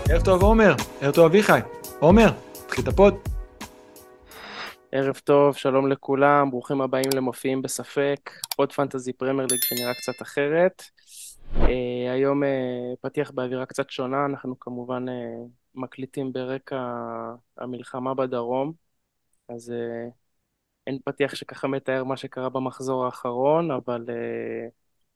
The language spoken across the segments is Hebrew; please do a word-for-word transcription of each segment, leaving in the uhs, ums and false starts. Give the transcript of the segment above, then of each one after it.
ערב טוב עומר, ערב טוב אביחי. עומר, תתחיל את הפוד. ערב טוב, שלום לכולם, ברוכים הבאים למופיעים בספק, פוד פנטזי פרמייר ליג שנראה קצת אחרת. אה, היום אה, פתיח באווירה קצת שונה, אנחנו כמובן אה, מקליטים ברקע המלחמה בדרום, אז אה, אין פתיח שככה מתאר מה שקרה במחזור האחרון, אבל אה,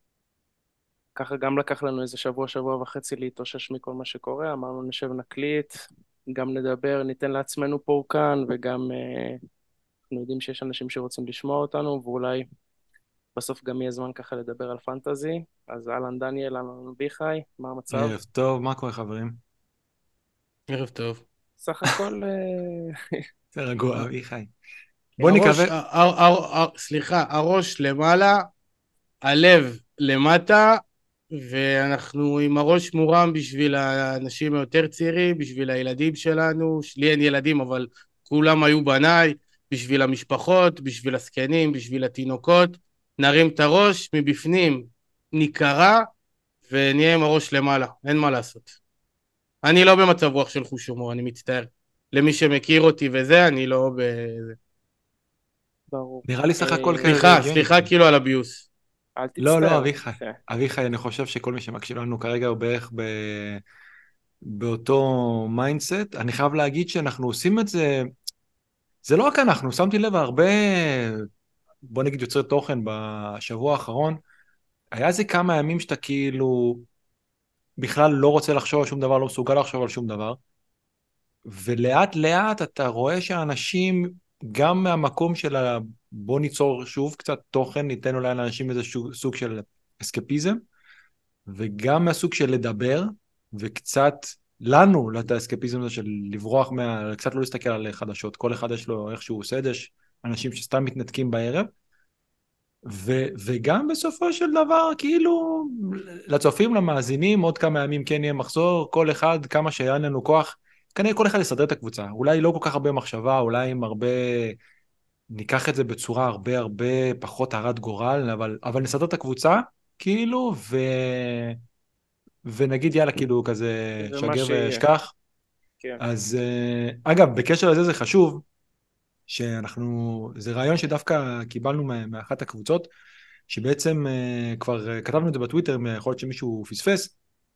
ככה גם לקח לנו איזה שבוע, שבוע וחצי להתאושש מכל מה שקורה, אמרנו נשב נקליט, גם נדבר, ניתן לעצמנו פורקן וגם... אה, אנחנו יודעים שיש אנשים שרוצים לשמוע אותנו, ואולי בסוף גם יהיה זמן ככה לדבר על פנטזי. אז אהלן דניאל, אהלן אביחי, מה המצב? ערב טוב, מה קורה חברים? ערב טוב. סך הכל, אה, זה רגוע אביחי. בוא נקווה. הראש, ה- ה- ה- ה- סליחה, הראש למעלה, הלב למטה, ואנחנו עם הראש מורם בשביל האנשים היותר צעירים, בשביל הילדים שלנו, לי אין ילדים אבל כולם היו בניי, בשביל המשפחות, בשביל הזקנים, בשביל התינוקות, נרים את הראש מבפנים, ניקרא ונהיה עם הראש למעלה, אין מה לעשות. אני לא במצב רוח של חוש הומור, אני מצטער. למי שמכיר אותי וזה, אני לא ב... ברור. נראה לי סך הכל אה, כרגע סליחה, הגיוני. סליחה כאילו על הביוס. אל לא, לא, תצטער. אביחי. אה, אביחי, אני חושב שכל מי שמקשיב לנו כרגע הוא בערך ב... באותו מיינדסט. אני חייב להגיד שאנחנו עושים את זה, זה לא רק אנחנו, שמתי לב הרבה, בוא נגיד יוצרי תוכן בשבוע האחרון, היה איזה כמה ימים שאתה כאילו בכלל לא רוצה לחשוב על שום דבר, לא מסוגל לחשוב על שום דבר. ולאט לאט אתה רואה שאנשים, גם מהמקום של ה... בוא ניצור שוב קצת תוכן, ניתן אולי לאנשים איזה שוב, סוג של אסקפיזם, וגם מהסוג של לדבר, וקצת לנו, את האסקפיזם הזה של לברוח, מה... קצת לא להסתכל על חדשות, כל אחד יש לו איך שהוא עושה את זה, יש אנשים שסתם מתנתקים בערב, ו... וגם בסופו של דבר, כאילו, לצופים, למאזינים, עוד כמה ימים כן יהיה מחזור, כל אחד, כמה שהיה לנו כוח, כנראה כל אחד יסדר את הקבוצה, אולי לא כל כך הרבה מחשבה, אולי עם הרבה, ניקח את זה בצורה הרבה הרבה פחות הרת גורל, אבל, אבל נסדר את הקבוצה, כאילו, ו... ונגיד יאללה, כאילו, כזה, ומה שגר שיהיה, ושכח. כן. אז אה, אגב, בקשר לזה זה חשוב, שאנחנו, זה רעיון שדווקא קיבלנו מה- מאחת הקבוצות, שבעצם אה, כבר אה, כתבנו את זה בטוויטר, יכול להיות שמישהו פספס,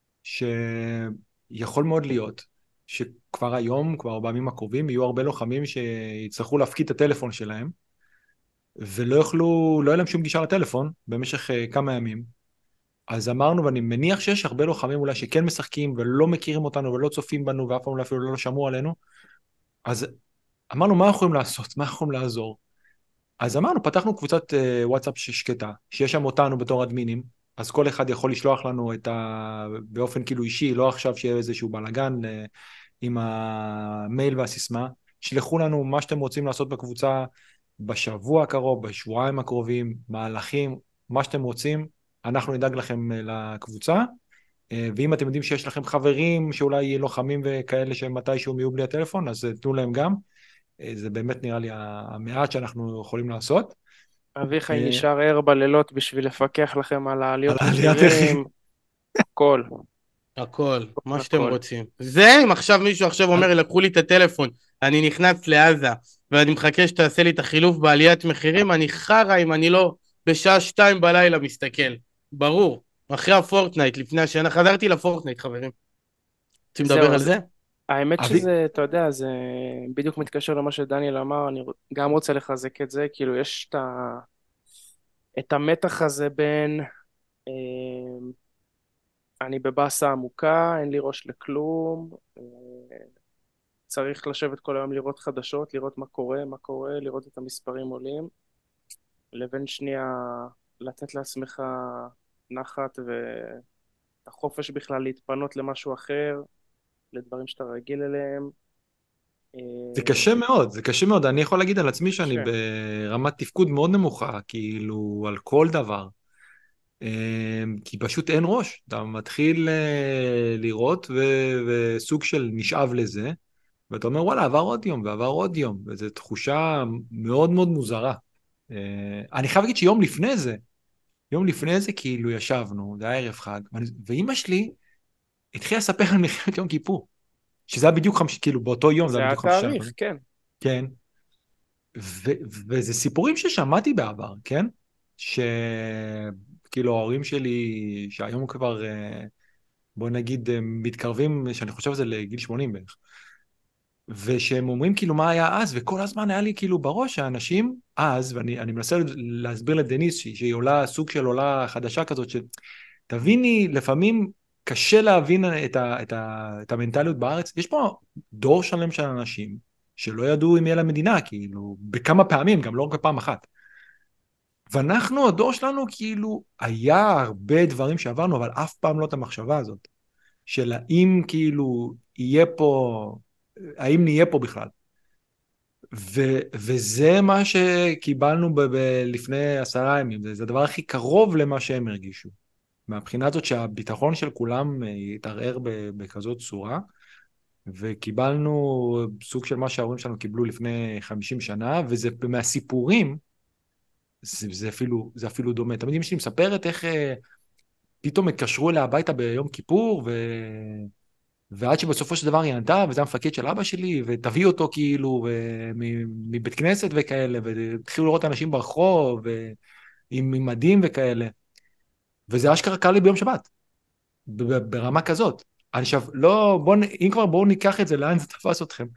שיכול מאוד להיות שכבר היום, כבר בימים הקרובים, יהיו הרבה לוחמים שיצטרכו להפקיד את הטלפון שלהם, ולא יוכלו, לא יהיה להם שום גישה לטלפון במשך אה, כמה ימים. אז אמרנו, ואני מניח שיש הרבה לוחמים אולי שכן משחקים ולא מכירים אותנו ולא צופים בנו ואף פעם אפילו לא שמעו עלינו, אז אמרנו, מה אנחנו יכולים לעשות? מה אנחנו יכולים לעזור? אז אמרנו, פתחנו קבוצת אה, וואטסאפ שקטה, שיש שם אותנו בתור אדמינים, אז כל אחד יכול לשלוח לנו את ה... באופן כאילו אישי, לא עכשיו שיהיה איזשהו בלגן אה, עם המייל והסיסמה, שלחו לנו מה שאתם רוצים לעשות בקבוצה בשבוע הקרוב, בשבועיים הקרובים, מהלכים, מה שאתם רוצים, אנחנו נדאג לכם אה, לקבוצה, אה, ואם אתם יודעים שיש לכם חברים שאולי לוחמים וכאלה שמתישהו יהיו בלי הטלפון, אז אה, תנו להם גם. אה, זה באמת נראה לי המעט שאנחנו יכולים לעשות. אביחי אה, נשאר ער בלילות בשביל לפקח לכם על על העליות העליית ערך. מחירים, הכל, הכל, מה שאתם הכל. רוצים. זה אם עכשיו מישהו עכשיו אומר, לקחו לי את הטלפון, אני נכנס לעזה, ואני מחכה שתעשה לי את החילוף בעליית מחירים, אני חרא אם אני לא בשעה שתיים בלילה מסתכל. ברור. אחרי הפורטנייט, לפני השנה, חזרתי לפורטנייט, חברים. רוצים לדבר זהו, על אז זה? האמת אבי, שזה, אתה יודע, זה בדיוק מתקשר למה שדניאל אמר, אני גם רוצה לחזק את זה, כאילו יש את ה... את המתח הזה בין אה, אני בבאסה עמוקה, אין לי ראש לכלום, אה, צריך לשבת כל היום לראות חדשות, לראות מה קורה, מה קורה, לראות את המספרים עולים, לבין שנייה לתת לעצמך נחת ואת החופש בכלל להתפנות למשהו אחר, לדברים שאתה רגיל אליהם. זה אה, קשה מאוד, זה קשה מאוד. אני יכול להגיד על עצמי שאני קשה. ברמת תפקוד מאוד נמוכה, כאילו, על כל דבר. אה, כי פשוט אין ראש. אתה מתחיל אה, לראות ו- וסוג של נשאב לזה, ואתה אומר, וואלה, עבר עוד יום ועבר עוד יום, וזו תחושה מאוד מאוד מוזרה. אה, אני חייב להגיד שיום לפני זה, יום לפני זה כאילו ישבנו, זה היה ערב חג, ואני- ואימא שלי התחילה לספר על מלחמת יום כיפור. שזה היה בדיוק חמישי, כאילו באותו יום זה זה היה בדיוק חמישה. התאריך, כן. כן. ו- וזה סיפורים ששמעתי בעבר, כן? שכאילו ההורים שלי, שהיום כבר, אה, בוא נגיד, אה, מתקרבים, שאני חושב שזה לגיל שמונים בערך. ושהם אומרים כאילו מה היה אז, וכל הזמן היה לי כאילו בראש האנשים אז, ואני אני מנסה להסביר לדניס שהיא, שהיא עולה, סוג של עולה חדשה כזאת, שתביני, לפעמים קשה להבין את, ה, את, ה, את המנטליות בארץ. יש פה דור שלם של אנשים שלא ידעו אם יהיה למדינה, כאילו, בכמה פעמים, גם לא רק בפעם אחת. ואנחנו, הדור שלנו, כאילו, היה הרבה דברים שעברנו, אבל אף פעם לא את המחשבה הזאת, של האם כאילו יהיה פה, האם נהיה פה בכלל. ו- וזה מה שקיבלנו ב- ב- לפני עשרה ימים, זה, זה הדבר הכי קרוב למה שהם הרגישו. מהבחינה הזאת שהביטחון של כולם התערער ב- בכזאת צורה, וקיבלנו סוג של מה שההורים שלנו קיבלו לפני חמישים שנה, וזה מהסיפורים, זה, זה, אפילו, זה אפילו דומה. תמיד אמא שלי מספרת איך אה, פתאום התקשרו אליה הביתה ביום כיפור, ו... ועד שבסופו של דבר היא ענתה, וזה המפקד של אבא שלי, ותביא אותו כאילו מ- מבית כנסת וכאלה, והתחילו לראות אנשים ברחוב, ועם עם מדים וכאלה. וזה אשכרה קרה לי ביום שבת, ב- ב- ברמה כזאת. אני עכשיו, לא, בוא, נ- אם כבר בואו ניקח את זה, לאן זה תפס אתכם?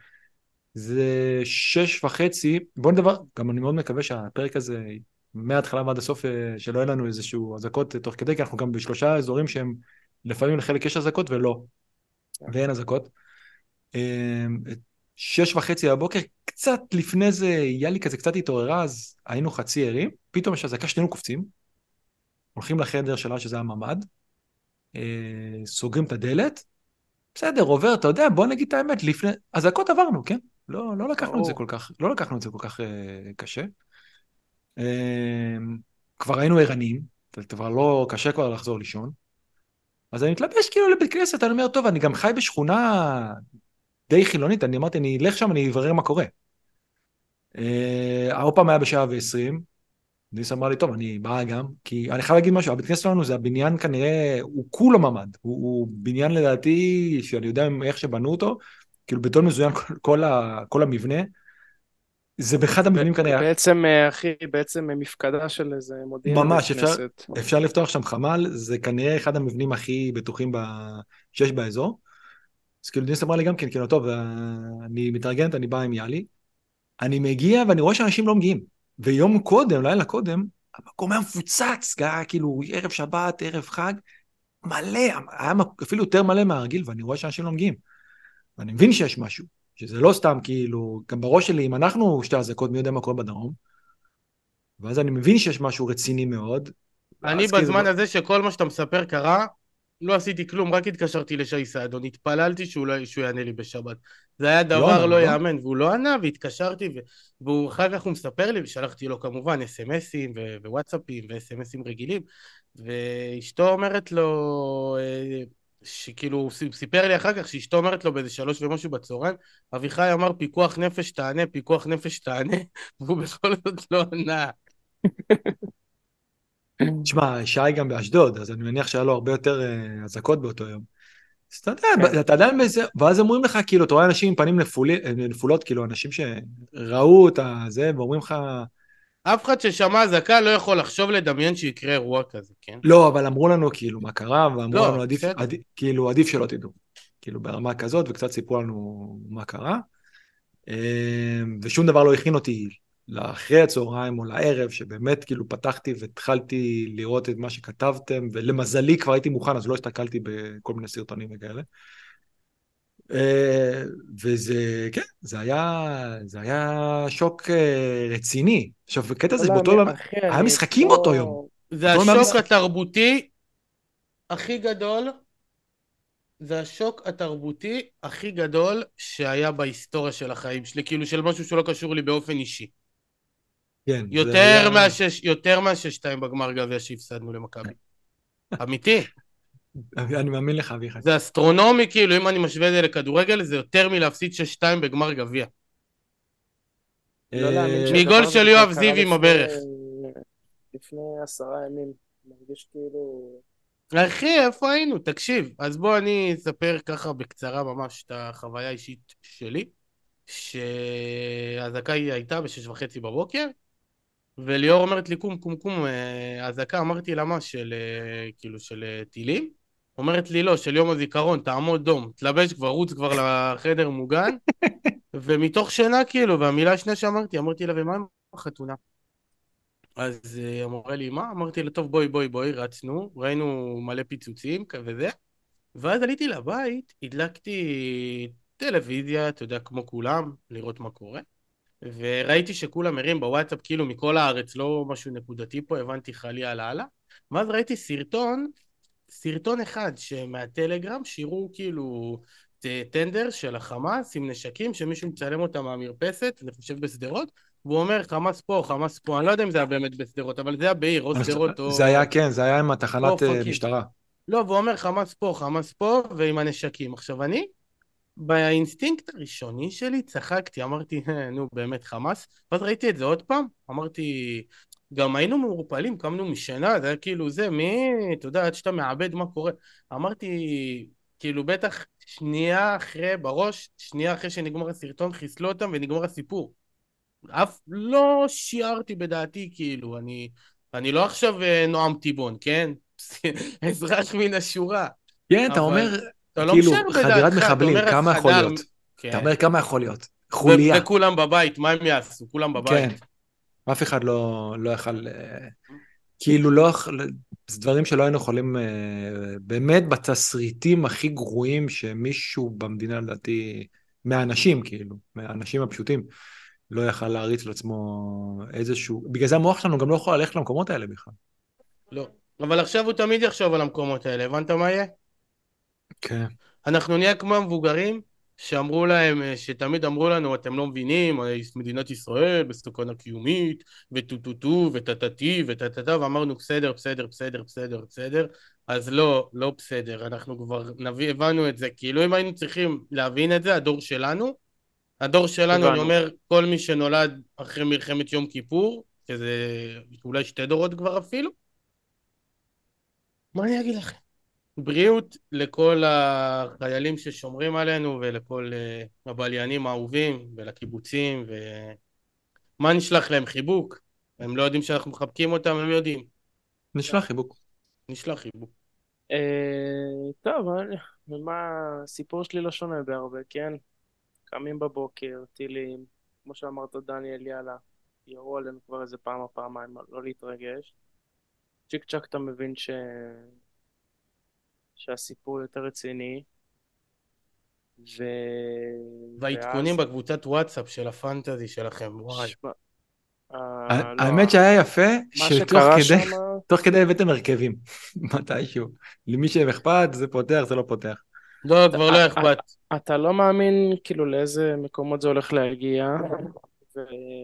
זה שש וחצי, בואו נדבר, גם אני מאוד מקווה שהפרק הזה, מההתחלה ועד הסוף, אה, שלא יהיה לנו איזשהו אזעקות תוך כדי, כי אנחנו גם בשלושה אזורים שהם, לפעמים לחלק יש אזעקות ולא, ואין אזעקות. אמ, שש וחצי בבוקר, קצת לפני זה, יאלי כזה קצת התעוררה, אז היינו חצי ערים, פתאום יש אזעקה, שנינו קופצים, הולכים לחדר שלה שזה הממ"ד, אה, סוגרים את הדלת, בסדר, עובר, אתה יודע, בוא נגיד את האמת, לפני, אזעקות עברנו, כן? לא, לא לקחנו את זה ברור. כל כך, לא לקחנו את זה כל כך אה, קשה. אה, כבר היינו ערניים, כבר לא, קשה כבר לחזור לישון. אז אני מתלבש כאילו לבית כנסת, אני אומר, טוב, אני גם חי בשכונה די חילונית, אני אמרתי, אני אלך שם, אני אברר מה קורה. אה, עוד פעם היה בשעה ועשרים, ניס אמר לי, טוב, אני בא גם, כי אני חייב להגיד משהו, הבית כנסת שלנו זה הבניין כנראה, הוא כולו ממ"ד, הוא, הוא בניין לדעתי, שאני יודע איך שבנו אותו, כאילו בטון מזוין כל, כל, ה, כל המבנה, זה באחד המבנים ב- כנראה, בעצם, אה, אחי, בעצם אה, מפקדה של איזה מודיעין בית ממש, אפשר, כנסת. אפשר לפתוח שם חמ"ל, זה כנראה אחד המבנים הכי בטוחים ב, שיש באזור, אז כאילו ניס אמר לי גם כן, כאילו, טוב, אה, אני מתארגנת, אני בא עם יאלי, אני מגיע ואני רואה שאנשים לא מגיעים. ויום קודם, לילה קודם, המקום היה מפוצץ, היה כאילו ערב שבת, ערב חג, מלא, היה אפילו יותר מלא מהרגיל, ואני רואה שאנשים לא מגיעים. ואני מבין שיש משהו, שזה לא סתם כאילו, גם בראש שלי, אם אנחנו שתי אזעקות, מי יודע מה קורה בדרום, ואז אני מבין שיש משהו רציני מאוד, אני ואז כאילו, בזמן הזה שכל מה שאתה מספר קרה, לא עשיתי כלום, רק התקשרתי לשי סעדון, התפללתי שהוא, לא, שהוא יענה לי בשבת. זה היה לא דבר ענה, לא לא? יאמן, והוא לא ענה, והתקשרתי, ו... והוא אחר כך הוא מספר לי, ושלחתי לו כמובן אס-אם-אסים ו... ווואטסאפים ואס-אם-אסים רגילים, ואשתו אומרת לו, אה, שכאילו, הוא סיפר לי אחר כך, שאשתו אומרת לו באיזה שלוש ומשהו בצהריים, אביחי אמר פיקוח נפש תענה, פיקוח נפש תענה, והוא בכל זאת לא ענה. תשמע, שי גם באשדוד, אז אני מניח שהיה לו הרבה יותר אה, אזעקות באותו יום. אז אתה כן. יודע, אתה עדיין בזה, ואז אומרים לך, כאילו, אתה רואה אנשים עם פנים נפולי, נפולות, כאילו, אנשים שראו את זה, ואומרים לך, אף אחד ששמע אזעקה לא יכול לחשוב לדמיין שיקרה אירוע כזה, כן? לא, אבל אמרו לנו, כאילו, מה קרה, ואמרו לא, לנו, עדיף, בסדר. עדיף, כאילו, עדיף שלא תדעו. כאילו, ברמה כזאת, וקצת סיפרו לנו מה קרה. אה, ושום דבר לא הכין אותי לאחרי הצהריים או לערב, שבאמת, כאילו, פתחתי והתחלתי לראות את מה שכתבתם, ולמזלי כבר הייתי מוכן, אז לא הסתכלתי בכל מיני סרטונים וכאלה. אה, וזה, כן, זה היה, זה היה שוק אה, רציני. עכשיו, בקטע לא זה באותו להאמין, יום, אחי, היה אני משחקים באותו יום. אתמול... זה באותו יום היה השוק משחק... התרבותי הכי גדול, זה השוק התרבותי הכי גדול שהיה בהיסטוריה של החיים שלי, כאילו של משהו שלא קשור לי באופן אישי. כן, זה היה... יותר מהשש, יותר מהשש שתיים בגמר גביע שהפסדנו למכבי. אמיתי. אני מאמין לך, אביחי. זה אסטרונומי, כאילו, אם אני משווה את זה לכדורגל, זה יותר מלהפסיד שש שתיים בגמר גביע. לא להאמין אה, שהדבר מגול הזה של בכלל יואב קרה זיו עם לפני... הברך. לפני עשרה ימים. מרגיש כאילו... אחי, איפה היינו? תקשיב, אז בוא אני אספר ככה בקצרה ממש את החוויה האישית שלי, שהאזעקה היא הייתה בשש וחצי בבוקר, וליאור אומרת לי קום קום קום, אה, אזעקה, אמרתי לה מה, של אה, כאילו של אה, טילים? אומרת לי לא, של יום הזיכרון, תעמוד דום, תלבש כבר, רוץ כבר לחדר מוגן, ומתוך שינה כאילו, והמילה השנייה שאמרתי, אמרתי לה ומה עם החתונה? אז היא אמרה לי מה? אמרתי לה טוב בואי בואי בואי, רצנו, ראינו מלא פיצוצים וזה, ואז עליתי לבית, הדלקתי טלוויזיה, אתה יודע, כמו כולם, לראות מה קורה. וראיתי שכולם מרים בוואטסאפ כאילו מכל הארץ, לא משהו נקודתי פה, הבנתי חלילה על הלאה. ואז ראיתי סרטון, סרטון אחד שמהטלגרם שירו כאילו טנדר של החמאס עם נשקים שמישהו מצלם אותם מהמרפסת, אני חושב בסדרות, והוא אומר חמאס פה, חמאס פה, אני לא יודע אם זה היה באמת בסדרות, אבל זה היה בעיר, או אני חושב- סדרות זה היה, או, כן, זה היה עם או התחנת אה, אופקים. משטרה. לא, והוא אומר חמאס פה, חמאס פה, ועם הנשקים. עכשיו אני באינסטינקט הראשוני שלי צחקתי, אמרתי, "אה, נו באמת חמאס", ואז ראיתי את זה עוד פעם, אמרתי, גם היינו מעורפלים, קמנו משנה, זה היה כאילו זה, מי, אתה יודע, עד שאתה מאבד מה קורה, אמרתי, כאילו בטח שנייה אחרי, בראש, שנייה אחרי שנגמר הסרטון, חיסלו אותם ונגמר הסיפור. אף לא שיערתי בדעתי, כאילו, אני, אני לא עכשיו אה, נועם טיבון, כן? אזרח מן השורה, כן, אתה אבל אומר, אתה לא כאילו, משער חדירת בדעתך, אתה מחבלים, אומר אז כמה יכול חדר, להיות? אתה כן, אומר כמה יכול להיות? ו- חוליה. וכולם בבית, מה הם יעשו? כולם כן, בבית. אף אחד לא, לא יכל, אה, כאילו לא, יכול- זה דברים שלא היינו יכולים, אה, באמת בתסריטים הכי גרועים שמישהו במדינה, לדעתי, מהאנשים, כאילו, מהאנשים הפשוטים, לא יכל להריץ לעצמו איזשהו, בגלל זה המוח שלנו גם לא יכול ללכת למקומות האלה בכלל. לא. אבל עכשיו הוא תמיד יחשוב על המקומות האלה, הבנת מה יהיה? כן. אנחנו נהיה כמו המבוגרים שאמרו להם, שתמיד אמרו לנו, אתם לא מבינים, מדינת ישראל בסכנה קיומית, וטו טו טו, וטטטי, וטטטה, ואמרנו, בסדר, בסדר, בסדר, בסדר, בסדר, אז לא, לא בסדר, אנחנו כבר נביא, הבנו את זה, כאילו אם היינו צריכים להבין את זה, הדור שלנו, הדור שלנו, אני הבנו. אומר, כל מי שנולד אחרי מלחמת יום כיפור, שזה אולי שתי דורות כבר אפילו, מה אני אגיד לכם? בריאות לכל החיילים ששומרים עלינו ולכל uh, הבליינים האהובים ולקיבוצים, ומה נשלח להם? חיבוק? הם לא יודעים שאנחנו מחבקים אותם, הם יודעים. נשלח חיבוק. נשלח חיבוק. אה, טוב, אני- ומה, הסיפור שלי לא שונה בהרבה, כן? קמים בבוקר, טילים, כמו שאמרת דניאל, יאללה, ירו עלינו כבר איזה פעם או פעמיים, לא להתרגש. צ'יק צ'אק אתה מבין ש... שהסיפור יותר רציני, ו... והעדכונים ואז, בקבוצת וואטסאפ של הפנטזי שלכם, וואי. שמע, אה, לא, האמת שהיה יפה מה שתוך שקרה כדי, שם, תוך כדי הבאתם הרכבים, מתישהו. למי שאכפת זה פותח, זה לא פותח. לא, אתה, כבר לא אתה, אכפת. אתה לא מאמין כאילו לאיזה מקומות זה הולך להגיע, ו...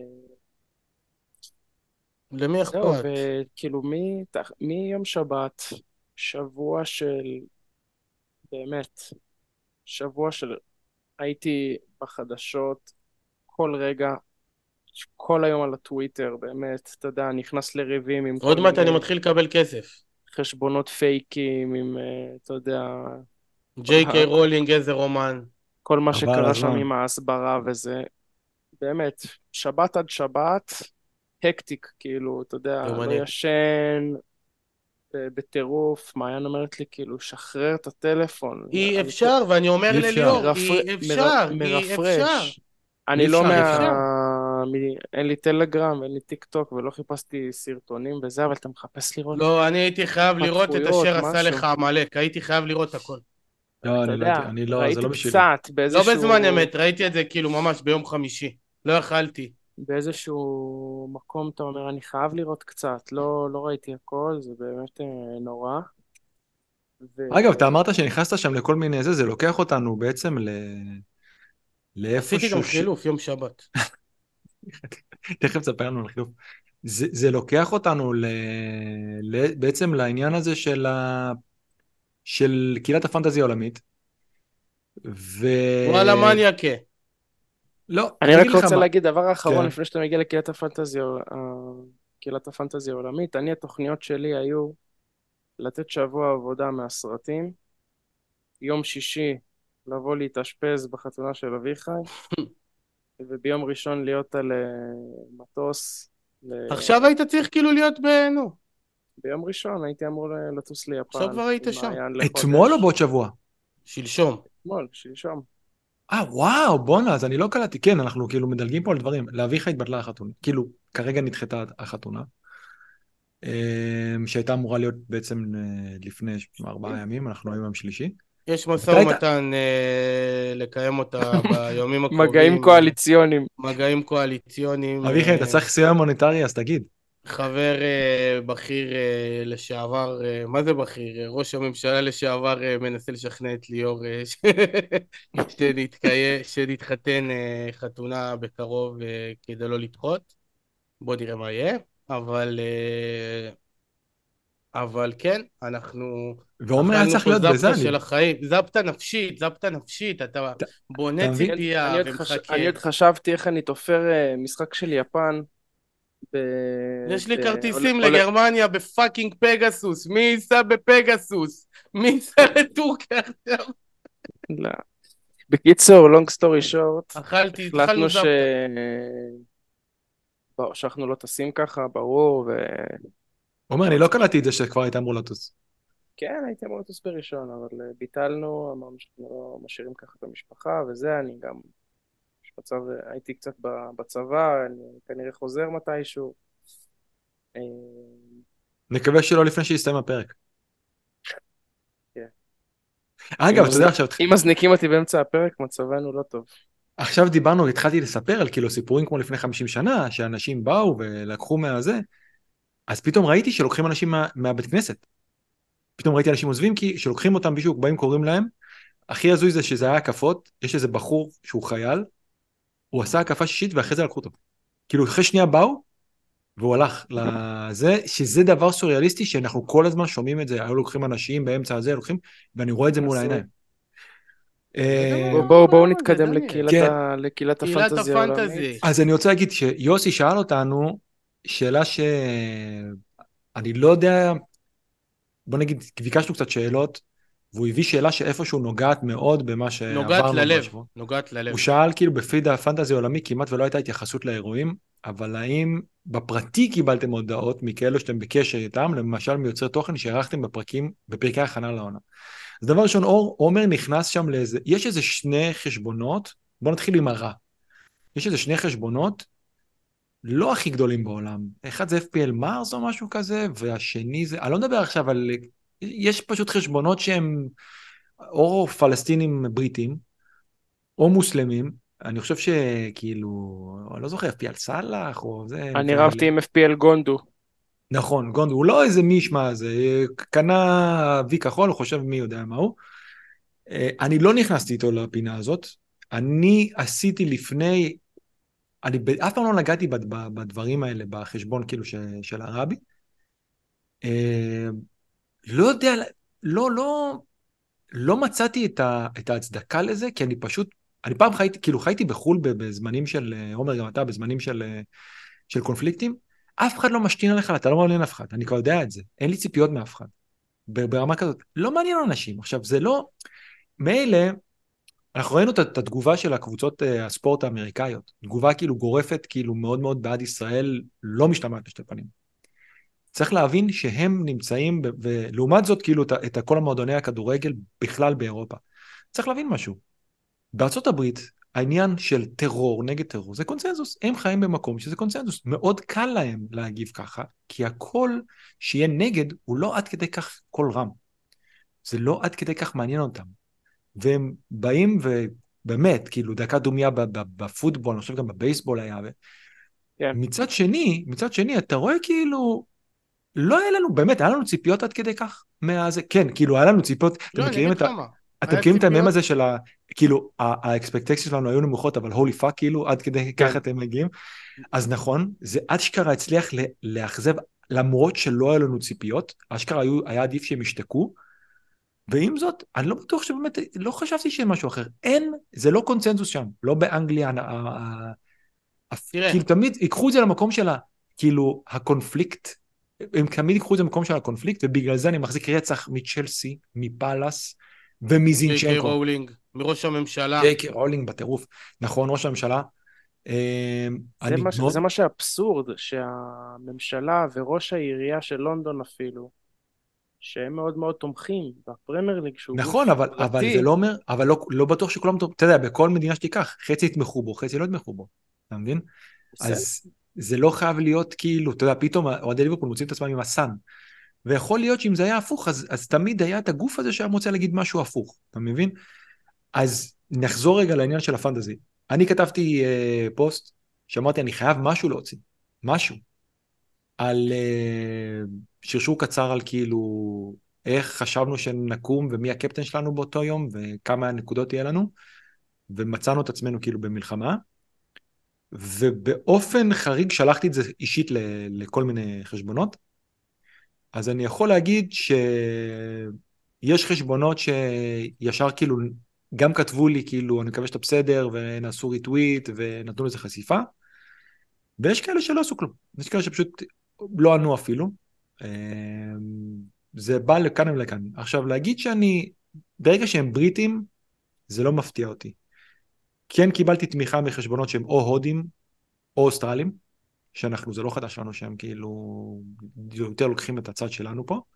למי זהו, אכפת? וכאילו מ- תח- מיום שבת, שבוע של, באמת, שבוע של, הייתי בחדשות כל רגע, כל היום על הטוויטר, באמת, אתה יודע, נכנס לריבים עם עוד כל מעט אני מיני מתחיל לקבל כסף. חשבונות פייקים, עם, אה, אתה יודע, כל, ג'יי קיי ה, כל, רולינג, איזה רומן. כל מה חבל על שקרה שם הזמן. עם ההסברה וזה, באמת, שבת עד שבת, הקטיק, כאילו, אתה יודע, גם לא אני. ישן, ב- בטירוף, מעיין אומרת לי, כאילו, שחרר את הטלפון. אי אני כל- אפשר, ואני אומר אי אפשר. לליאור, מרפר, אי מר, אפשר, אי אפשר. מרפרש. אי אני לא אפשר, אי אי מה... אפשר. אפשר. מ... אין לי טלגרם, אין לי טיק טוק, ולא חיפשתי סרטונים וזה, אבל אתה מחפש לראות לא, אני הייתי חייב לראות את התפתחויות, אשר עשה משהו. לך עמלק, הייתי חייב לראות הכל. לא, אתה אני לא יודע, הייתי, אני לא, זה ראיתי לא בשבילי. קצת לא בזמן באיזשהו, אמת, ראיתי את זה כאילו ממש ביום חמישי. לא יכלתי. באיזשהו מקום, אתה אומר, אני חייב לראות קצת. לא, לא ראיתי הכל, זה באמת אה, נורא. ו... אגב, אתה אמרת שנכנסת שם לכל מיני זה, זה לוקח אותנו בעצם ל... עשיתי גם לאיפשהו ש... חילוף יום שבת. תכף תספר לנו על חילוף. זה, זה לוקח אותנו ל... ל... בעצם לעניין הזה של, ה... של קהילת הפנטזיה העולמית. ו... וואלה מניאקה. לא, אני אני רק אגיד לך רוצה מה. להגיד דבר אחרון כן. לפני שאתה מגיע לקהילת הפנטזיה, אה, קהילת הפנטזיה העולמית. אני, התוכניות שלי היו לתת שבוע עבודה מהסרטים, יום שישי לבוא להתאשפז בחתונה של אביחי, וביום ראשון להיות על אה, מטוס. ל- עכשיו היית צריך כאילו להיות ב... נו, ביום ראשון הייתי אמור ל- לטוס ליפן, עכשיו כבר היית עם שם. מעיין לחודש. אתמול או בעוד שבוע? שלשום. אתמול, שלשום. אה, וואו, בואנה, אז אני לא קלטתי. כן, אנחנו כאילו מדלגים פה על דברים. לאביך התבטלה החתונה. כאילו, כרגע נדחתה החתונה, אמ, שהייתה אמורה להיות בעצם אה, לפני ארבעה ימים, אנחנו היום יום שלישי. יש משא אתה היית- ומתן אה, לקיים אותה ביומים הקרובים. מגעים קואליציוניים. מגעים קואליציוניים. אביחי, אתה אה, צריך סיוע מוניטרי, אז תגיד. חבר אה, בכיר אה, לשעבר, אה, מה זה בכיר? אה, ראש הממשלה לשעבר אה, מנסה לשכנע את ליאור אה, ש- שנתקיים- שנתחתן אה, חתונה בקרוב אה, כדי לא לדחות. בוא נראה מה יהיה. אבל אה, אבל כן, אנחנו ועומר היה אכלנו צריך פה להיות בזה, זפטה אני... של החיים. זפטה נפשית, זפטה נפשית. אתה אתה- בונה אתה מבין? ציפייה אני עוד חש- ומחכה. אני עוד חשבתי איך אני תופר אה, משחק של יפן. ב... יש לי ב- כרטיסים עולה- לגרמניה בפאקינג פגסוס. מי ייסע בפגסוס? מי ייסע לטורקיה עכשיו? לא. בקיצור, long story short, אכלתי, החלטנו אכלנו ש... זפטה. ברור, שאנחנו לא טסים ככה, ברור, עומר, אני לא קלטתי את זה שכבר היית אמור לטוס. וכן, הייתי אמור לטוס בראשון, אבל אה, ביטלנו, אמרנו שאנחנו לא משאירים ככה את המשפחה, וזה, אני גם, יש מצב, הייתי קצת ב- בצבא, אני כנראה חוזר מתישהו. אה, נקווה שלא לפני שיסתיים הפרק. כן. אגב, אם אתה יודע מזניק- עכשיו, אם מזניקים אותי באמצע הפרק, מצבנו לא טוב. עכשיו דיברנו, התחלתי לספר על כאילו סיפורים כמו לפני חמישים שנה, שאנשים באו ולקחו מהזה, אז פתאום ראיתי שלוקחים אנשים מה, מהבית כנסת. פתאום ראיתי אנשים עוזבים כי שלוקחים אותם, מישהו באים קוראים להם, הכי הזוי זה שזה היה הקפות, יש איזה בחור שהוא חייל, הוא עשה הקפה שישית ואחרי זה לקחו אותו. כאילו אחרי שנייה באו, והוא הלך לזה, שזה דבר סוריאליסטי שאנחנו כל הזמן שומעים את זה, היו לוקחים אנשים באמצע הזה, לוקחים, ואני רואה את זה מול אז, העיניים. זה אה, בואו דבר בואו בואו נורא, נתקדם זה דניאל. לקהילת כן. ה- לקהילת קהילת הפנטזיה העולמית. הפנטזי. אז אני רוצה להגיד שיוסי שאל אותנו, שאלה שאני לא יודע, בוא נגיד, ביקשנו קצת שאלות, והוא הביא שאלה שאיפשהו נוגעת מאוד במה נוגעת שעברנו ללב, בשבוע. נוגעת ללב. הוא שאל כאילו בפיד הפנטזי העולמי כמעט ולא הייתה התייחסות לאירועים, אבל האם בפרטי קיבלתם הודעות מכאלו שאתם בקשר איתם, למשל מיוצר תוכן שערכתם בפרקים, בפרקי הכנה לעונה. אז דבר ראשון, אור, עומר נכנס שם לאיזה, יש איזה שני חשבונות, בוא נתחיל עם הרע. יש איזה שני חשבונות, לא הכי גדולים בעולם. אחד זה אף פי אל מרס או משהו כזה, והשני זה, אני לא מדבר עכשיו על, יש פשוט חשבונות שהם או פלסטינים בריטים, או מוסלמים, אני חושב שכאילו, אני לא זוכר, אף פי אל סלאח או זה. אני כאלה. רבתי עם אף פי אל גונדו. נכון, גונדו, הוא לא איזה מישמע הזה, קנה וי כחול, הוא חושב מי יודע מה הוא. אה, אני לא נכנסתי איתו לפינה הזאת, אני עשיתי לפני, אני ב- אף פעם לא נגעתי בד- ב- בדברים האלה, בחשבון כאילו ש- של הרבי. אה, לא יודע, לא, לא, לא מצאתי את, ה, את ההצדקה לזה, כי אני פשוט, אני פעם חייתי, כאילו חייתי בחול בזמנים של, עומר גם אתה, בזמנים של, של קונפליקטים, אף אחד לא משתין עליך, אתה לא מעניין אף אחד, אני כבר יודע את זה, אין לי ציפיות מאף אחד, ברמה כזאת, לא מעניין אנשים, עכשיו זה לא, מילא, אנחנו ראינו את התגובה של הקבוצות הספורט האמריקאיות, תגובה כאילו גורפת, כאילו מאוד מאוד בעד ישראל, לא משתמעת לשתי פנים. צריך להבין שהם נמצאים, ב- ולעומת זאת כאילו את, את כל המועדוני הכדורגל בכלל באירופה. צריך להבין משהו. בארצות הברית, העניין של טרור נגד טרור זה קונצנזוס. הם חיים במקום שזה קונצנזוס. מאוד קל להם להגיב ככה, כי הכל שיהיה נגד הוא לא עד כדי כך קול רם. זה לא עד כדי כך מעניין אותם. והם באים ובאמת, כאילו דקה דומיה בפוטבול, אני חושב גם בבייסבול היה. ו... כן. מצד שני, מצד שני, אתה רואה כאילו, לא היה לנו, באמת, היה לנו ציפיות עד כדי כך מהזה, כן, כאילו, היה לנו ציפיות, לא, אתם אני מכירים אגיד את ה... לך מה. אתם היה מכירים את המם ציפיות- הזה של ה... כאילו, האקספקטציות שלנו היו נמוכות, אבל הולי פאק, כאילו, עד כדי כן. ככה אתם מגיעים. אז נכון, זה אשכרה הצליח ל- לאכזב, למרות שלא היה לנו ציפיות, אשכרה היו, היה עדיף שהם ישתקו, ועם זאת, אני לא בטוח שבאמת, לא חשבתי שיהיה משהו אחר. אין, זה לא קונצנזוס שם, לא באנגליה, ה- ה- ה- תראה. כאילו, תמיד ייקחו את זה למקום של ה... כאילו, הקונפליקט, הם תמיד ייקחו את זה במקום של הקונפליקט, ובגלל זה אני מחזיק רצח מצ'לסי, מפלס ג'יי קיי ומזינצ'נקו. רולינג, מראש הממשלה. ג'יי קיי רולינג בטירוף, נכון, ראש הממשלה. אה, זה אני מה, ש- מאוד... זה מה שאבסורד, שהממשלה וראש העירייה של לונדון אפילו, שהם מאוד מאוד תומכים בפרמייר ליג, שהוא נכון, גוף אבל, אבל זה פרטי. לא אומר, אבל לא, לא בטוח שכולם, אתה יודע, בכל מדינה שתיקח, חצי יתמכו בו, חצי לא יתמכו בו, אתה מבין? בסדר. אז זה לא חייב להיות כאילו, אתה יודע, פתאום אוהדי ליברפול מוצאים את עצמם עם הסן, ויכול להיות שאם זה היה הפוך, אז, אז תמיד היה את הגוף הזה שהיה מוצא להגיד משהו הפוך, אתה מבין? אז נחזור רגע לעניין של הפנטזי. אני כתבתי אה, פוסט, שאמרתי, אני חייב משהו להוציא, משהו, על אה, שרשור קצר על כאילו, איך חשבנו שנקום ומי הקפטן שלנו באותו יום וכמה נקודות יהיה לנו, ומצאנו את עצמנו כאילו במלחמה, ובאופן חריג שלחתי את זה אישית ל- לכל מיני חשבונות, אז אני יכול להגיד שיש חשבונות שישר כאילו גם כתבו לי כאילו אני מקווה שאתה בסדר ונעשו ריטוויט ונתנו לזה חשיפה, ויש כאלה שלא עשו כלום, יש כאלה שפשוט לא ענו אפילו. זה בא לכאן ולכאן. עכשיו להגיד שאני, ברגע שהם בריטים, זה לא מפתיע אותי. כן קיבלתי תמיכה מחשבונות שהם או הודים או אוסטרלים, שאנחנו, זה לא חדש לנו שהם כאילו יותר לוקחים את הצד שלנו פה,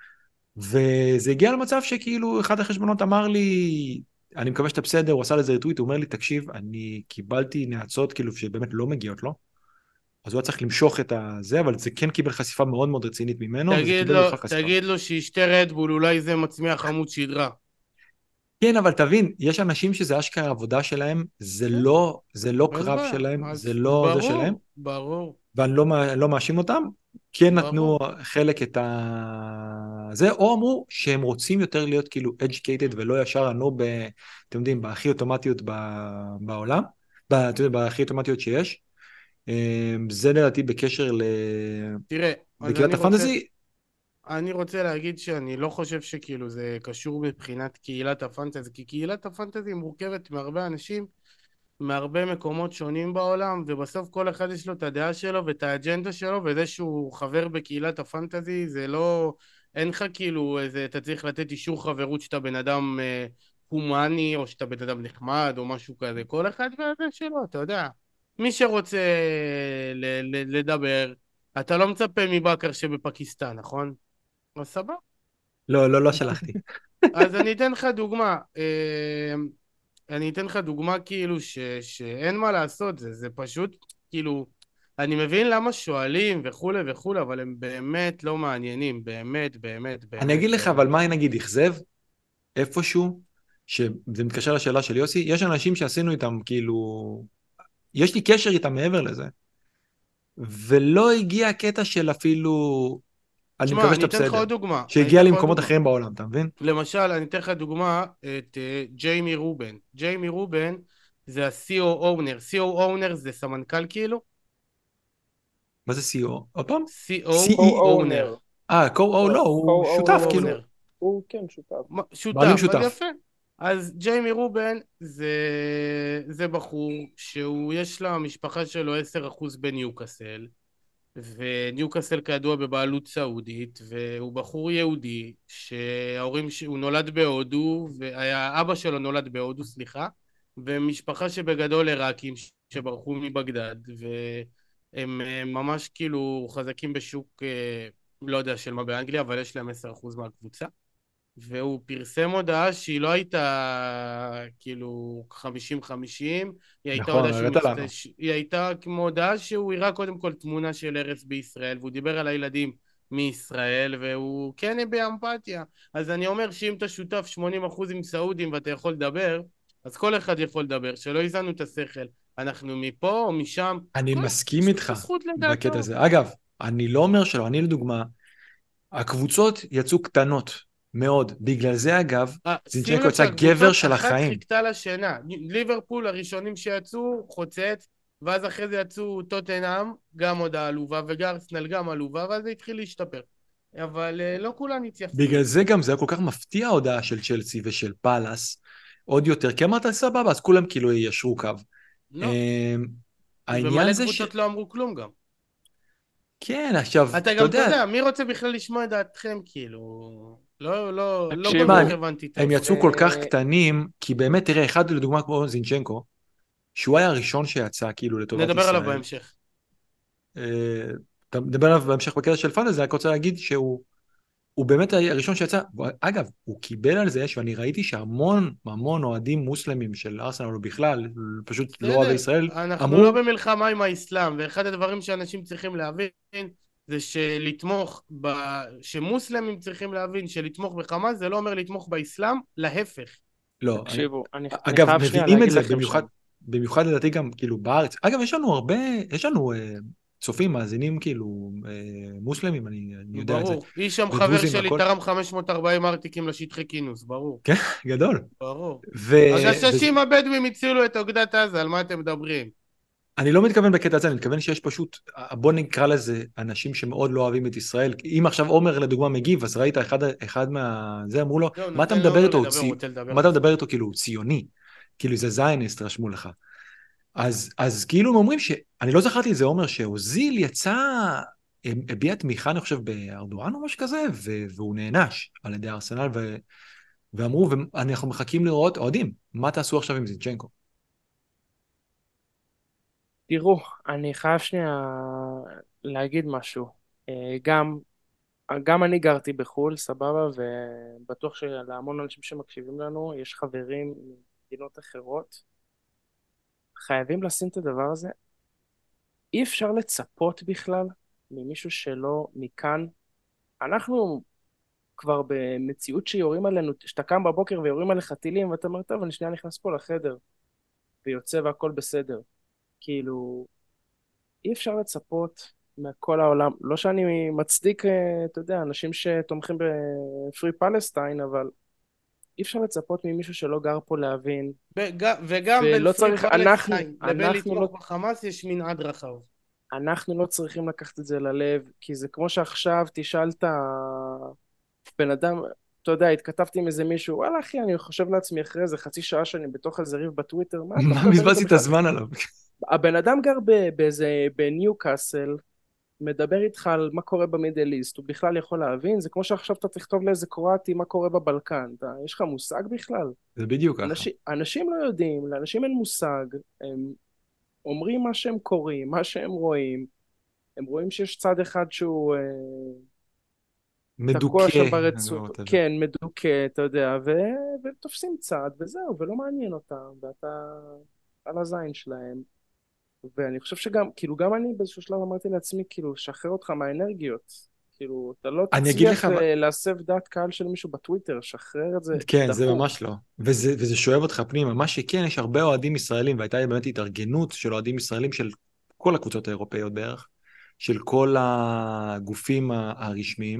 וזה הגיע למצב שכאילו אחד החשבונות אמר לי, אני מקווה שאתה בסדר, הוא עשה לזה ריטוויט, הוא אומר לי, תקשיב, אני קיבלתי נעצות כאילו שבאמת לא מגיעות לו, אז הוא היה צריך למשוך את הזה, אבל זה כן קיבל חשיפה מאוד מאוד רצינית ממנו, וזה תגיד קיבל לו, בכלל חשיפה. תגיד לו שישתה רדבול, אולי זה מצמיח עמוד שדרה. כן, אבל תבין, יש אנשים שזה אשכרה העבודה שלהם, זה לא, זה לא אין קרב בעיה, שלהם, אז זה לא זה שלהם, ברור, ברור, ואני לא, מא- לא מאשים אותם, כן נתנו ברור. חלק את ה... זה, או אמרו שהם רוצים יותר להיות כאילו educated ולא ישר ענו ב... אתם יודעים, בהכי אוטומטיות ב... בעולם, ב... אתם יודעים, בהכי אוטומטיות שיש. אמ, זה לדעתי בקשר ל... תראה, אז בקהילת אני רוצה, הפנטזי, אני רוצה להגיד שאני לא חושב שכאילו זה קשור מבחינת קהילת הפנטזי, כי קהילת הפנטזי מורכבת מהרבה אנשים, מהרבה מקומות שונים בעולם, ובסוף כל אחד יש לו את הדעה שלו ואת האג'נדה שלו, וזה שהוא חבר בקהילת הפנטזי זה לא, אין לך כאילו איזה, אתה צריך לתת אישור חברות שאתה בן אדם אה, הומני, או שאתה בן אדם נחמד, או משהו כזה, כל אחד והזה שלו, אתה יודע. מי שרוצה ל- ל- לדבר, אתה לא מצפה מבקר שבפקיסטן, נכון? אז סבבה. לא, לא, לא שלחתי. אז אני אתן לך דוגמה. אה, אני אתן לך דוגמה כאילו ש, שאין מה לעשות, זה, זה פשוט כאילו, אני מבין למה שואלים וכולי וכולי, אבל הם באמת לא מעניינים, באמת, באמת, אני באמת, אגיד לך, באמת. אבל מה נגיד אכזב? איפשהו, שזה מתקשר לשאלה של יוסי, יש אנשים שעשינו איתם כאילו, יש לי קשר איתם מעבר לזה, ולא הגיע הקטע של אפילו, אני תשמע, מקווה אני שאתה אתן לך בסדר, עוד דוגמה, אני שהגיע אתן לך עוד למקומות דוגמה. אחרים בעולם, אתה מבין? למשל, אני אתן לך דוגמה את uh, ג'יימי רובן. ג'יימי רובן זה ה-סי אי או Owner, סי אי או Owner זה סמנכ"ל כאילו? מה זה סי אי או? עוד פעם? סי אי או סי אי או? Owner. co-owner. אה, co-o, לא, לא, הוא שותף כאילו, co-owner. Co-Owner. הוא כן שותף. מה- בעלים שותף, אז שותף. יפה. אז ג'יימי רובן זה, זה בחור שהוא, יש למשפחה שלו עשרה אחוז בניוקאסל, וניוקאסל כידוע בבעלות סעודית, והוא בחור יהודי שההורים, ש- הוא נולד בהודו, והאבא שלו נולד בהודו, סליחה, ומשפחה שבגדול עיראקים שברחו מבגדד, והם הם ממש כאילו חזקים בשוק, אה, לא יודע של מה באנגליה, אבל יש להם עשרה אחוז מהקבוצה. והוא פרסם הודעה שהיא לא הייתה כאילו חמישים חמישים, היא הייתה נכון, הודעה שהוא הראית מצט... לנו. היא הייתה כמו הודעה שהוא הראה קודם כל תמונה של ארץ בישראל, והוא דיבר על הילדים מישראל, והוא כן הביע אמפתיה. אז אני אומר שאם אתה שותף שמונים אחוז עם סעודים ואתה יכול לדבר, אז כל אחד יכול לדבר, שלא יזנו את השכל. אנחנו מפה או משם, אני כל אחד מסכים יש לו את איתך הזכות בקטע לדעתו. הזה. אגב, אני לא אומר שלא, אני לדוגמה, הקבוצות יצאו קטנות מאוד. בגלל זה אגב, אה, שים זינצ'נקו לב יצא גבר שהקבוצות של אחת החיים. חיכתה לשנה. ליברפול הראשונים שיצאו חוצץ, ואז אחרי זה יצאו טוטנהאם, גם עוד העלובה, וגארסנל גם עלובה, ואז זה התחיל להשתפר. אבל אה, לא כולם התייחסו בגלל לזה. זה גם זה היה כל כך מפתיע ההודעה של צ'לסי ושל פאלאס, עוד יותר, כי אמרת סבבה, אז כולם כאילו יישרו קו. לא. אמ, העניין ומלא זה ש... קבוצות לא אמרו כלום גם. כן, עכשיו, אתה אתה גם, אתה יודע, יודע, מי רוצה בכלל לשמוע את דעתכם, כאילו... לא, לא, לא כל מה, תקשיבו, כך הם, הבנתי הם טוב. יצאו כל כך אה, קטנים, כי באמת, תראה, אחד לדוגמה כמו זינצ'נקו, שהוא היה הראשון שיצא כאילו לטובת נדבר עליו ישראל. בהמשך. אה, אתה מדבר עליו בהמשך בקטע של פנטזי, אני רק רוצה להגיד שהוא הוא באמת הראשון שיצא, אגב, הוא קיבל על זה אש, ואני ראיתי שהמון, המון אוהדים מוסלמים של ארסנל, או בכלל, פשוט לא אוהבי בסדר, ישראל, אנחנו לא אמרו, במלחמה עם האסלאם, ואחד הדברים שאנשים צריכים להבין זה שלתמוך, ב... שמוסלמים צריכים להבין שלתמוך בחמאס זה לא אומר לתמוך באסלאם, להפך. לא, אני, תקשיבו, אני, אני אגב, חייב שנייה מבינים את להגיד זה, לכם במיוחד, שם. במיוחד לדעתי גם כאילו בארץ, אגב, יש לנו הרבה, יש לנו אה, צופים, מאזינים כאילו אה, מוסלמים, אני, אני יודע את זה, ברור. איש שם חבר ודרוזים שלי והכל, תרם חמש מאות וארבעים ארטיקים לשטחי כינוס, ברור. כן, גדול, ברור. ו, וזה, הגששים הבדואים הצילו את אוגדת עזה, על מה אתם מדברים? אני לא מתכוון בקטע הזה, אני מתכוון שיש פשוט, בוא נקרא לזה אנשים שמאוד לא אוהבים את ישראל. אם עכשיו עומר לדוגמה מגיב, אז ראית אחד, אחד מה... זה אמרו לו, זהו, מה אתה נותן מדבר לעומר איתו? הוא לדבר, הוא צי... רוצה לדבר מה אתה מדבר בסוף. איתו כאילו הוא ציוני? כאילו זה זייניסט רשמו לך. אז, אז כאילו הם אומרים ש... אני לא זכרתי את זה, עומר, שאוזיל יצא, הביע תמיכה, אני חושב, בארדואן או משהו כזה, ו... והוא נענש על ידי ארסנל, ו... ואמרו, ואנחנו מחכים לראות, אוהדים, מה תעשו עכשיו עם זינצ'נקו? תראו, אני חייב שנייה להגיד משהו. אה, גם, גם אני גרתי בחו"ל, סבבה, ובטוח שלהמון אנשים שמקשיבים לנו, יש חברים ממדינות אחרות. חייבים לשים את הדבר הזה. אי אפשר לצפות בכלל ממישהו שלא מכאן. אנחנו כבר במציאות שיורים עלינו, שאתה קם בבוקר ויורים עליך טילים, ואתה אומר, טוב, אני שנייה נכנס פה לחדר, ויוצא והכל בסדר. כאילו, אי אפשר לצפות מכל העולם, לא שאני מצדיק, אה, אתה יודע, אנשים שתומכים בפרי פלסטיין, אבל אי אפשר לצפות ממישהו שלא גר פה להבין, וג- וגם בין ולא פרי צריך, אנחנו, פלסטיין לבין אנחנו לא, לתמוך בחמאס יש מנעד רחב. אנחנו לא צריכים לקחת את זה ללב, כי זה כמו שעכשיו תשאל את הבן אדם, אתה יודע, התכתבתי עם איזה מישהו, וואלה אחי, אני חושב לעצמי אחרי איזה חצי שעה שאני בתוך איזה ריב בטוויטר, מה אתה מה מדבר איתו בזבזתי את בכלל? הזמן עליו? הבן אדם גר ב- באיזה, בניו קאסל, מדבר איתך על מה קורה במידל איסט, הוא בכלל יכול להבין, זה כמו שעכשיו אתה תכתוב לאיזה קרואטי מה קורה בבלקן, אתה, יש לך מושג בכלל? זה בדיוק ככה. אנשים, אנשים לא יודעים, לאנשים אין מושג, הם אומרים מה שהם קוראים, מה שהם רואים, הם רואים שיש צד אחד שהוא אה, תקוע שם מדוכא. ברצועות, כן, מדוכא, אתה יודע, ו... ותופסים צד, וזהו, ולא מעניין אותם, ואתה על הזין שלהם. ואני חושב שגם, כאילו, גם אני באיזשהו שלב אמרתי לעצמי, כאילו, שחרר אותך מהאנרגיות. כאילו, אתה לא אני אגיד לך, תצליח ל- להסב דעת קהל של מישהו בטוויטר, שחרר את זה כן, זה דחוף. ממש לא. וזה, וזה שואב אותך פנימה. מה שכן, יש הרבה אוהדים ישראלים, והייתה באמת התארגנות של אוהדים ישראלים של כל הקבוצות האירופאיות בערך, של כל הגופים ה- הרשמיים,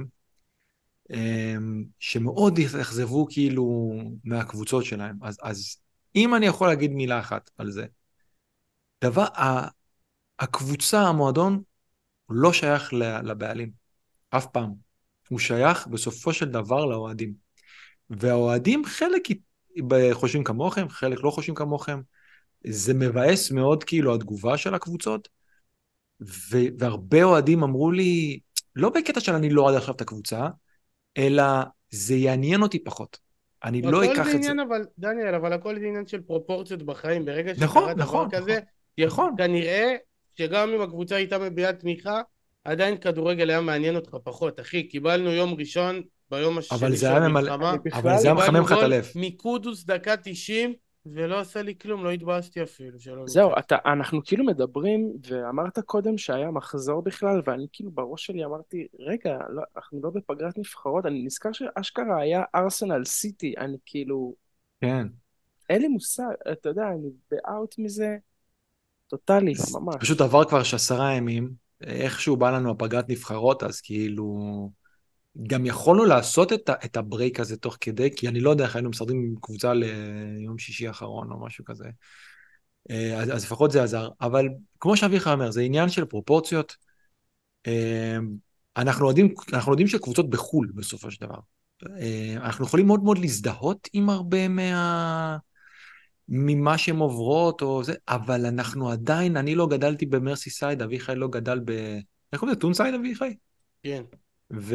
אמ, שמאוד אכזבו כאילו מהקבוצות שלהם. אז, אז אם אני יכול להגיד מילה אחת על זה, דבר, ה- הקבוצה, המועדון, הוא לא שייך ל- לבעלים, אף פעם. הוא שייך בסופו של דבר לאוהדים. והאוהדים חלק חושבים כמוכם, חלק לא חושבים כמוכם. זה מבאס מאוד כאילו התגובה של הקבוצות, ו- והרבה אוהדים אמרו לי, לא בקטע של אני לא אוהד עכשיו את הקבוצה, אלא זה יעניין אותי פחות. אני לא הכל זה אקח את זה. עניין, אבל, דניאל, אבל הכל זה עניין של פרופורציות בחיים. ברגע נכון, שקרה דבר נכון, כזה, נכון, יכ- נכון. כנראה שגם אם הקבוצה הייתה מביעה תמיכה, עדיין כדורגל היה מעניין אותך פחות. אחי, קיבלנו יום ראשון, ביום אבל השני זה של היה ממלא, המלחמה, אני אבל בכלל, זה היה מחמם קיבלנו לך את גול הלב. מקודוס דקה תשעים, ולא עשה לי כלום, לא התבאסתי אפילו שלא זהו, ניצח. אתה, אנחנו כאילו מדברים, ואמרת קודם שהיה מחזור בכלל, ואני כאילו בראש שלי אמרתי, רגע, לא, אנחנו לא בפגרת נבחרות, אני נזכר שאשכרה היה ארסנל סיטי, אני כאילו, כן. אין לי מושג, אתה יודע, אני באאוט מזה, טוטאלי, זה פשוט ממש. עבר כבר שעשרה ימים, איכשהו בא לנו הפגרת נבחרות, אז כאילו, גם יכולנו לעשות את, ה- את הברייק הזה תוך כדי, כי אני לא יודע איך היינו מסרדים עם קבוצה ליום שישי האחרון או משהו כזה. אה, אז, אז לפחות זה עזר. אבל כמו שאביך אומר, זה עניין של פרופורציות. אה, אנחנו יודעים, אנחנו יודעים שקבוצות בחו"ל בסופו של דבר. אה, אנחנו יכולים מאוד מאוד להזדהות עם הרבה מה... ממה שהן עוברות או זה, אבל אנחנו עדיין, אני לא גדלתי במרסיסייד, אביחי לא גדל ב... איך קוראים לזה? טונסייד אביחי? כן. ו...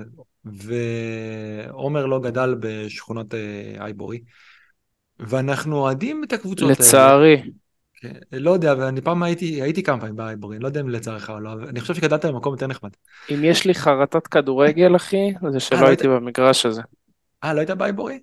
ועומר לא גדל בשכונות אה, אייבורי, ואנחנו אוהדים את הקבוצות האלה. לצערי. כן, לא יודע, ואני פעם הייתי, הייתי כמה פעמים באייבורי, אני לא יודע אם לצערך או לא, אבל אני חושב שגדלת במקום יותר נחמד. אם יש לי חרטת כדורגל, אחי, זה אה, שלא לא היית, הייתי במגרש הזה. אה, לא היית באייבורי?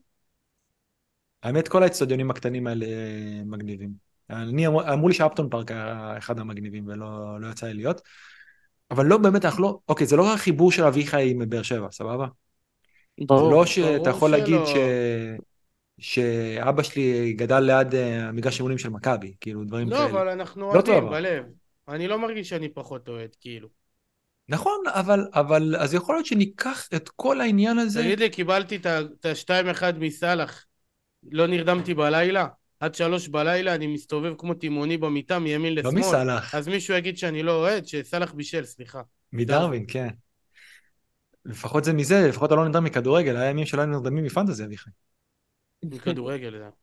האמת, כל האצטדיונים הקטנים האלה אה, מגניבים. אני, אמר, אמרו לי שאפטון פארק היה אחד המגניבים ולא לא יצא לי להיות, אבל לא באמת, אנחנו לא, אוקיי, זה לא החיבור של אביחי עם באר שבע, סבבה? זה ברור. לא שאתה ברור יכול להגיד ש... שלא. שאבא שלי גדל ליד אה, מגרש אימונים של מכבי, כאילו דברים לא, כאלה. אבל אנחנו לא אותו אוהדים דבר. בלב. אני לא מרגיש שאני פחות אוהד, כאילו. נכון, אבל, אבל אז יכול להיות שניקח את כל העניין הזה, תגיד לי, קיבלתי את ה-שתיים אחד מסלאח. לא נרדמתי בלילה? עד שלוש בלילה אני מסתובב כמו תימוני במיטה מימין לא לשמאל. מסלאח, אז מישהו יגיד שאני לא אוהד? שסלאח בישל, סליחה. דרווין. מדרווין, כן. לפחות זה מזה, לפחות אתה לא נרדם מכדורגל, היה ימים שלא היינו נרדמים מפנטזי, אביחי. מכדורגל. זה.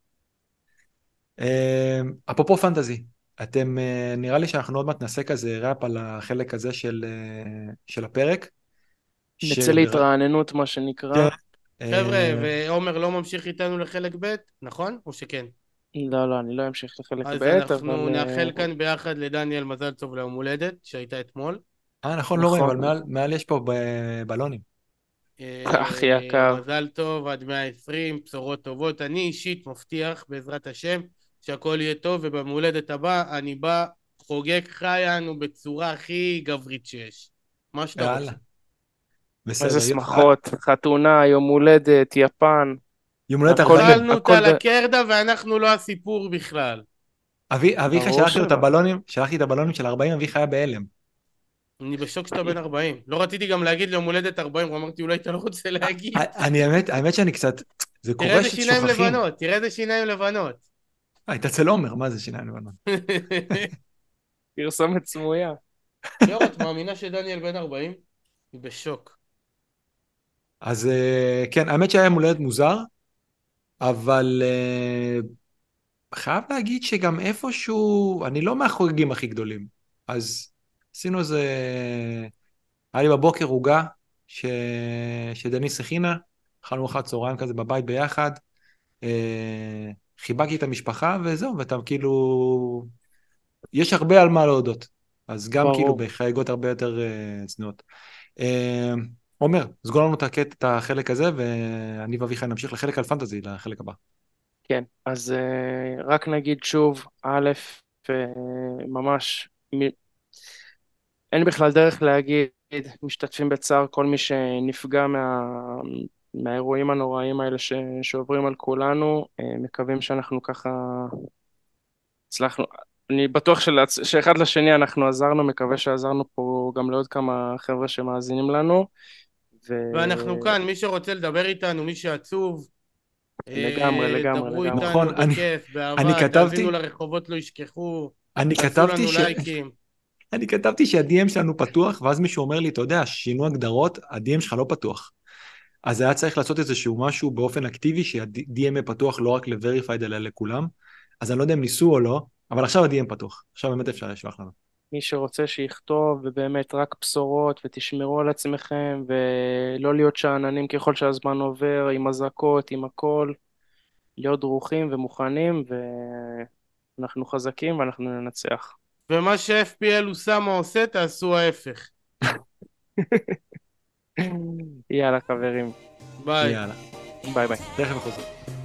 אה, אפרופו פנטזי, אתם, אה, נראה לי שאנחנו עוד מעט נעשה כזה ראפ על החלק הזה של, אה, של הפרק, נצא שבר... להתרעננות, מה כן, שנקרא. חבר'ה, אה, ועומר לא ממשיך איתנו לחלק ב', נכון? או שכן? לא, לא, אני לא אמשיך לחלק אז ב', אנחנו אבל נאחל אה, כאן ביחד לדניאל מזל טוב ליום הולדת, שהייתה אתמול. אה, נכון, לא רואים, נכון. אבל מעל, מעל יש פה ב- בלונים. אחי אה, יקר. מזל טוב עד מאה ועשרים, בשורות טובות. אני אישית מבטיח, בעזרת השם, שהכל יהיה טוב, ובמולדת הבא אני בא, חוגג חיינו בצורה הכי גברית שיש. מה שאתה יאללה, רוצה. איזה בסדר. אה, שמחות, חתונה, יום הולדת, יפן, יום הולדת הכל, ב, ארבעים. אכלנו הכל אותה ב... לקרדה ואנחנו לא הסיפור בכלל. אבי, אביחי ברור שלחתי לו את שלא. הבלונים, שלחתי את הבלונים של ארבעים, אביחי היה בהלם. אני בשוק שאתה בן ארבעים. לא רציתי גם להגיד ליום הולדת ארבעים, אמרתי אולי אתה לא רוצה אה, להגיד. אה, אני האמת, האמת שאני קצת, זה תראה קורה איזה שיניים ששוכחים. לבנות, תראה איזה שיניים לבנות. אה, היית אצל עומר, מה זה שיניים לבנות? פרסומת סמויה. ליאור, את מאמינה שדניאל בן ארבעים? היא בשוק. אז אה, כן, האמת שהיה יום הולדת מוזר, אבל אה, חייב להגיד שגם איפשהו, אני לא מהחוגגים הכי גדולים. אז עשינו איזה, היה לי בבוקר עוגה ש... שדניס הכינה, אכלנו אחת צהריים כזה בבית ביחד, אה, חיבקתי את המשפחה וזהו, ואתה כאילו, יש הרבה על מה להודות. אז גם כאילו ברור. בחגיגות הרבה יותר אה, צנועות. אה, עומר, סגור לנו את הקט, את החלק הזה, ואני ואביחי נמשיך לחלק על פנטזי, לחלק הבא. כן, אז אה, רק נגיד שוב, א', אה, ממש, מ- אין בכלל דרך להגיד, משתתפים בצער כל מי שנפגע מה, מהאירועים הנוראים האלה ש, שעוברים על כולנו, אה, מקווים שאנחנו ככה הצלחנו, אני בטוח שלצ... שאחד לשני אנחנו עזרנו, מקווה שעזרנו פה גם לעוד כמה חבר'ה שמאזינים לנו, ואנחנו ולגמרי, כאן, מי שרוצה לדבר איתנו, מי שעצוב, לגמרי, אה, לגמרי. דברו נכון, איתנו אני, בכיף, אני באהבה, תאזינו כתבתי, לרחובות לא ישכחו, אני תעשו כתבתי לנו ש... לייקים. אני כתבתי שה-די אם שלנו פתוח, ואז מישהו אומר לי, אתה יודע, שינו הגדרות, ה-די אם שלך לא פתוח. אז היה צריך לעשות איזשהו משהו באופן אקטיבי, שה-די אם יהיה פתוח לא רק ל-Verified אלא לכולם. אז אני לא יודע אם ניסו או לא, אבל עכשיו ה-די אם פתוח. עכשיו באמת אפשר לשלוח לנו. מי שרוצה שיכתוב, ובאמת רק בשורות, ותשמרו על עצמכם, ולא להיות שאננים ככל שהזמן עובר, עם אזעקות, עם הכל, להיות דרוכים ומוכנים, ואנחנו חזקים ואנחנו ננצח. ומה ש-אף פי אל אוסאמה עושה, תעשו ההפך. יאללה חברים, ביי. יאללה, ביי ביי. תכף חוזר.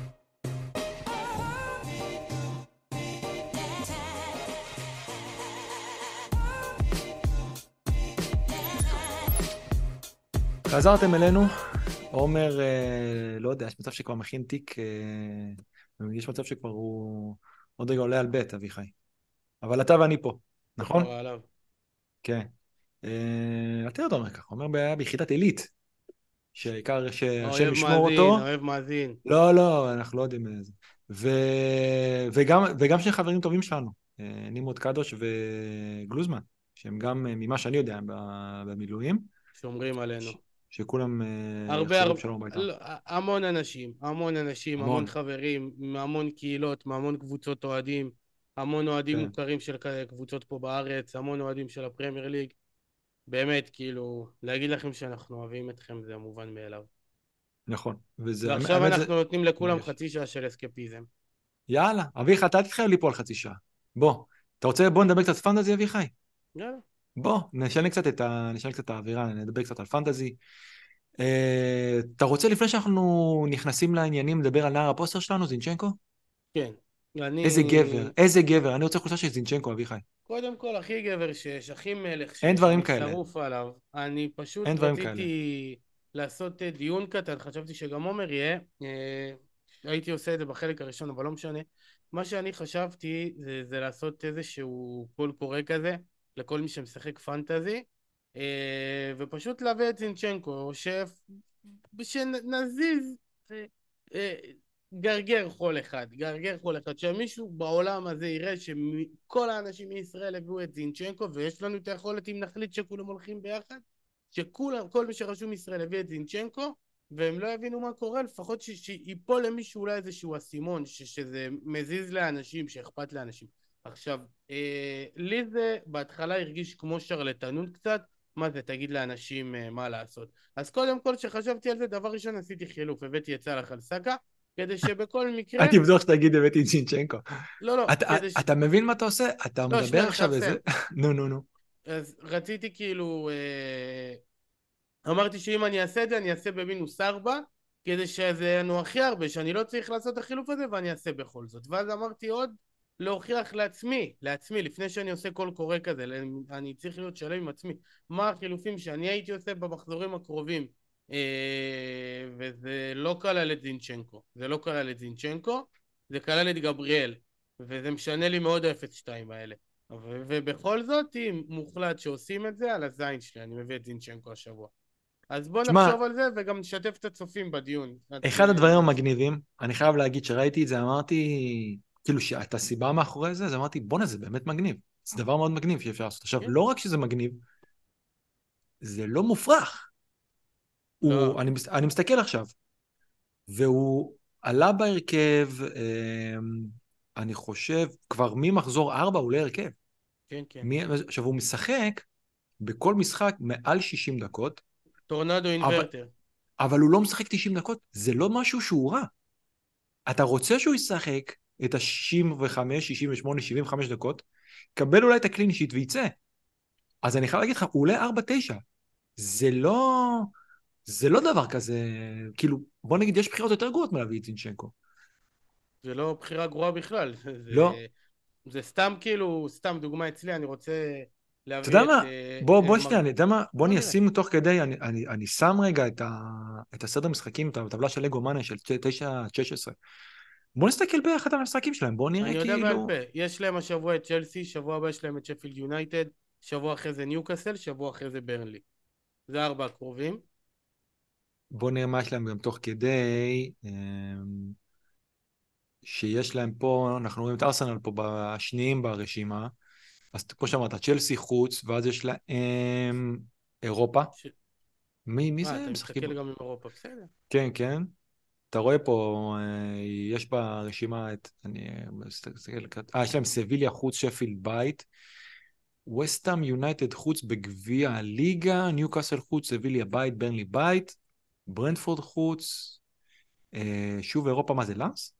חזרתם אלינו, עומר, אה, לא יודע, יש מצב שכבר מכין תיק, אה, יש מצב שכבר הוא עוד רגע עולה על בית, אביחי. אבל אתה ואני פה, נכון? כפרה עליו. כן. אה, אל תראה אותו אומר ככה, עומר היה ביחידת עילית, שהעיקר שהשם האויב ישמור מאזין, אותו. האויב מאזין. לא, לא, אנחנו לא יודעים איזה. ו... וגם, וגם שני חברים טובים שלנו, אה, נמרוד קדוש וגלוזמן, שהם גם, אה, ממה שאני יודע, ב- במילואים, שומרים עלינו. ש... שכולם אה, הרבה, יחזרו הרבה, בשלום הביתה. לא, המון אנשים, המון אנשים, המון המון, חברים, מהמון קהילות, מהמון קבוצות אוהדים, המון אוהדים כן. מוכרים של קבוצות פה בארץ, המון אוהדים של הפרמייר ליג. באמת, כאילו, להגיד לכם שאנחנו אוהבים אתכם זה המובן מאליו. נכון, וזה, ועכשיו האמת זה אנחנו נותנים לכולם מרגש. חצי שעה של אסקפיזם. יאללה, אביחי, אתה תתחייב לי פה על חצי שעה. בוא, אתה רוצה, בוא נדבר קצת פנטזי, אביחי? יאללה. בוא, נשנה קצת את ה... נשנה קצת את האווירה, נדבר קצת על פנטזי. אה, אתה רוצה, לפני שאנחנו נכנסים לעניינים, לדבר על נער הפוסטר שלנו, זינצ'נקו? כן. איזה גבר, אני, איזה גבר. אני רוצה חולצה של זינצ'נקו, אביחי. קודם כל, הכי גבר שיש, הכי מלך אין שיש, דברים אני כאלה. שרוף עליו. אני אין פשוט דברים כאלה. רציתי לעשות אה, דיון קטן, חשבתי שגם עומר יהיה. אה, הייתי עושה את זה בחלק הראשון, אבל לא משנה. מה שאני חשבתי זה, זה לעשות איזשהו קול קורא כזה, לכל מי שמשחק פנטזי, אה, ופשוט להביא את זינצ'נקו, ש... שנזיז אה, אה, גרגר חול אחד, גרגר חול אחד, שמישהו בעולם הזה יראה שכל האנשים מישראל הביאו את זינצ'נקו, ויש לנו את היכולת אם נחליט שכולם הולכים ביחד, שכולם, כל מי שרשום ישראל הביא את זינצ'נקו, והם לא יבינו מה קורה, לפחות ש- שיפול למישהו אולי איזשהו אסימון, ש- שזה מזיז לאנשים, שאכפת לאנשים. עכשיו, אה, לי זה בהתחלה הרגיש כמו שרלטנות קצת, מה זה, תגיד לאנשים אה, מה לעשות. אז קודם כל, כשחשבתי על זה, דבר ראשון עשיתי חילוף, הבאתי את סאלח אל סאקה, כדי שבכל מקרה, הייתי בטוח שתגיד הבאתי את זינצ'נקו. לא, לא, אתה, כדי ש... אתה מבין מה אתה עושה? אתה לא, מדבר שנייה, אני חייב עכשיו איזה... לסיים. נו, נו, נו. אז רציתי כאילו, אה, אמרתי שאם אני אעשה את זה, אני אעשה במינוס ארבע, כדי שזה יהיה הכי הרבה, שאני לא צריך לעשות את החילוף הזה, ואני אעשה בכל זאת. ואז אמרתי עוד, להוכיח לעצמי, לעצמי, לפני שאני עושה קול קורא כזה, אני צריך להיות שלם עם עצמי, מה החילופים שאני הייתי עושה במחזורים הקרובים, אה, וזה לא כלל את זינצ'נקו, זה לא כלל את זינצ'נקו, זה כלל את גבריאל, וזה משנה לי מאוד ה-אפס שתיים האלה. ו- ובכל זאת, אם מוחלט שעושים את זה, על הזין שלי, אני מביא את זינצ'נקו השבוע. אז בוא שמע, נחשוב על זה וגם נשתף את הצופים בדיון. עד ש... אחד הדברים המגניבים, אני חייב להגיד שראיתי את זה, אמרתי, כאילו שאת הסיבה מאחורי זה, אז אמרתי, בואנה, זה באמת מגניב. זה דבר מאוד מגניב שאפשר לעשות. עכשיו, כן? לא רק שזה מגניב, זה לא מופרך. הוא, לא, אני, מס- אני מסתכל עכשיו, והוא עלה בהרכב, אמ, אני חושב, כבר ממחזור ארבע הוא עולה הרכב. כן, כן. מי, עכשיו, הוא משחק בכל משחק מעל שישים דקות, טורנדו אבל, אינברטר. אבל הוא לא משחק תשעים דקות. זה לא משהו שהוא רע. אתה רוצה שהוא ישחק את ה-שישים וחמש, שישים ושמונה, שבעים וחמש דקות, קבל אולי את הקלין שיט וייצא. אז אני חייב להגיד לך, הוא עולה ארבע תשע. זה לא... זה לא דבר כזה... כאילו, בוא נגיד, יש בחירות יותר גרועות מלהביא את זינצ'נקו. זה לא בחירה גרועה בכלל. לא. זה, זה סתם כאילו, סתם דוגמה אצלי, אני רוצה אתה יודע להביא את... מה? אה, בוא, אה, בוא מר... שנייה, אני יודע מה? בוא בוא אני נראה. אשים תוך כדי, אני, אני, אני שם רגע את, ה, את הסדר משחקים, את הטבלה של לגו מאניה של תשע שש עשרה. בוא נסתכל ביחד על המשחקים שלהם, בוא נראה אני יודע בעל פה. כאילו... יש להם השבוע את צ'לסי, שבוע הבא יש להם את שפילד יונייטד, שבוע אחרי זה ניוקאסל, שבוע אחרי זה ברנלי. זה ארבע הקרובים. בוא נראה מה יש להם גם תוך כדי, אמ, שיש להם פה, אנחנו רואים את ארסנל פה בשניים ברשימה, אז כמו שאמרת, צ'לסי חוץ, ואז יש להם אירופה. ש... מי, מי אה, זה? אתה משחקים? מסתכל גם עם אירופה, בסדר. כן, כן. אתה רואה פה, אה, יש ברשימה את, אני מסתכל, אה, יש להם סביליה חוץ, שפילד בית, וסטהאם יונייטד חוץ בגביע הליגה, ניוקאסל חוץ, סביליה בית, ברנלי בית, ברנדפורד חוץ, אה, שוב אירופה, מה זה, לאמס?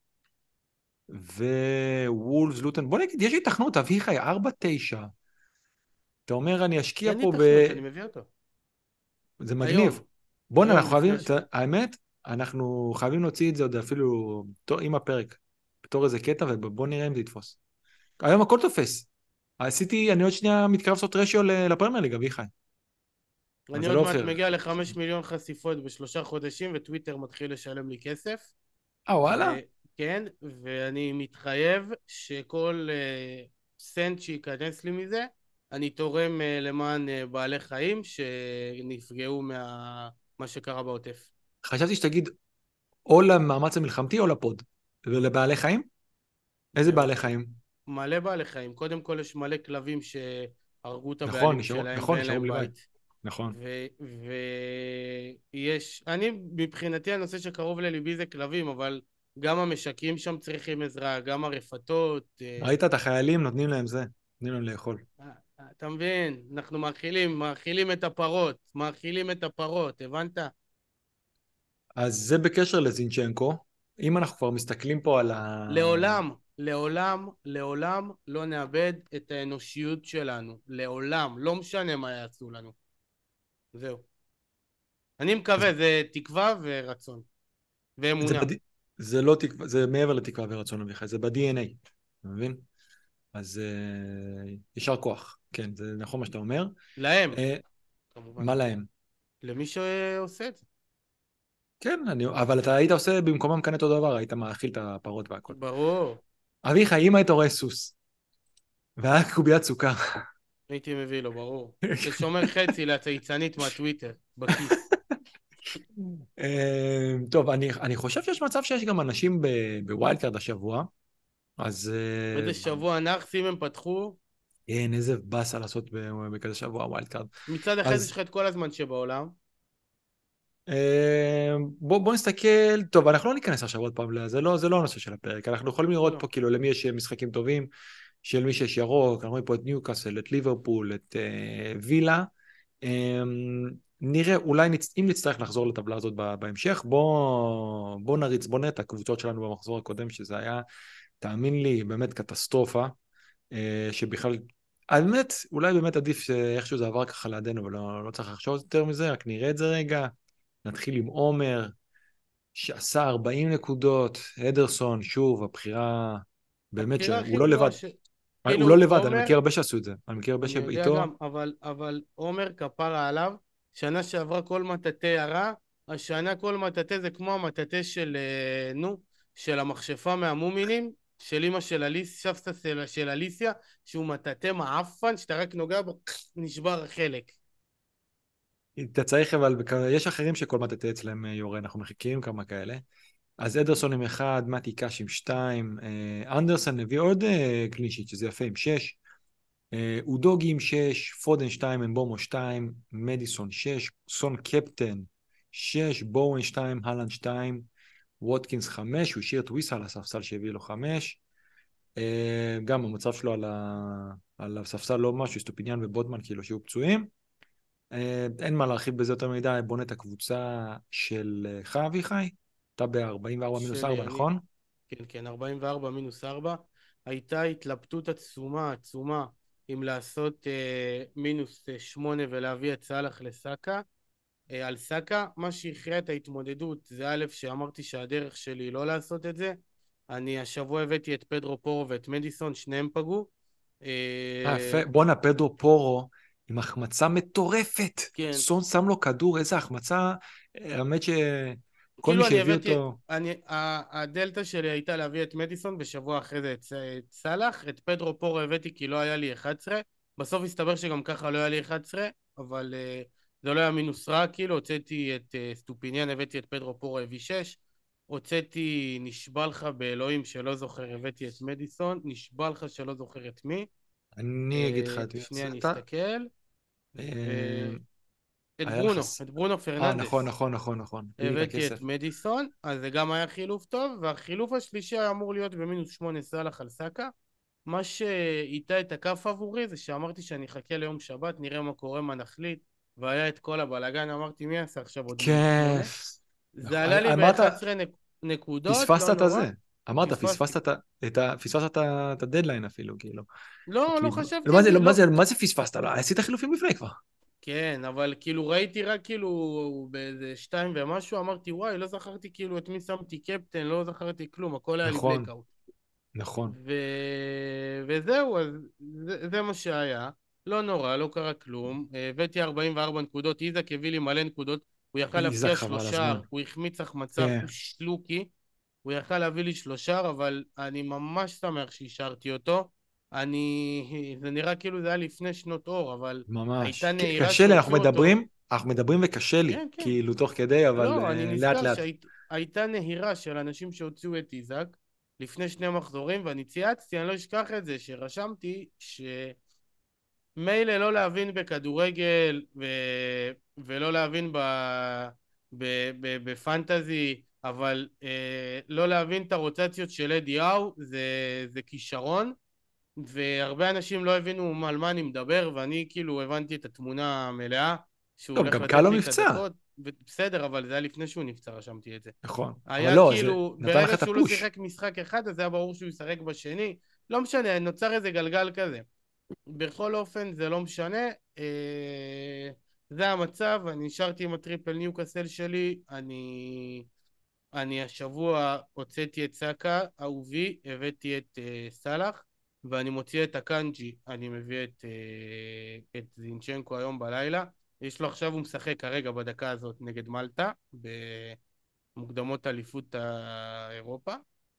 וולפס, לוטן, בוא נגיד, יש התכנות, אביחי, ארבע תשע. אתה אומר, אני אשקיע אין לי פה ב... תכנות, אני מביא אותו. זה מגניב. היום. בוא'נה, היום אנחנו לפני חייבים, השידור. האמת, אנחנו חייבים להוציא את זה עוד אפילו עם הפרק, בתור איזה קטע, ובוא נראה אם זה יתפוס. היום הכל תופס. עשיתי, אני עוד שנייה מתקרב לעשות רשיו לפרמייר ליג, אביחי. אבל אני זה עוד לא מעט פייר. מגיע לחמש מיליון חסיפות בשלושה חודשים, וטוויטר מתחיל לשלם לי כסף. אה, וואלה? וכן, ואני מתחייב שכל uh, סנט שייכנס לי מזה, אני תורם uh, למען uh, בעלי חיים שנפגעו מה שקרה בעוטף. חשבתי שתגיד או למאמץ המלחמתי או לפוד. ולבעלי חיים? איזה בעלי ו- חיים? מלא בעלי חיים. קודם כל יש מלא כלבים שהרגו את נכון, הבעלים נשארו, שלהם נכון, ואין נשארו להם בלי בית. בית. נכון. ויש, אני מבחינתי הנושא שקרוב לליבי זה כלבים, אבל גם המשקים שם צריכים עזרה, גם הרפתות. אה, ראית את החיילים, נותנים להם זה, נותנים להם לאכול. אתה מבין? אנחנו מאכילים, מאכילים את הפרות, מאכילים את הפרות, הבנת? אז זה בקשר לזינצ'נקו. אם אנחנו כבר מסתכלים פה על ה... לעולם, לעולם, לעולם לא נאבד את האנושיות שלנו. לעולם. לא משנה מה יעשו לנו. זהו. אני אז מקווה, זה תקווה ורצון. זה, ואמונה. בד... זה לא תקווה, זה מעבר לתקווה ורצון אביחי, זה ב-די אן איי, אתה מבין? אז uh, יישר כוח, כן, זה נכון מה שאתה אומר. להם, Uh, כמובן. מה להם? למי שעושה את זה. כן, אני, אבל אתה היית עושה במקומם כאן אותו דבר, היית מאכיל את הפרות והכל. ברור. אביחי, אם היית רואה סוס, והיה קוביית סוכר, הייתי מביא לו, ברור. ושומר חצי לצייצנית מהטוויטר, בכיס. אה, טוב, אני, אני חושב שיש מצב שיש גם אנשים ב- בווילד קארד השבוע, אז איזה אה, שבוע נאחסים הם פתחו. אין, איזה באסה לעשות ב- בכזה שבוע ווילד קארד. מצד אחד יש אז לך את כל הזמן שבעולם. אה, בוא, בוא נסתכל, טוב, אנחנו לא ניכנס עכשיו עוד פעם, לזה, לא, זה לא הנושא של הפרק, אנחנו יכולים לראות לא. פה כאילו למי יש משחקים טובים, של מי שיש ירוק, אנחנו רואים פה את ניוקאסל, את ליברפול, את אה, וילה. אה, נראה, אולי נצ... אם נצטרך לחזור לטבלה הזאת ב- בהמשך, בוא, בוא נריץ, בוא נראה את הקבוצות שלנו במחזור הקודם, שזה היה, תאמין לי, באמת קטסטרופה, אה, שבכלל, האמת, אולי באמת עדיף שאיכשהו זה עבר ככה לידינו, ולא לא צריך לחשוב יותר מזה, רק נראה את זה רגע. נתחיל עם עומר, שעשה ארבעים נקודות, אדרסון, שוב, הבחירה, באמת הבחירה הכי שהוא לא גרועה לבד. ש... הוא לא כאילו, לבד, אני עומר, מכיר הרבה שעשו את זה. אני מכיר הרבה אני יודע שאיתו, גם, אבל, אבל עומר כפרה עליו, שנה שעברה כל מטאטא ירה, השנה כל מטאטא זה כמו המטאטא של, אה, נו, של המכשפה מהמומינים, של אמא של אליס, סבתא של, של אליסיה, שהוא מטאטא מעפן, שאתה רק נוגע בו, נשבר החלק. אתה צריך, אבל יש אחרים שכל מטאטא אצלם יורה, אנחנו מחכים כמה כאלה. אז אדרסון עם אחד, מתי קאש עם שתיים, אה, אנדרסון הביא עוד קלינשיט, שזה יפה, עם שש, אה, אודוגי עם שש, פודן שתיים, אמבומו שתיים, מדיסון שש, סון קפטן שש, בואוין שתיים, הלנד שתיים, ווטקינס חמש, הוא השאיר את וויסה על הספסל שהביא לו חמש, אה, גם המצב שלו על, ה... על הספסל לא משהו, סטופיניאן ובוטמן כאילו שהיו פצועים. אה, אין מה להרחיב בזה יותר מדי, בוא נת הקבוצה של חי אביחי, אתה ב-ארבעים וארבע מינוס ארבע, שלי, אני, נכון? כן, כן, ארבעים וארבע מינוס ארבע, הייתה התלבטות עצומה, עצומה, אם לעשות אה, מינוס אה, שמונה ולהביא את סאלח לסאקה, אה, על סאקה. מה שהכריע את ההתמודדות זה א', שאמרתי שהדרך שלי היא לא לעשות את זה. אני השבוע הבאתי את פדרו פורו ואת מדיסון, שניהם פגעו. אה, אה, יפה, בואנה פדרו פורו עם החמצה מטורפת. כן, סון שם לו כדור, איזה החמצה. אה, האמת שכל מי כאילו אני שהביא הבאתי, אותו, אני, ה- הדלתא שלי הייתה להביא את מדיסון, בשבוע אחרי זה את, ס- את סאלח, את פדרו פורו הבאתי כי לא היה לי אחת עשרה, בסוף הסתבר שגם ככה לא היה לי אחת עשרה, אבל uh, זה לא היה מינוס רע, כאילו הוצאתי את uh, סטופיניאן, הבאתי את פדרו פורו הביא שש, הוצאתי נשבע לך באלוהים שלא זוכר, הבאתי את מדיסון, נשבע לך שלא זוכר את מי, אני אגיד לך את uh, מי שנייה אני יצאת. אסתכל, אה, ואת היה לך... ברונו, ס- את ברונו אה, נכון, פרננדס. נכון, נכון, נכון. תני לי את הבאתי את הכסף. מדיסון, אז זה גם היה חילוף טוב, והחילוף השלישי היה אמור להיות במינוס שמונה סאלח על סאקה. מה שאיתה את הכף עבורי זה שאמרתי שאני אחכה ליום שבת, נראה מה קורה, מה נחליט, והיה את כל הבלאגן, אמרתי מי יעשה עכשיו עוד מינוס שמונה? כיף. זה נכון, עלה לי אמרת, ב-אחת עשרה נק... נקודות, פספסת לא את נורא, הזה. אמרת, פספסתי. פספסת את ה... את ה- פספסת את ה- את הדדליין אפילו, כאילו. לא, לא כי- חשבתי מה על זה, זה, לא, מה לא. זה, מה זה פספסת? לא, עשית חילופים לפני כבר. כן, אבל כאילו ראיתי רק כאילו באיזה שתיים ומשהו, אמרתי וואי, לא זכרתי כאילו את מי שמתי קפטן, לא זכרתי כלום, הכל היה לי נכון, בלקאוט. נכון. ו... וזהו, אז זה, זה מה שהיה. לא נורא, לא קרה כלום. הבאתי ארבעים וארבע נקודות, איזק הביא לי מלא נקודות. הוא יכל איזק להבקיע חבל שלושה, הזמן. הוא החמיץ החמצה, כן. הוא שלוקי. הוא יכל להביא לי שלושה, אבל אני ממש שמח שהשארתי אותו. אני... זה נראה כאילו זה היה לפני שנות אור, אבל הייתה ממש. ק- נהירה קשה לי, אנחנו שהוציאו אותו. מדברים, אנחנו מדברים וקשה לי, כן, כן. כאילו, תוך כדי, אבל לא, אני uh, לאט נזכר לאט. שהייתה נהירה של אנשים שהוציאו את איזק לפני שני מחזורים, ואני צייצתי, אני לא אשכח את זה, שרשמתי שמילא לא להבין בכדורגל ו... ולא להבין ב... ב... ב... בפנטזי, אבל אה, לא להבין את הרוטציות של אדי האו זה, זה כישרון, והרבה אנשים לא הבינו על מה אני מדבר, ואני כאילו הבנתי את התמונה המלאה, שהוא טוב, הולך גם קל לתת לא לי את נפצע. הדקות, בסדר, אבל זה היה לפני שהוא נפצע, רשמתי את זה. נכון. אבל היה לא, זה כאילו, נתן לך ברגע את שהוא לא הפוש. שיחק משחק אחד, אז היה ברור שהוא ישחק בשני. לא משנה, נוצר איזה גלגל כזה. בכל אופן, זה לא משנה. אה, זה המצב, אני נשארתי עם הטריפל ניוקאסל שלי, אני... אני השבוע הוצאתי את סאקה, אהובי, הבאתי את אה, סאלח, ואני מוציא את הקאנג'י, אני מביא את, אה, את זינצ'נקו היום בלילה. יש לו עכשיו, הוא משחק כרגע בדקה הזאת נגד מלטה, במוקדמות אליפות האירופה,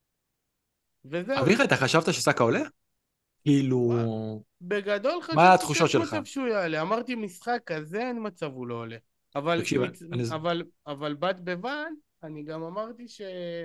וזהו. אביחי, אתה חשבת שסאקה עולה? מה? כאילו, בגדול מה חשבתי התחושות שיש שלך? מצב שהוא יעלה, אמרתי משחק כזה אין מצב הוא לא עולה, אבל, תקשיב, מצ... אני... אבל, אבל בד בבד אני גם אמרתי ש...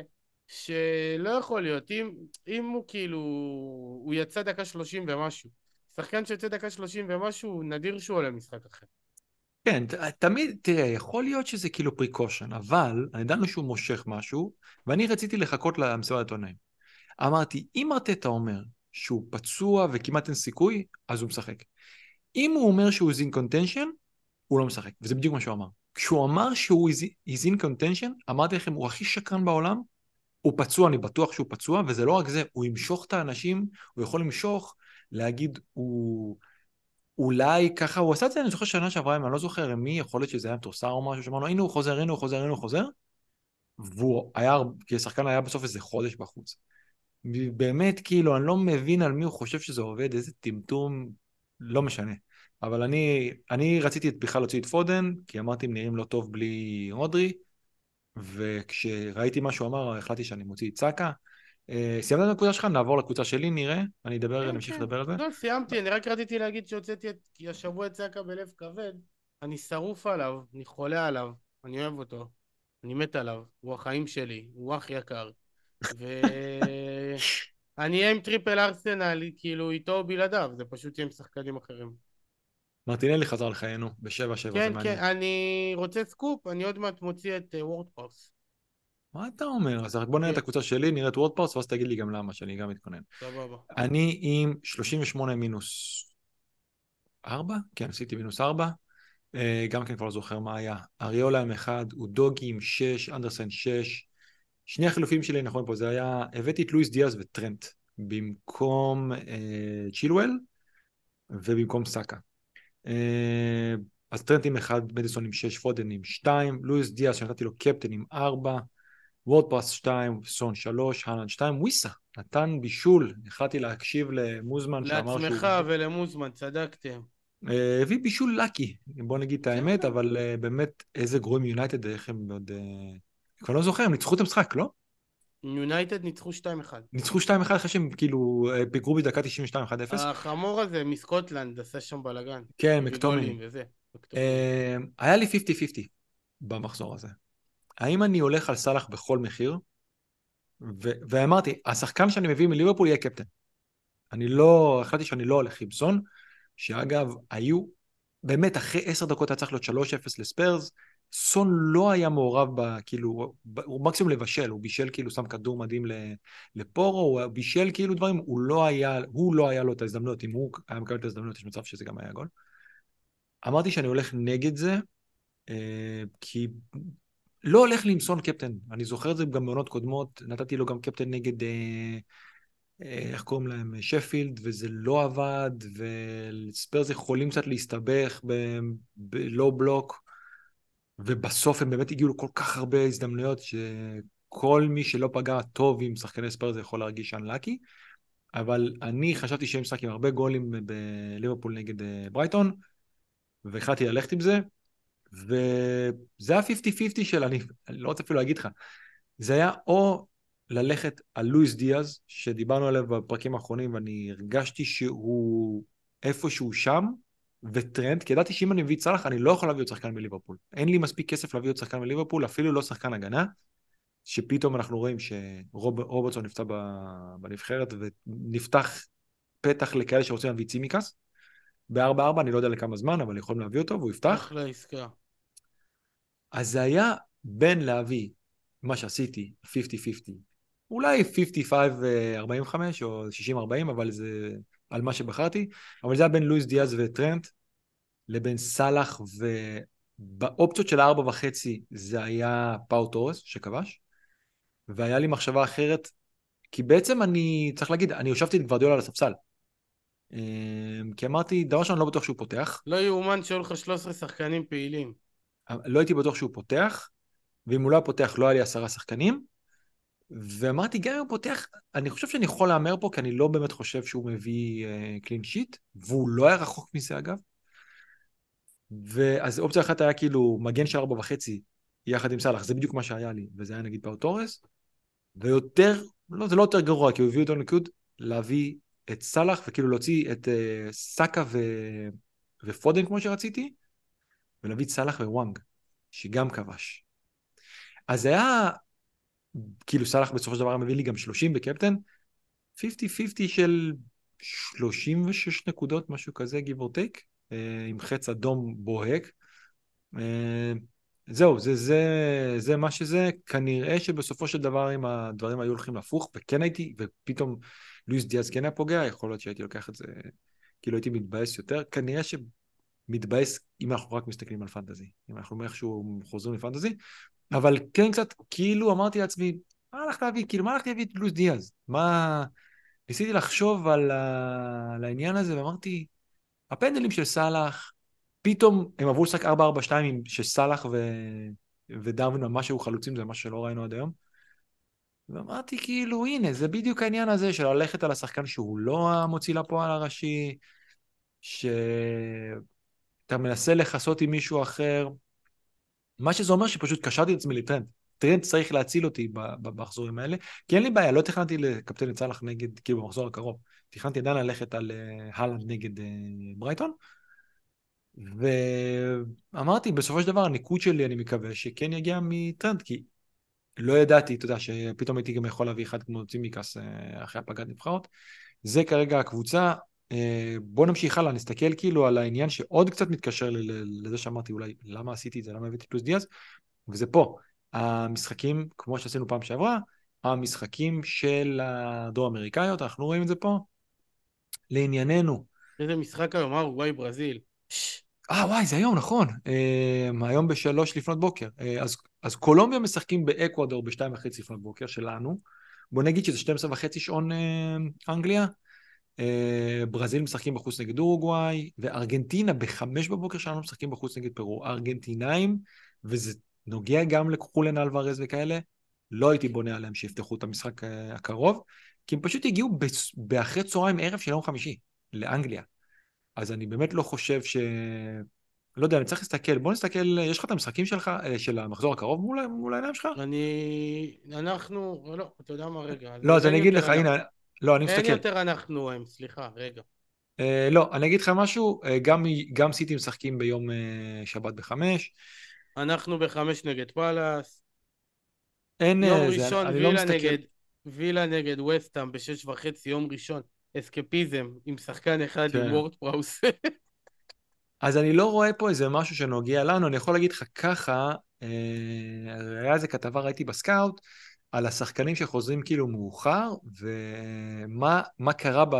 שלא יכול להיות, אם, אם הוא כאילו, הוא יצא דקה שלושים ומשהו, שחקן שיוצא דקה שלושים ומשהו, נדיר שהוא עולה משחק אחר. כן, ת- תמיד, תראה, יכול להיות שזה כאילו פריקושן, אבל אני ידענו שהוא מושך משהו, ואני רציתי לחכות למסיבת העיתונאים. אמרתי, אם ארטטה אומר שהוא פצוע וכמעט אין סיכוי, אז הוא משחק. אם הוא אומר שהוא is in contention, הוא לא משחק, וזה בדיוק מה שהוא אמר. כשהוא אמר שהוא is is in contention, אמרתי לכם, הוא הכי שקרן בעולם, הוא פצוע, אני בטוח שהוא פצוע, וזה לא רק זה, הוא ימשוך את האנשים, הוא יכול למשוך, להגיד, הוא... אולי ככה, הוא עשה את זה, אני זוכר שנה שעברה, אני לא זוכר מי, יכול להיות שזה היה מתוסר או משהו, שאמרנו, הנה הוא חוזר, הנה הוא חוזר, הנה הוא חוזר, והוא היה, כשחקן היה בסוף איזה חודש בחוץ. באמת, כאילו, אני לא מבין על מי הוא חושב שזה עובד, איזה טמטום, לא משנה. אבל אני, אני רציתי בכלל להוציא את פודן, כי אמרתי, הם נראים לא טוב בלי רודרי, וכשראיתי מה שהוא אמר, החלטתי שאני מוציא את סאקה. אה, סיימת את הקבוצה שלך, נעבור לקבוצה שלי, נראה, אני אדבר, כן, נמשיך כן, לדבר על זה. לא, סיימתי, אני רק רציתי להגיד שהוצאתי את... השבוע את סאקה בלב כבד, אני שרוף עליו, אני חולה עליו, אני אוהב אותו, אני מת עליו, הוא החיים שלי, הוא אח יקר, ואני אהיה עם טריפל ארסנל, כאילו איתו או בלעדיו, זה פשוט יהיה עם שחקנים אחרים. מרטינלי חזר לחיינו, בשבע שבע, זה כן, כן, מעניין. אני רוצה סקופ, אני עוד מעט מוציא את וורדפרס. מה אתה אומר? אז בוא נראה את כן, הקבוצה שלי, נראה את וורדפרס, ואז תגיד לי גם למה, שאני גם מתכונן. סבבה. אני עם שלושים ושמונה מינוס ארבע? כן, עשיתי מינוס ארבע. גם כן כבר לא זוכר מה היה. אריולה עם אחד, אודוגי עם שש, אנדרסן שש. שני החילופים שלי, נכון פה, זה היה, הבאתי את לואיס דיאז וטרנט, במקום אה, צ'ילואל, ובמקום סאקה. אה, אז טרנט עם אחד, מדיסון עם שש, פודן עם שתיים, לואיס דיאז שנתתי לו קפטן עם ארבע, וורדפרס שתיים, סון שלוש, הלנד שתיים, וויסה, נתן בישול, החלטתי להקשיב למוזמן שאמר שהוא לעצמך ולמוזמן, צדקתם. אה, הביא בישול לקי, בוא נגיד את האמת, בסדר. אבל אה, באמת איזה גרועים יונייטד, איך הם עוד... אה, כבר לא זוכר, הם ניצחו את המשחק, לא? יונייטד ניצחו שתיים אחד. ניצחו שתיים אחת אחרי שהם כאילו אה, פיגרו בדקה תשעים ושתיים אחת אפס. החמור הזה מסקוטלנד עשה שם בלאגן. כן, הביא גולים מקטומיני. וזה. מקטומיני. אה, היה לי חמישים חמישים במחזור הזה. האם אני הולך על סאלח בכל מחיר? ו- ואמרתי, השחקן שאני מביא מליברפול יהיה קפטן. אני לא, החלטתי שאני לא הולך עם סון, שאגב, היו, באמת, אחרי עשר דקות היה צריך להיות שלוש אפס לספיירס, סון לא היה מעורב ב... כאילו, ב, הוא מקסימום לבשל, הוא בישל כאילו, שם כדור מדהים ל, לפורו, הוא בישל כאילו דברים, הוא לא היה, הוא לא היה לו את ההזדמנות, אם הוא היה מקבל את ההזדמנות, יש מצב שזה גם היה גול. אמרתי שאני הולך נגד זה, אה, כי לא הולך לי עם סון קפטן, אני זוכר את זה גם בעונות קודמות, נתתי לו גם קפטן נגד... אה, איך קוראים להם, שפילד, וזה לא עבד, וספיירס יכולים קצת להסתבך בלואו בלוק, ובסוף הם באמת הגיעו לכל כך הרבה הזדמנויות, שכל מי שלא פגע טוב עם שחקני ספיירס יכול להרגיש אנלאקי, אבל אני חשבתי שהם משחקים הרבה גולים בליברפול נגד ברייטון, והחלטתי ללכת עם זה, וזה ה-חמישים חמישים של, אני, אני לא רוצה אפילו להגיד לך, זה היה או ללכת על לואיס דיאז, שדיברנו עליו בפרקים האחרונים, ואני הרגשתי שהוא איפשהו שם, וטרנד, כי ידעתי שאם אני מביא את סלאח, אני לא יכול להביא עוד שחקן מליברפול. אין לי מספיק כסף להביא עוד שחקן מליברפול, אפילו לא שחקן הגנה, שפתאום אנחנו רואים שרוברטסון נפצע בנבחרת, ונפתח פתח לכאלה שרוצים להביא צימקס, ב-ארבע ארבע, אני לא יודע לכמה זמן, אבל יכולים להביא אותו, והוא יפתח. אחלה עסקה. אז זה היה בין להביא מה שעשיתי, חמישים חמישים, אולי חמישים וחמש ארבעים וחמש או שישים ארבעים, אבל זה על מה שבחרתי, אבל זה היה בין לואיס דיאז וטרנט, לבין סלאח, ובאופציות של הארבע וחצי זה היה פאו טורס שכבש, והיה לי מחשבה אחרת, כי בעצם אני, צריך להגיד, אני יושבתי את גוורדיולה על הספסל, כי אמרתי, דבר שאני לא בטוח שהוא פותח. לא יאומן שהיו לך שלושה עשר שחקנים פעילים. לא הייתי בטוח שהוא פותח, ואם הוא לא פותח לא היה לי עשרה שחקנים, ואמרתי, גם אם הוא פותח, אני חושב שאני יכול לאמר פה, כי אני לא באמת חושב שהוא מביא קלין שיט, והוא לא היה רחוק מזה אגב. ואז אופציה אחת היה כאילו מגן של ארבע וחצי, יחד עם סלאח, זה בדיוק מה שהיה לי, וזה היה נגיד פאו טורס, ויותר, לא, זה לא יותר גרוע, כי הוא הביא אותו נקוד, להביא את סלאח, וכאילו להוציא את uh, סאקה ו... ופודן כמו שרציתי, ולהביא את סלאח ווואנג, שגם כבש. אז זה היה, כאילו סלאח בסופו של דבר מביא לי גם שלושים בקפטן, חמישים חמישים של שלושים ושש נקודות, משהו כזה, give or take, עם חץ אדום בוהק. זהו, זה, זה, זה מה שזה, כנראה שבסופו של דבר אם הדברים היו הולכים להפוך, וכן הייתי, ופתאום לואיס דיאז כן היה פוגע, יכול להיות שהייתי לוקח את זה, כאילו הייתי מתבאס יותר, כנראה שמתבאס אם אנחנו רק מסתכלים על פנטזי, אם אנחנו איכשהו חוזרים לפנטזי, אבל כן קצת, כאילו אמרתי לעצמי, מה הלכת להביא, כאילו מה הלכת להביא את לואיס דיאז? מה... ניסיתי לחשוב על, ה... על העניין הזה, ואמרתי, הפנדלים של סלאח, פתאום הם עברו לשחק ארבע ארבע שתיים של סלאח ו... ודרווין, ממש היו חלוצים, זה מה שלא ראינו עד היום. ואמרתי כאילו, הנה, זה בדיוק העניין הזה של ללכת על השחקן שהוא לא המוציא לפועל הראשי, שאתה מנסה לחסות עם מישהו אחר, מה שזה אומר שפשוט קשרתי את עצמי לטרנד. טרנד צריך להציל אותי במחזורים האלה, כי אין לי בעיה, לא תכננתי לקפטן את סלאח נגד, כאילו במחזור הקרוב, תכננתי עדיין ללכת על הלנד נגד ברייטון, ואמרתי, בסופו של דבר, הניקוד שלי, אני מקווה שכן יגיע מטרנד, כי לא ידעתי, אתה יודע, שפתאום הייתי גם יכול להביא אחד כמו צימקס אחרי הפגרת נבחרות. זה כרגע הקבוצה. בוא נמשיך הלאה, נסתכל כאילו על העניין שעוד קצת מתקשר לזה שאמרתי, אולי למה עשיתי את זה, למה הבאתי פלוס דיאז, וזה פה. המשחקים, כמו שעשינו פעם שעברה, המשחקים של הדרום אמריקאיות, אנחנו רואים את זה פה. לענייננו. איזה משחק היום, אה, וואי ברזיל. אה, וואי, זה היום, נכון. אה, היום בשלוש לפנות בוקר. אה, אז, אז קולומביה משחקים באקוודור בשתיים וחצי לפנות בוקר שלנו. בוא נגיד שזה שתים עשרה וחצי שעון אה, אנגליה. אה, ברזיל משחקים בחוץ נגד אורוגוואי, וארגנטינה בחמש בבוקר שלנו משחקים בחוץ נגד פרו. ארגנטינאים, וזה נוגע גם לקחולן אלוורז וכאלה, לא הייתי בונה עליהם שיפתחו את המשחק אה, הקרוב, כי הם פשוט הגיעו באחרי צהריים ערב של יום חמישי, לאנגליה. אז אני באמת לא חושב ש... לא יודע, אני צריך להסתכל, בוא נסתכל, יש לך את המשחקים שלך, של המחזור הקרוב מול, מול העיניים שלך? אני... אנחנו... לא, אתה יודע מה, רגע. לא, אז אני אגיד לך, הנה, לא, אני מסתכל. אין יותר אנחנו הם, סליחה, רגע. אה, לא, אני אגיד לך משהו, גם, גם סיטי משחקים ביום אה, שבת בחמש. אנחנו בחמש נגד פלאס. אין... יום זה, ראשון אני וילה לא מסתכל. נגד... וילה נגד וסטאם בשש וחצי, יום ראשון. אסקפיזם עם שחקן אחד כן. עם וורד פראוס. אז אני לא רואה פה איזה משהו שנוגע לנו, אני יכול להגיד לך ככה, אה, היה איזה כתבה, ראיתי בסקאוט, על השחקנים שחוזרים כאילו מאוחר, ומה מה קרה ב,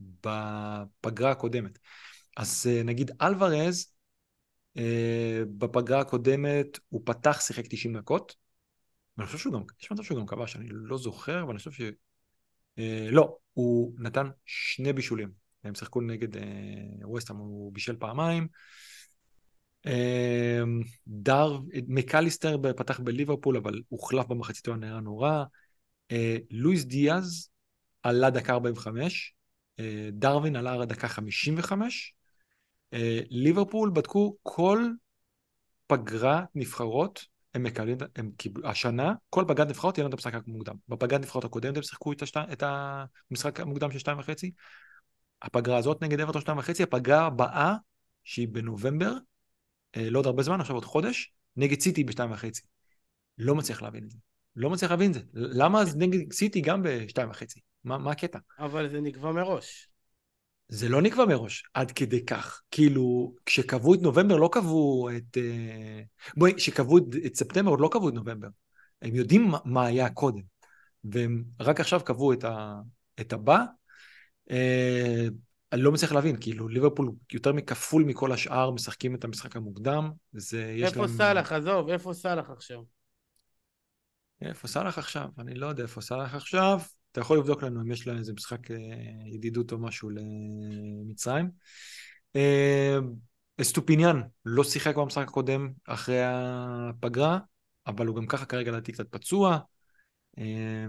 בפגרה הקודמת. אז אה, נגיד אלוורז, אה, בפגרה הקודמת הוא פתח, שיחק תשעים דקות, ואני חושב שהוא גם, יש מצב שהוא גם כבש, אני לא זוכר, אבל אני חושב ש... אה, לא, הוא נתן שני בישולים. הם שיחקו נגד אה, ווסטהאם, הוא בישל פעמיים. אה, דאר, מקליסטר פתח בליברפול, אבל הוחלף במחצית, הוא נראה נורא. אה, לואיס דיאז עלה דקה ארבעים וחמש, אה, דרווין עלה דקה חמישים וחמש. אה, ליברפול בדקו כל פגרת נבחרות, הם מקבלים, הם קיבלו, השנה, כל פגרת נבחרות תהיה לנו את המשחק המוקדם. בפגרת נבחרות הקודמת הם שיחקו את, השת, את המשחק המוקדם של שתיים וחצי, הפגרה הזאת נגד אברטון שתיים וחצי, הפגרה הבאה, שהיא בנובמבר, אה, לא עוד הרבה זמן, עכשיו עוד חודש, נגד סיטי בשתיים וחצי. לא מצליח להבין את זה. לא מצליח להבין את זה. למה אז נגד סיטי גם בשתיים וחצי? מה, מה הקטע? אבל זה נקבע מראש. זה לא נקבע מראש, עד כדי כך. כאילו, כשקבעו את נובמבר, לא קבעו את... אה... בואי, כשקבעו את, את ספטמבר, עוד לא קבעו את נובמבר. הם יודעים מה, מה היה קודם. והם רק עכשיו קבעו את, ה... את הבא. אה... אני לא מצליח להבין, כאילו ליברפול יותר מכפול מכל השאר משחקים את המשחק המוקדם, זה יש איפה להם... סאלח? עזוב, איפה סאלח עכשיו? איפה סאלח עכשיו? אני לא יודע איפה סאלח עכשיו. אתה יכול לבדוק לנו אם יש לה איזה משחק אה, ידידות או משהו למצרים. אה, אסטופיניאן לא שיחק במשחק הקודם אחרי הפגרה, אבל הוא גם ככה כרגע לדעתי קצת פצוע. אה,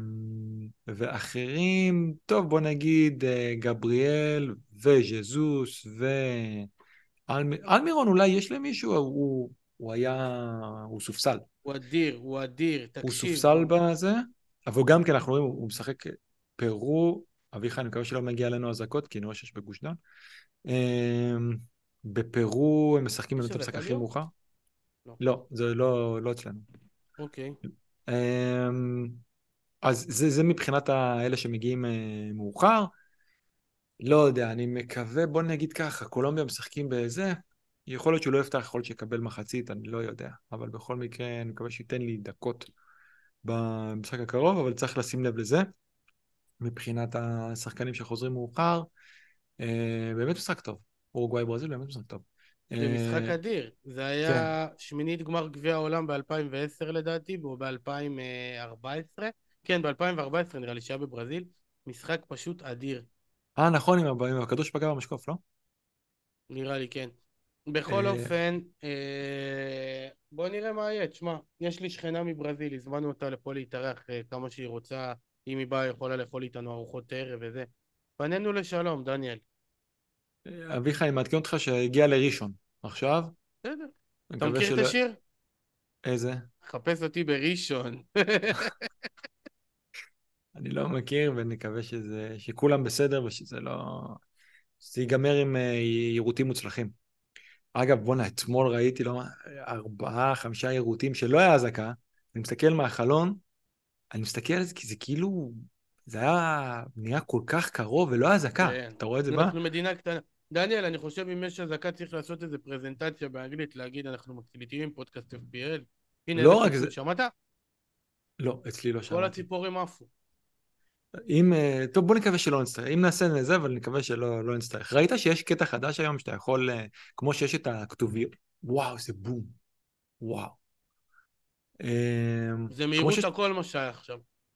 ואחרים, טוב בוא נגיד אה, גבריאל וז'זוס ואלמירון אולי יש למישהו, הוא, הוא היה, הוא סופסל. הוא אדיר, הוא אדיר, הוא תקשיב. סופסל בזה, אבל גם כן אנחנו רואים, הוא משחק פרו, אביחי, אני מקווה שלא מגיע אלינו אזעקות, כי אני רואה שיש בגוש דן. אמ, בפרו הם משחקים יש באמת את המשחק הכי אזעקליות? מאוחר. לא. לא, זה לא, לא אצלנו. אוקיי. אמ, אז זה, זה מבחינת האלה שמגיעים אה, מאוחר. לא יודע, אני מקווה, בוא נגיד ככה, קולומביה משחקים בזה, יכול להיות שהוא לא יפתח, יכול להיות שיקבל מחצית, אני לא יודע, אבל בכל מקרה אני מקווה שייתן לי דקות במשחק הקרוב, אבל צריך לשים לב לזה. מבחינת השחקנים שחוזרים מאוחר, אה, באמת משחק טוב. אורוגוואי ברזיל באמת משחק טוב. זה משחק אה, אדיר. זה כן. היה שמינית גמר גביע העולם ב-אלפיים ועשר לדעתי, והוא ב-אלפיים וארבע עשרה. כן, ב-אלפיים וארבע עשרה נראה לי שהיה בברזיל. משחק פשוט אדיר. אה, נכון, עם הבאים, הכדור שפגע במשקוף, לא? נראה לי, כן. בכל אה, אופן, אה, בוא נראה מה יהיה. תשמע, יש לי שכנה מברזיל, הזמנו אותה לפה להתארח אה, כמה שהיא רוצה. אם היא באה, יכולה לאכול איתנו ארוחות ערב וזה. פנינו לשלום, דניאל. אביחי, אני מעדכן אותך שהגיע לראשון. עכשיו, בסדר. אני אתה מקווה מכיר את שלא... השיר? איזה? חפש אותי בראשון. אני לא מכיר, ונקווה שזה... שכולם בסדר ושזה לא... שזה ייגמר עם אה, יירוטים מוצלחים. אגב, בואנה, אתמול ראיתי לא, ארבעה, חמישה יירוטים שלא היה אזעקה. אני מסתכל מהחלון, אני מסתכל על זה כי זה כאילו, זה היה נהיה כל כך קרוב ולא היה אזעקה. כן. אתה רואה את זה בה? אנחנו מדינה קטנה. דניאל, אני חושב אם יש אזעקה צריך לעשות איזה פרזנטציה באנגלית, להגיד אנחנו מקליטים עם פודקאסט אף פי אל. הנה לא איזה רק זה, פיצוץ, שמעת? לא, אצלי לא כל שמעתי. הציפורים עפו. אם, אה, טוב, בוא נקווה שלא נצטרך. אם נעשה לזה, אבל נקווה שלא לא נצטרך. ראית שיש קטע חדש היום שאתה יכול, אה, כמו שיש את הכתוביות, וואו, זה בום, וואו. אה, זה כמו מהירות שיש, הכל מה שהיה עכשיו.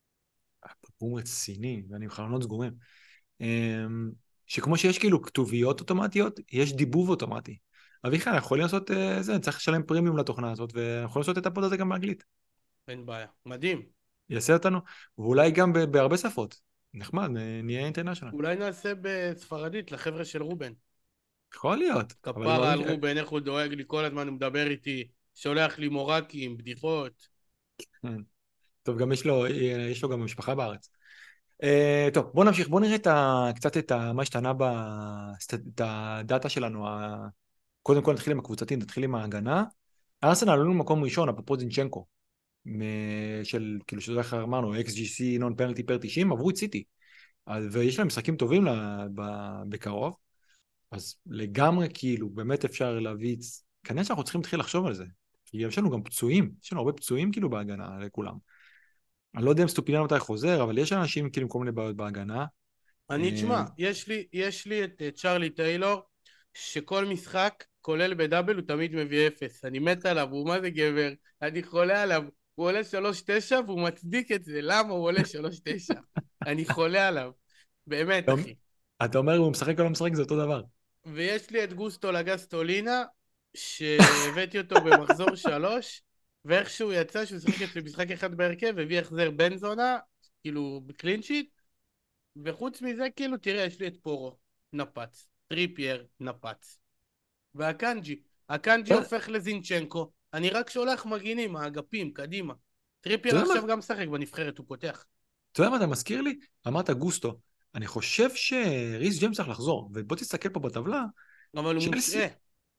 בום רציני, ואני עם חלונות סגורים. אמ, שכמו שיש כאילו כתוביות אוטומטיות, יש דיבוב אוטומטי. אביחי, אנחנו יכולים לעשות אה, זה, צריך לשלם פרימיום לתוכנה הזאת, ואנחנו יכולים לעשות את הפוד הזה גם באנגלית. אין בעיה. מדהים. יעשה אותנו, ואולי גם ב- בהרבה שפות. נחמד, אה, נהיה אינטרנשיונל. אולי נעשה בספרדית לחבר'ה של רובן. יכול להיות, אבל עם כפרה אביחי... על רובן, איך הוא דואג לי כל הזמן, הוא מדבר איתי, שולח לי מורקים, בדיחות. כן. טוב, גם יש לו, אה, יש לו גם משפחה בארץ. Uh, טוב, בוא נמשיך, בוא נראה את ה, קצת את ה, מה השתנה את הדאטה שלנו. ה, קודם כל נתחיל עם הקבוצתים, נתחיל עם ההגנה. ארסנל עלו למקום ראשון, אפרופו זינצ'נקו. מ- של, כאילו, שזה איך אמרנו, אקס ג'י סי נון פנלטי פר תשעים, עברו את סיטי. אז- ויש להם משחקים טובים ל- ב- בקרוב, אז לגמרי, כאילו, באמת אפשר להביא, כנראה שאנחנו צריכים להתחיל לחשוב על זה. כי יש לנו גם פצועים, יש לנו הרבה פצועים כאילו בהגנה לכולם. אני לא יודע אם סטופיניאן מתי חוזר, אבל יש אנשים כאילו עם כל מיני בעיות בהגנה. אני, אה, תשמע, יש לי, יש לי את אה, צ'רלי טיילור, שכל משחק, כולל בדאבל, הוא תמיד מביא אפס. אני מת עליו, הוא מה זה גבר, אני חולה עליו. הוא עולה שלוש תשע והוא מצדיק את זה, למה הוא עולה שלוש תשע? אני חולה עליו, באמת, אתה אחי. אתה אומר אם הוא משחק או לא משחק זה אותו דבר. ויש לי את גוסטו לגסטולינה, שהבאתי אותו במחזור שלוש, ואיכשהו יצא שהוא שיחק אצלי משחק אחד בהרכב, הביא החזר בן זונה, כאילו בקלינצ'יט, וחוץ מזה, כאילו, תראה, יש לי את פורו, נפץ, טריפייר, נפץ, והקנג'י, הקנג'י אתה הופך לזינצ'נקו, אני רק שולח מגינים, האגפים, קדימה. אתה טריפייר יודע מה עכשיו גם משחק בנבחרת, הוא פותח. אתה יודע מה אתה מזכיר לי? אמרת גוסטו. אני חושב שריס ג'יימס צריך לחזור, ובוא תסתכל פה בטבלה, אבל הוא צ'לסי, מושעה.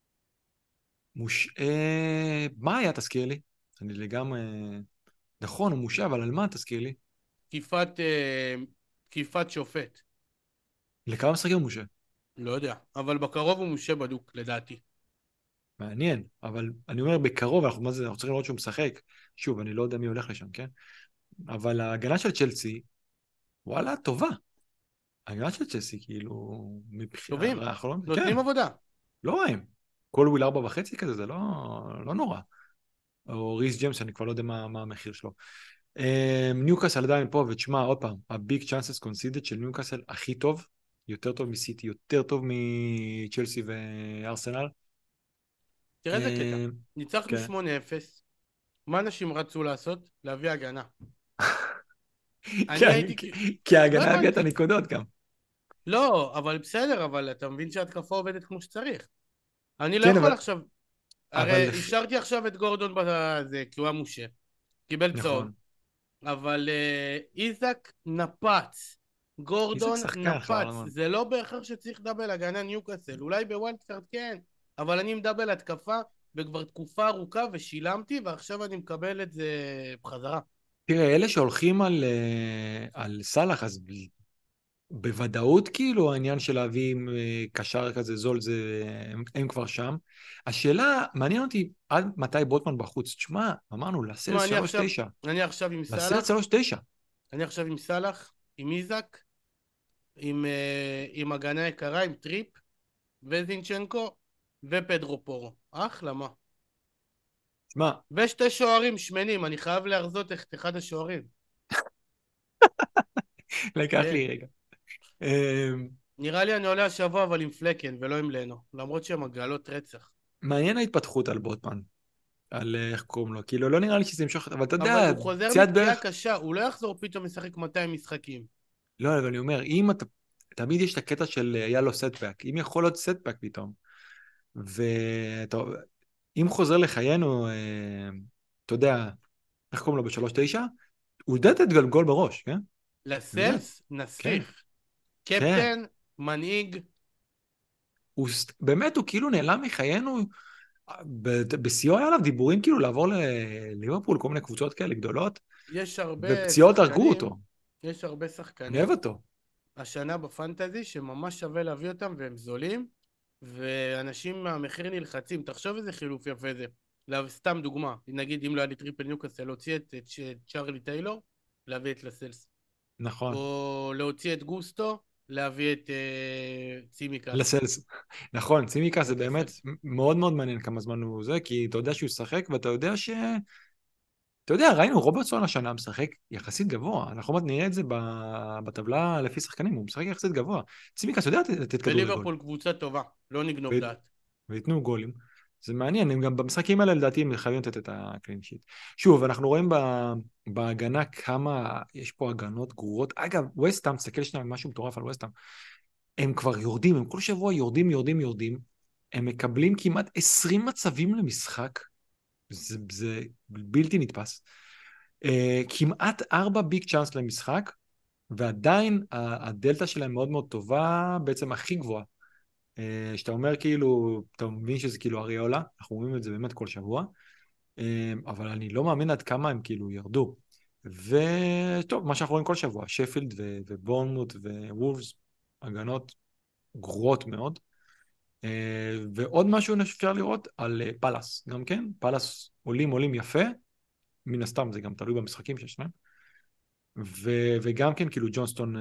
מושעה... מה היה, תזכיר לי? אני לגמרי... נכון, הוא מושעה, אבל על מה, תזכיר לי? תקיפת, אה, תקיפת שופט. לכמה משחקים הוא מושעה? לא יודע, אבל בקרוב הוא מושעה בדוק, לדעתי. מעניין, אבל אני אומר בקרוב, אנחנו, מה זה, אנחנו צריכים לראות שהוא משחק. שוב, אני לא יודע מי הולך לשם, כן? אבל ההגנה של צ'לסי, וואלה, טובה. ההגנה של צ'לסי, כאילו, מבחינה, טובים, אנחנו לא, כן, נותנים עבודה. לא רעים. כל וויל ארבע וחצי כזה, זה לא, לא נורא. או ריס ג'יימס, אני כבר לא יודע מה, מה המחיר שלו. ניוקאסל עדיין פה, ותשמע, עוד פעם, הביג צ'אנסס קונסידד של ניוקאסל הכי טוב, יותר טוב מסיטי, יותר טוב מצ'לסי וארסנל. תראה איזה קטע, אה, ניצחנו כן. שמונה אפס, מה אנשים רצו לעשות? להביא הגנה. כי אני אני- הייתי כאילו, כי לא ההגנה הביאה את הבנתי. הנקודות גם. לא, אבל בסדר, אבל אתה מבין שההתקפה עובדת כמו שצריך. אני לא כן, יכול אבל... עכשיו, אבל... הרי אישרתי עכשיו את גורדון בזה, כי הוא היה מושה, קיבל צהוב, נכון. אבל אה, איזק נפץ, איזק גורדון שחקן חבל נפץ, הזמן. זה לא בהכרח שצריך דאבל הגנה ניוקאסל, אולי בווילד קארד כן, אבל אני מדבר התקפה וכבר תקופה ארוכה ושילמתי ועכשיו אני מקבל את זה בחזרה. תראה, אלה שהולכים על, אה, על סאלח, אז ב- בוודאות כאילו העניין של להביא אה, קשר כזה זול, זה, הם, הם כבר שם. השאלה, מעניין אותי עד מתי בוטמן בחוץ. תשמע, אמרנו, לסלס תשמע, אני שלוש עכשיו, תשע. אני עכשיו עם לסלס סאלח, שלוש תשע. אני עכשיו עם סאלח, עם איזק, עם, אה, עם הגנה יקרה, עם טריפ, וזינצ'נקו, ופדרו פורו. אחלה, מה? תשמע, ושתי שוערים שמנים, אני חייב להרזות את אחד השוערים. לקח כן. לי רגע. אה, נראה לי אני עולה השבוע אבל עם פלקן ולא עם לנו, למרות שהם עגלות רצח. מעניין ההתפתחות על בוטמן, על אה, איך קוראים לו. כאילו, לא נראה לי שזה ימשוך, אבל אתה אבל יודע, הוא חוזר פציעת מפציעה ברך... קשה, הוא לא יחזור פתאום לשחק מאתיים משחקים. לא, אבל אני אומר, אם אתה... תמיד יש את הקטע של אה, היה לו סטבק. אם יכול להיות סטבק פתאום, ואם חוזר לחיינו, אה, אתה יודע, איך קוראים לו בשלוש תשע? הוא יודע לתת גול בראש, כן? הוא יודע, לסלס, כן, נסיך. כן. קפטן, מנהיג. הוא, ס- באמת, הוא כאילו נעלם מחיינו, ב- בשיאו היה עליו דיבורים כאילו לעבור לליברפול, כל מיני קבוצות כאלה גדולות, יש הרבה ופציעות הרגו שחקנים, אותו. יש הרבה אני אוהב שחקנים אותו. השנה בפנטזי שממש שווה להביא אותם והם זולים, ואנשים מהמחיר נלחצים. תחשוב איזה חילוף יפה זה. לה- סתם דוגמה, נגיד אם לא היה לי טריפל ניוקאסל, להוציא את, את, את צ'רלי טיילור, להביא את לסלס. נכון. או להוציא את גוסטו, להביא את אה, צימקס. לסלס. נכון, צימקה זה את באמת לסלס. מאוד מאוד מעניין כמה זמן הוא זה, כי אתה יודע שהוא ישחק, ואתה יודע ש... אתה יודע, ראינו רוברטסון השנה משחק יחסית גבוה, אנחנו עוד נראה את זה ב- בטבלה לפי שחקנים, הוא משחק יחסית גבוה. צימקס יודע לתת לתת כדורגל, וליברפול קבוצה טובה, לא נגנוב ו- דעת. וייתנו גולים. זה מעניין, הם גם במשחקים האלה לדעתי הם חייבים לתת את הקלין שיט. שוב, אנחנו רואים ב- בהגנה כמה, יש פה הגנות גרועות. אגב, ווסטהאם, תסתכל שנייה על משהו מטורף על ווסטהאם, הם כבר יורדים, הם כל שבוע יורדים, יורדים, יורדים, הם מקבלים כמעט עשרים מצבים למשחק, זה, זה בלתי נתפס. Uh, כמעט ארבע ביג צ'אנס למשחק, ועדיין הדלתא שלהם מאוד מאוד טובה, בעצם הכי גבוהה. Uh, שאתה אומר כאילו, אתה מבין שזה כאילו אריולה, אנחנו אומרים את זה באמת כל שבוע, uh, אבל אני לא מאמין עד כמה הם כאילו ירדו. וטוב, מה שאנחנו רואים כל שבוע, שפילד ו- ובורנמוט ווולפס, הגנות גרועות מאוד. Uh, ועוד משהו אפשר לראות על uh, פלאס, גם כן, פלאס עולים עולים יפה, מן הסתם זה גם תלוי במשחקים שיש להם. ו- וגם כן כאילו ג'ונסטון אה,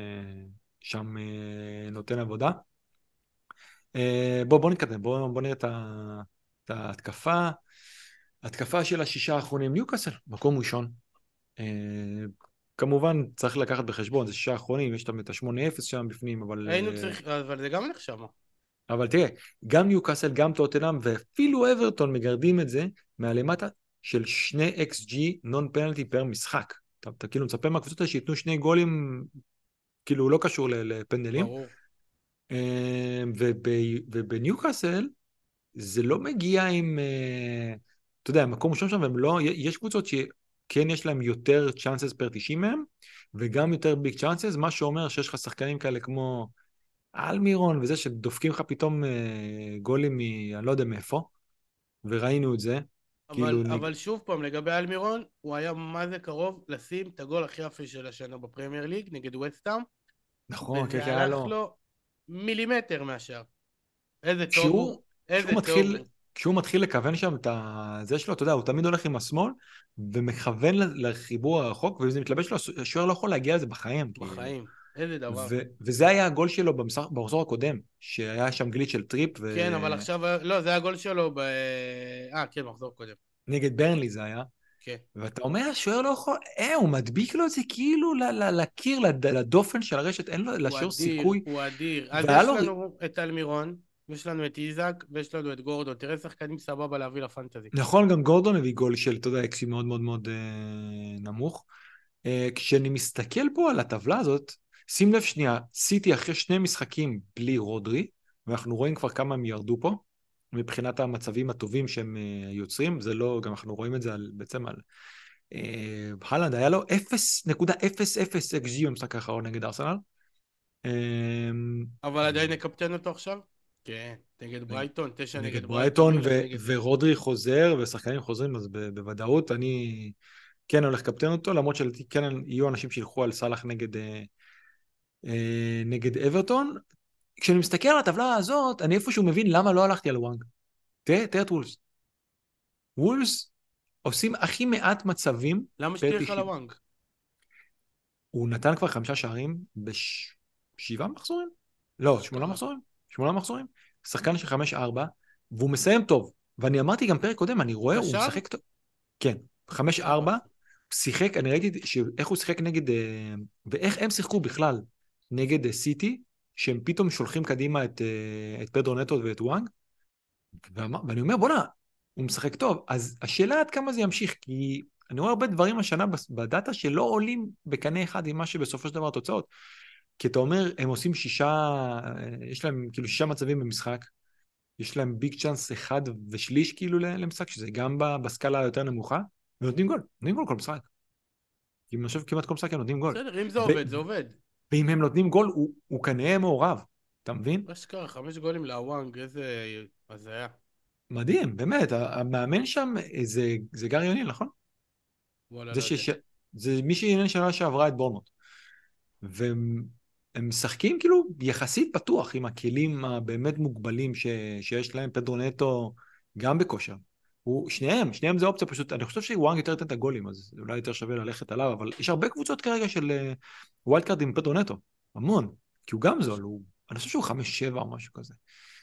שם אה, נותן עבודה. אה, בוא בוא נתקדם, בוא, בוא נראה את, ה- את ההתקפה. התקפה של השישה האחרונים, ניוקאסל, מקום ראשון. אה, כמובן צריך לקחת בחשבון, זה שישה האחרונים, יש את ה-שמונה אפס שם בפנים, אבל, היינו אה, צריכים, אבל זה גם נחשב. אבל תראה, גם ניוקאסל, גם טוטנהאם, ואפילו אברטון מגרדים את זה מהלמטה של שני אקס ג'י נון פנלטי פר משחק. אתה, אתה כאילו מצפה מהקבוצות האלה שייתנו שני גולים, כאילו לא קשור ל- לפנדלים. ברור. אה, וב- ובניוקאסל זה לא מגיע עם, אה, אתה יודע, מקום ראשון שם, והם לא, יש קבוצות שכן יש להם יותר צ'אנסס פר תשעים מהם, וגם יותר ביג צ'אנסס, מה שאומר שיש לך שחקנים כאלה כמו אלמירון וזה שדופקים לך פתאום אה, גולים מ... אני לא יודע מאיפה, וראינו את זה. כאילו, אבל, נג... אבל שוב פעם, לגבי אלמירון, הוא היה מה זה קרוב לשים את הגול הכי יפה של השנה בפרמייר ליג נגד ווסטהאם, נכון, כן, וזה כן, היה הלך לו. לו מילימטר מהשאר. איזה טוב כשהוא, הוא, כשהוא איזה טוב מתחיל, הוא. כשהוא מתחיל לכוון שם את ה... זה שלו, אתה יודע, הוא תמיד הולך עם השמאל, ומכוון ל- לחיבור הרחוק, ואם זה מתלבש לו, השוער לא יכול להגיע לזה בחיים, כאילו. בחיים. איזה דבר. ו- וזה היה הגול שלו במשחק, במחזור הקודם, שהיה שם גליץ' של טריפ, כן, אבל עכשיו, לא, זה הגול שלו ב... אה, כן, מחזור קודם. ונגד ברנלי זה היה, כן. ואתה אומר, השוער לא יכול, אה, הוא מדביק לו את זה כאילו ל- ל- לקיר, לד- לדופן של הרשת, אין לו הוא לשוער אדיר, סיכוי, הוא אדיר. אז והיה יש לו, לנו את אלמירון, יש לנו את איזק, ויש לנו את גורדון. תראה שחקנים סבבה להביא לפנטזי. נכון, גם גורדון הביא גול של, אתה יודע, אקסי מאוד מאוד מאוד אה, נמוך. אה, כשאני מסתכל פה על הטבלה הזאת, שים לב שנייה, סיטי אחרי שני משחקים בלי רודרי, ואנחנו רואים כבר כמה הם ירדו פה, מבחינת המצבים הטובים שהם אה, יוצרים, זה לא, גם אנחנו רואים את זה על, בעצם על אה, הלנד, היה לו אפס נקודה אפס אפס אקס ג'י במשחק האחרון נגד ארסנל. אה, אבל עדיין נקפטן אותו עכשיו? כן, נגד ברייטון, תשע נגד נגד ברייטון, ברייטון, מי הולך ו- נגד זה? ורודרי חוזר, ושחקנים חוזרים, אז ב- בוודאות אני כן הולך לקפטן אותו, למרות שכן יהיו אנשים שילכו על סאלח נגד, אה, אה, נגד אברטון. כשאני מסתכל על הטבלה הזאת, אני איפשהו מבין למה לא הלכתי על וואנג. תראה, תראה את וולס. וולס עושים הכי מעט מצבים למה פר שתלך על תשעים. הוואנג? הוא נתן כבר חמישה שערים בשבעה מחזורים? לא, שמונה אשכרה. מחזורים? שמונה מחזורים? שחקן של חמש ארבע, והוא מסיים טוב. ואני אמרתי גם פרק קודם, אני רואה, הוא קשר? משחק טוב. כן, חמש וואלה. ארבע, שיחק, אני ראיתי ש... איך הוא שיחק נגד, אה, ואיך הם שיחקו בכלל נגד אה, סיטי, שהם פתאום שולחים קדימה את, אה, את פדרו נטו ואת וואנג, ואמר, ואני אומר, בוא'נה, הוא משחק טוב. אז השאלה עד כמה זה ימשיך, כי אני רואה הרבה דברים השנה בדאטה שלא עולים בקנה אחד עם מה שבסופו של דבר התוצאות. כי אתה אומר, הם עושים שישה, אה, יש להם כאילו שישה מצבים במשחק, יש להם ביג צ'אנס אחד ושליש כאילו למשחק, שזה גם בסקאלה היותר נמוכה, ונותנים גול, נותנים גול כל משחק. כי אני חושב כמעט כל משחק הם נותנים גול. בסדר, אם זה ו- עובד, זה עובד. ואם הם נותנים גול, הוא, הוא כנראה מעורב, אתה מבין? אשכרה, חמש גולים להוואנג, איזה הזיה. מדהים, באמת, המאמן שם זה, זה גר יוני, נכון? וואלה, זה, לא יודע. שש... זה מי שאינן שנה שעברה את בורנמוט. והם הם משחקים כאילו יחסית פתוח עם הכלים הבאמת מוגבלים ש... שיש להם, פדרו נטו גם בכושר. הוא, שניהם, שניהם זה אופציה פשוט, אני חושב שוואנג יותר ייתן את הגולים, אז אולי יותר שווה ללכת עליו, אבל יש הרבה קבוצות כרגע של ווילד קארד עם פדרו נטו, המון, כי הוא גם זול, הוא, אני חושב שהוא חמש שבע או משהו כזה.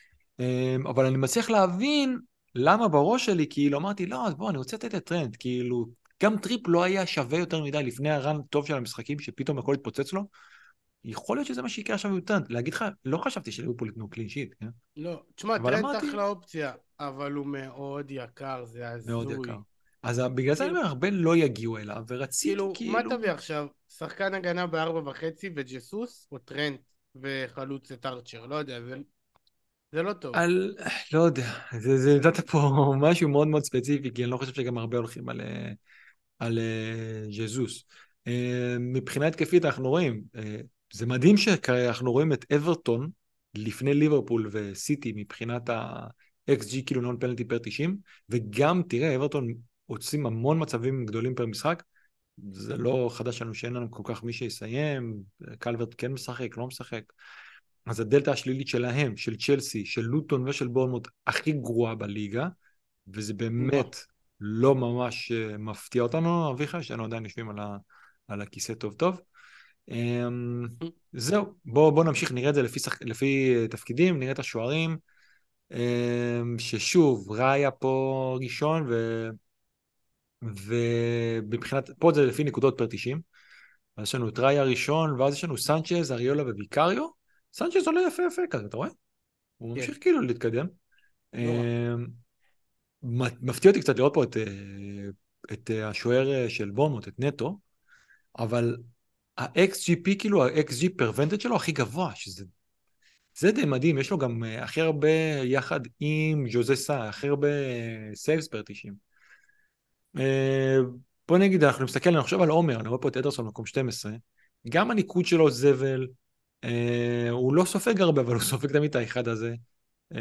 אמ, אבל אני מצליח להבין למה בראש שלי, כאילו אמרתי, לא, אז בוא, אני רוצה לתת לטרנד, כאילו, גם טריפ לא היה שווה יותר מדי לפני הרן טוב של המשחקים, שפתאום הכל התפוצץ לו, יכול להיות שזה מה שיקרה עכשיו עם טרנד. להגיד לך, לא חשבתי שליברפול ייתנו קלין שיט, כן? לא, תשמע, אבל טרנד אמרתי, אחלה אופציה, אבל הוא מאוד יקר, זה מאוד יקר. הזוי. אז בגלל זה אני כאילו, אומר, הרבה לא יגיעו אליו, ורציתי כאילו, מה כאילו... תביא עכשיו? שחקן הגנה בארבע וחצי וג'סוס, או טרנד וחלוץ את ארצ'ר? לא יודע, זה, זה לא טוב. על... לא יודע, זה, זה נתת פה משהו מאוד מאוד ספציפי, כי אני לא חושב שגם הרבה הולכים על, אה, על אה, ז'זוס. אה, מבחינה התקפית אנחנו רואים, אה, זה מדהים שאנחנו רואים את אברטון לפני ליברפול וסיטי מבחינת ה-אקס ג'י כאילו נון פנלטי פר תשעים, וגם תראה, אברטון עושים המון מצבים גדולים פר משחק, זה לא חדש לנו שאין לנו כל כך מי שיסיים, קלברט כן משחק, לא משחק. אז הדלתא השלילית שלהם, של צ'לסי, של לוטון ושל בורנמוט, הכי גרועה בליגה, וזה וואו. באמת לא ממש אה, מפתיע אותנו, אביחי, שאנו עדיין יושבים על, ה, על הכיסא טוב טוב. אמ, זהו, בואו בוא נמשיך, נראה את זה לפי, שח... לפי אה, תפקידים, נראה את השוערים, אמ, ששוב, ראיה פה ראשון, ו... ומבחינת, פה זה לפי נקודות פר תשעים, אז יש לנו את ראיה ראשון, ואז יש לנו סנצ'ז, אריולה וויקריו, סנצ'ז עולה יפה יפה כזה, אתה רואה? הוא כן, ממשיך כאילו להתקדם. לא רע. אמ, מפתיע אותי קצת לראות פה את, אה, את אה, השוער אה, של בורנמוט, את נטו, אבל ה-אקס ג'י פי, כאילו ה-אקס ג'י פרוונטד שלו הכי גבוה, שזה זה די מדהים, יש לו גם אה, הכי הרבה יחד עם ז'וזה סא, הכי הרבה סייבס פר תשעים. אה, בוא נגיד, אנחנו מסתכל, אני חושב על עומר, אני רואה פה את אדרסון במקום שתים עשרה, גם הניקוד שלו זבל, אה, הוא לא סופג הרבה, אבל הוא סופג תמיד את האחד הזה. אה,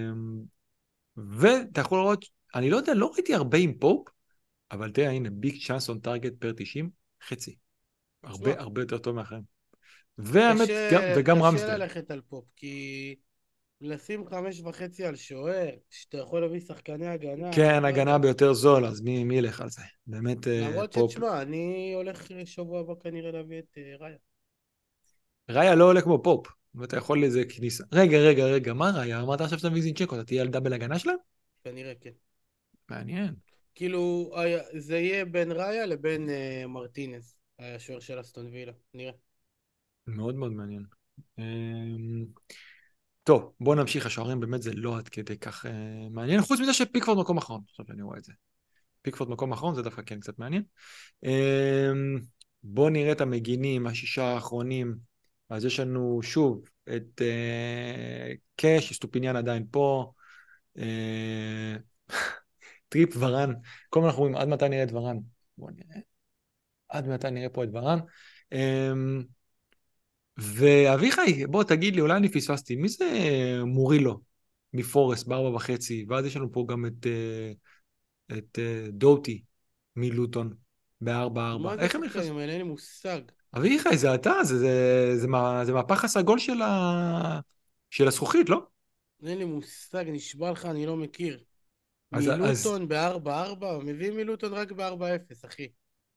ואתה יכול לראות, אני לא יודע, לא ראיתי הרבה עם פופ, אבל תראה, הנה, ביג צ'אנס און טארגט פר תשעים, חצי. הרבה תשמע, הרבה יותר טוב מאחרים. והאמת, גם, קשה, וגם קשה רמסדל. ללכת על פופ, כי לשים חמש וחצי על שוער, שאתה יכול להביא שחקני הגנה, כן, לא הגנה יודע. ביותר זול, אז מי, מי ילך על זה? באמת, אה, למרות פופ. שתשמע, אני הולך שבוע הבא כנראה להביא את אה, ראיה. ראיה לא עולה כמו פופ, ואתה יכול איזה כניסה. רגע, רגע, רגע, מה ראיה? אמרת עכשיו שאתה מביא זינצ'נקו, אתה תהיה על דאבל הגנה שלהם? כנראה כן. מעניין. כאילו, היה- זה יהיה בין ראיה לבין אה, מרטינס, השוער של אסטון וילה, נראה. מאוד מאוד מעניין. אמ, טוב, בוא נמשיך, השוערים באמת זה לא עד כדי כך אה, מעניין, חוץ מזה שפיקפורד מקום אחרון, עכשיו אני רואה את זה. פיקפורד מקום אחרון, זה דווקא כן קצת מעניין. אמ, בוא נראה את המגינים, השישה האחרונים. אז יש לנו שוב את אה, קאש, סטופיניאן עדיין פה, אה, טריפ ורן, כל הזמן אנחנו אומרים עד מתי נראה את ורן. בוא נראה, עד מתי נראה פה את ורן. אמ, ואביחי, בוא תגיד לי, אולי אני פספסתי, מי זה מורילו מפורסט בארבע וחצי, ואז יש לנו פה גם את, אה, את אה, דוטי מלוטון בארבע ארבע. מה זה איך הם נכנסו? השחקנים האלה? אין לי מושג. אביחי, זה אתה, זה, זה, זה, מה, זה מהפך הסגול של, ה... של הזכוכית, לא? אין לי מושג, נשבע לך, אני לא מכיר. אז, אז מילוטון ב-ארבע ארבע? מביא מילוטון רק ב-ארבע אפס, אחי.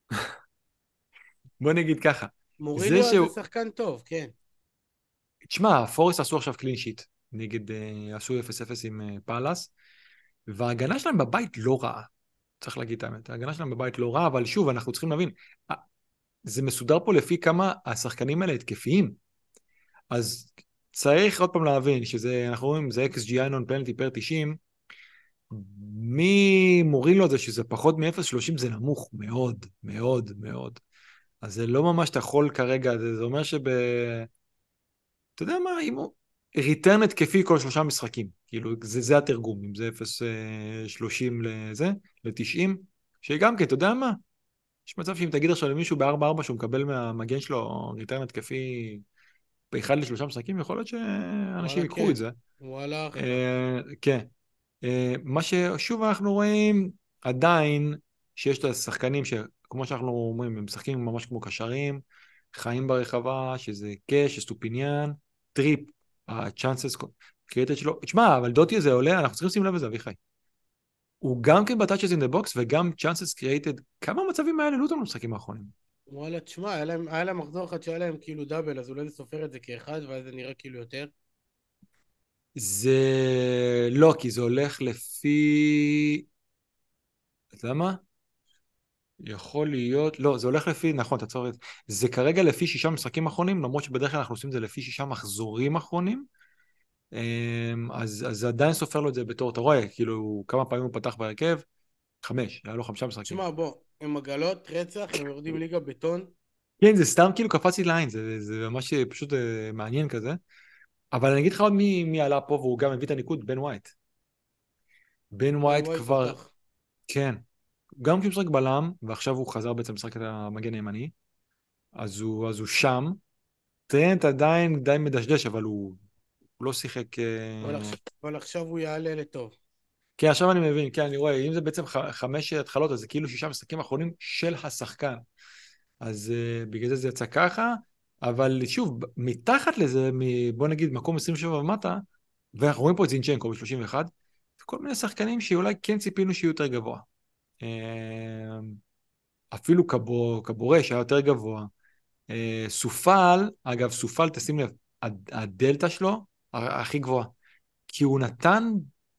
בוא נגיד ככה, זה מורילו זה שהוא, שחקן טוב, כן. תשמע, פורסט עשו עכשיו קלין שיט, נגד, אה, עשו אפס אפס עם אה, פאלאס, וההגנה שלהם בבית לא רעה, צריך להגיד את האמת, ההגנה שלהם בבית לא רעה, אבל שוב, אנחנו צריכים להבין, אה, זה מסודר פה לפי כמה השחקנים האלה התקפיים, אז צריך עוד פעם להבין שזה, אנחנו רואים, זה אקס ג'י איינון פנלטי פר תשעים, מי מוריד לו את זה שזה פחות מ-אפס נקודה שלושים זה נמוך מאוד, מאוד, מאוד. אז זה לא ממש אתה יכול כרגע, זה, זה אומר שב... אתה יודע מה, אם הוא... ריטרן התקפי כל שלושה משחקים, כאילו זה, זה התרגום, אם זה אפס נקודה שלושים לזה, ל-תשעים, שגם כן, אתה יודע מה, יש מצב שאם תגיד עכשיו למישהו ב-ארבע ארבע שהוא מקבל מהמגן שלו ריטרן התקפי באחד לשלושה משחקים, יכול להיות שאנשים וואלה, ייקחו כן. את זה. וואלה, אחלה. אה, כן. אה, מה ששוב אנחנו רואים עדיין שיש את השחקנים שכמו שאנחנו אומרים הם משחקים ממש כמו קשרים, חיים ברחבה שזה קאש, סטופיניאן, טריפ, הצ'אנסס קריטד שלו, תשמע אבל דוטי הזה עולה, אנחנו צריכים לשים לב לזה אביחי, הוא גם כן בטאצ'ס אין דה בוקס וגם צ'אנסס קריטד, כמה מצבים היה ללוטון במשחקים האחרונים? וואלה, תשמע, היה להם, היה להם מחזור אחד שהיה להם כאילו דאבל, אז אולי זה סופר את זה כאחד, ואז זה נראה כאילו יותר. זה לא, כי זה הולך לפי, אתה יודע מה? יכול להיות, לא, זה הולך לפי, נכון, אתה צודק, זה כרגע לפי שישה משחקים אחרונים, למרות שבדרך כלל אנחנו עושים את זה לפי שישה מחזורים אחרונים, אמ, אז, אז זה עדיין סופר לו את זה בתור, אתה רואה, כאילו, כמה פעמים הוא פתח בהרכב? חמש, היה לו חמישה משחקים. תשמע, בוא, הם עגלות רצח, הם יורדים ליגה בטון. כן, זה סתם כאילו קפץ לי לעין, זה, זה ממש פשוט אה, מעניין כזה, אבל אני אגיד לך עוד מי, מי עלה פה, והוא גם הביא את הניקוד, בן ווייט. בן בן ווייט ווייט כבר, פתח. כן, גם כשהוא משחק בלם, ועכשיו הוא חזר בעצם לשחק את המגן הימני, אז הוא, אז הוא שם, טרנט עדיין די מדשדש, אבל הוא, הוא לא שיחק... אבל אה, עכשיו, אבל עכשיו הוא יעלה לטוב. כן, עכשיו אני מבין, כן, אני רואה, אם זה בעצם ח- חמש התחלות, אז זה כאילו שישה משחקים אחרונים של השחקן. אז uh, בגלל זה זה יצא ככה, אבל שוב, ב- מתחת לזה, מ- בוא נגיד מקום עשרים ושבע ומטה, ואנחנו רואים פה את זינצ'נקו ב-שלושים ואחת, וכל מיני שחקנים שאולי כן ציפינו שיהיו יותר גבוה. אה, אפילו קבו, קבורה שהיה יותר גבוה. אה, סופל, אגב, סופל, תשים לב, הד- הדלתא שלו ה- הכי גבוהה. כי הוא נתן,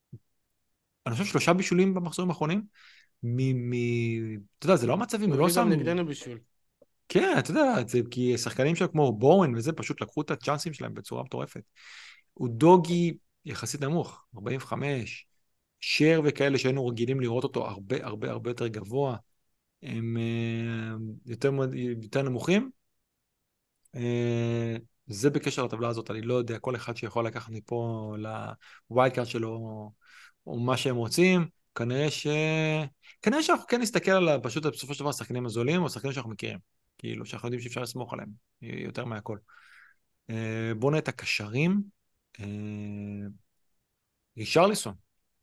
אני חושב, שלושה בישולים במחזורים האחרונים, מ... מ... אתה יודע, זה לא המצבים, הוא הוא לא הביא גם שם... נגדנו בישול. כן, אתה יודע, זה כי שחקנים שם כמו בורן וזה, פשוט לקחו את הצ'אנסים שלהם בצורה מטורפת. הוא דוגי יחסית נמוך, ארבעים וחמש, שר וכאלה שהיינו רגילים לראות אותו הרבה הרבה הרבה יותר גבוה, הם אה, יותר, מאוד- יותר נמוכים. אה, זה בקשר לטבלה הזאת, אני לא יודע, כל אחד שיכול לקחת מפה לווייד קארד שלו, או מה שהם רוצים, כנראה ש... כנראה שאנחנו כן נסתכל על פשוט בסופו של דבר שחקנים הזולים, או שחקנים שאנחנו מכירים, כאילו שאנחנו יודעים שאפשר לסמוך עליהם, יותר מהכל. אה, בואו נראה את הקשרים. אה, רישרליסון,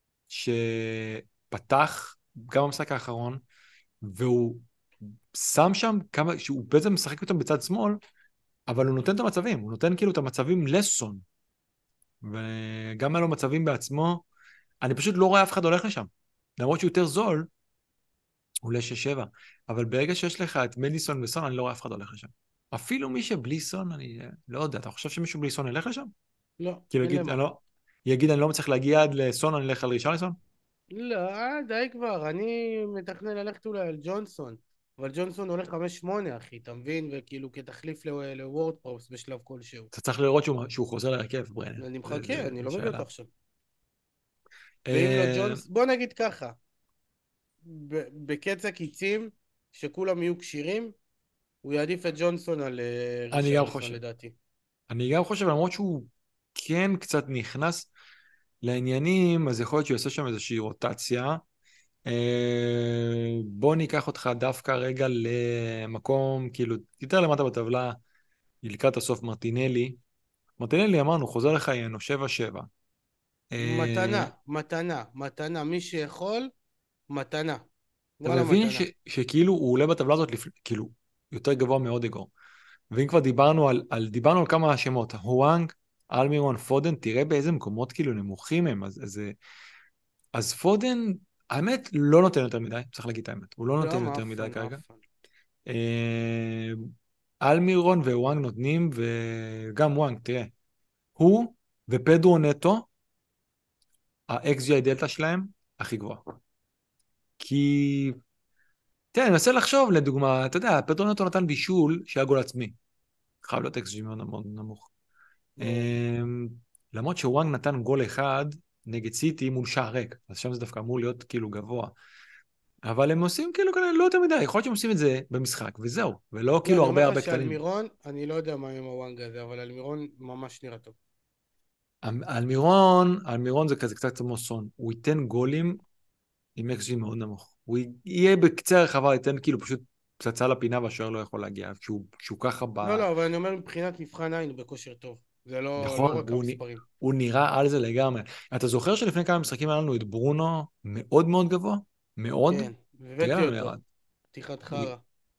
שפתח גם במשחק האחרון, והוא שם שם כמה, שהוא בעצם משחק אותם בצד שמאל, אבל הוא נותן את המצבים, הוא נותן כאילו את המצבים לסון, וגם היה לו מצבים בעצמו, אני פשוט לא רואה אף אחד הולך לשם, למרות שהוא יותר זול, הוא עולה שש שבע, אבל ברגע שיש לך את מדיסון וסון, אני לא רואה אף אחד הולך לשם. אפילו מי שבלי סון, אני לא יודע, אתה חושב שמישהו בלי סון ילך לשם? לא, כאילו אין יגיד, למה. אני לא, יגיד, אני לא מצליח להגיע עד לסון, אני אלך על רישרליסון? לא, אה, די כבר, אני מתכנן ללכת אולי על ג'ונסון. אבל ג'ונסון הולך חמש שמונה, אחי, אתה מבין? וכאילו כתחליף לוורד פרופס בשלב כלשהו. אתה צריך לראות שהוא, שהוא חוזר להרכב, ברנר. אני זה, מחכה, זה, אני זה לא מביא שאלה. אותו עכשיו. ואם לא אה, ג'ונס, בוא נגיד ככה, ב- בקץ הקיצים, שכולם יהו כשירים, הוא יעדיף את ג'ונסון על אה, אני גם רישרליסון חושב. לדעתי. אני גם חושב, למרות שהוא כן קצת נכנס לעניינים, אז יכול להיות שהוא יעשה שם איזושהי רוטציה. אה, בוא ניקח אותך דווקא רגע למקום, כאילו, יותר למטה בטבלה, לקראת הסוף מרטינלי. מרטינלי אמרנו, חוזר לחיינו, שבע שבע. אה, מתנה, מתנה, מתנה, מי שיכול, מתנה. אתה וואלה מבין ש, מתנה. שכאילו הוא עולה בטבלה הזאת, לפ, כאילו, יותר גבוה מאודגור. ואם כבר דיברנו על, על, דיברנו על כמה שמות, הואנג, אלמירון, פודן, תראה באיזה מקומות כאילו נמוכים הם, אז, אז, אז פודן, האמת, לא נותן יותר מדי, צריך להגיד את האמת, הוא לא לא, נותן יותר מדי מאפן, כרגע. מאפן. אה, אלמירון ווואנג נותנים, וגם וואנג, תראה, הוא ופדרו נטו, ה-אקס ג'י איי דלטה שלהם הכי גבוהה. כי, תראה, אני מנסה לחשוב, לדוגמה, אתה יודע, פדרו נטו נתן בישול שהיה גול עצמי. חייב להיות אקס ג'י מאוד מאוד נמוך. ברור. אמ, למרות שוואנג נתן גול אחד נגד סיטי מול שער ריק, אז שם זה דווקא אמור להיות כאילו גבוה. אבל הם עושים כאילו כאלה לא יותר מדי, יכול להיות שהם עושים את זה במשחק, וזהו, ולא לא, כאילו אני אומר הרבה לך הרבה שעל קטנים. מירון, אני לא יודע מה עם הוואנג הזה, אבל על מירון ממש נראה טוב. אלמירון, אלמירון זה כזה קצת כמו סון, הוא ייתן גולים עם אקס ג'י מאוד נמוך. הוא יהיה בקצה הרחבה, ייתן כאילו פשוט פצצה לפינה והשוער לא יכול להגיע, כשהוא, כשהוא ככה לא, ב... לא, אבל אני אומר מבחינת מבחן עין הוא בכושר טוב. זה לא, לא נכון, רק הוא, נ- המספרים. הוא נראה על זה לגמרי. אתה זוכר שלפני כמה משחקים היה לנו את ברונו מאוד מאוד גבוה? מאוד? כן, תראה הבאתי לנו אותו. ירד. פתיחת הוא- חרא.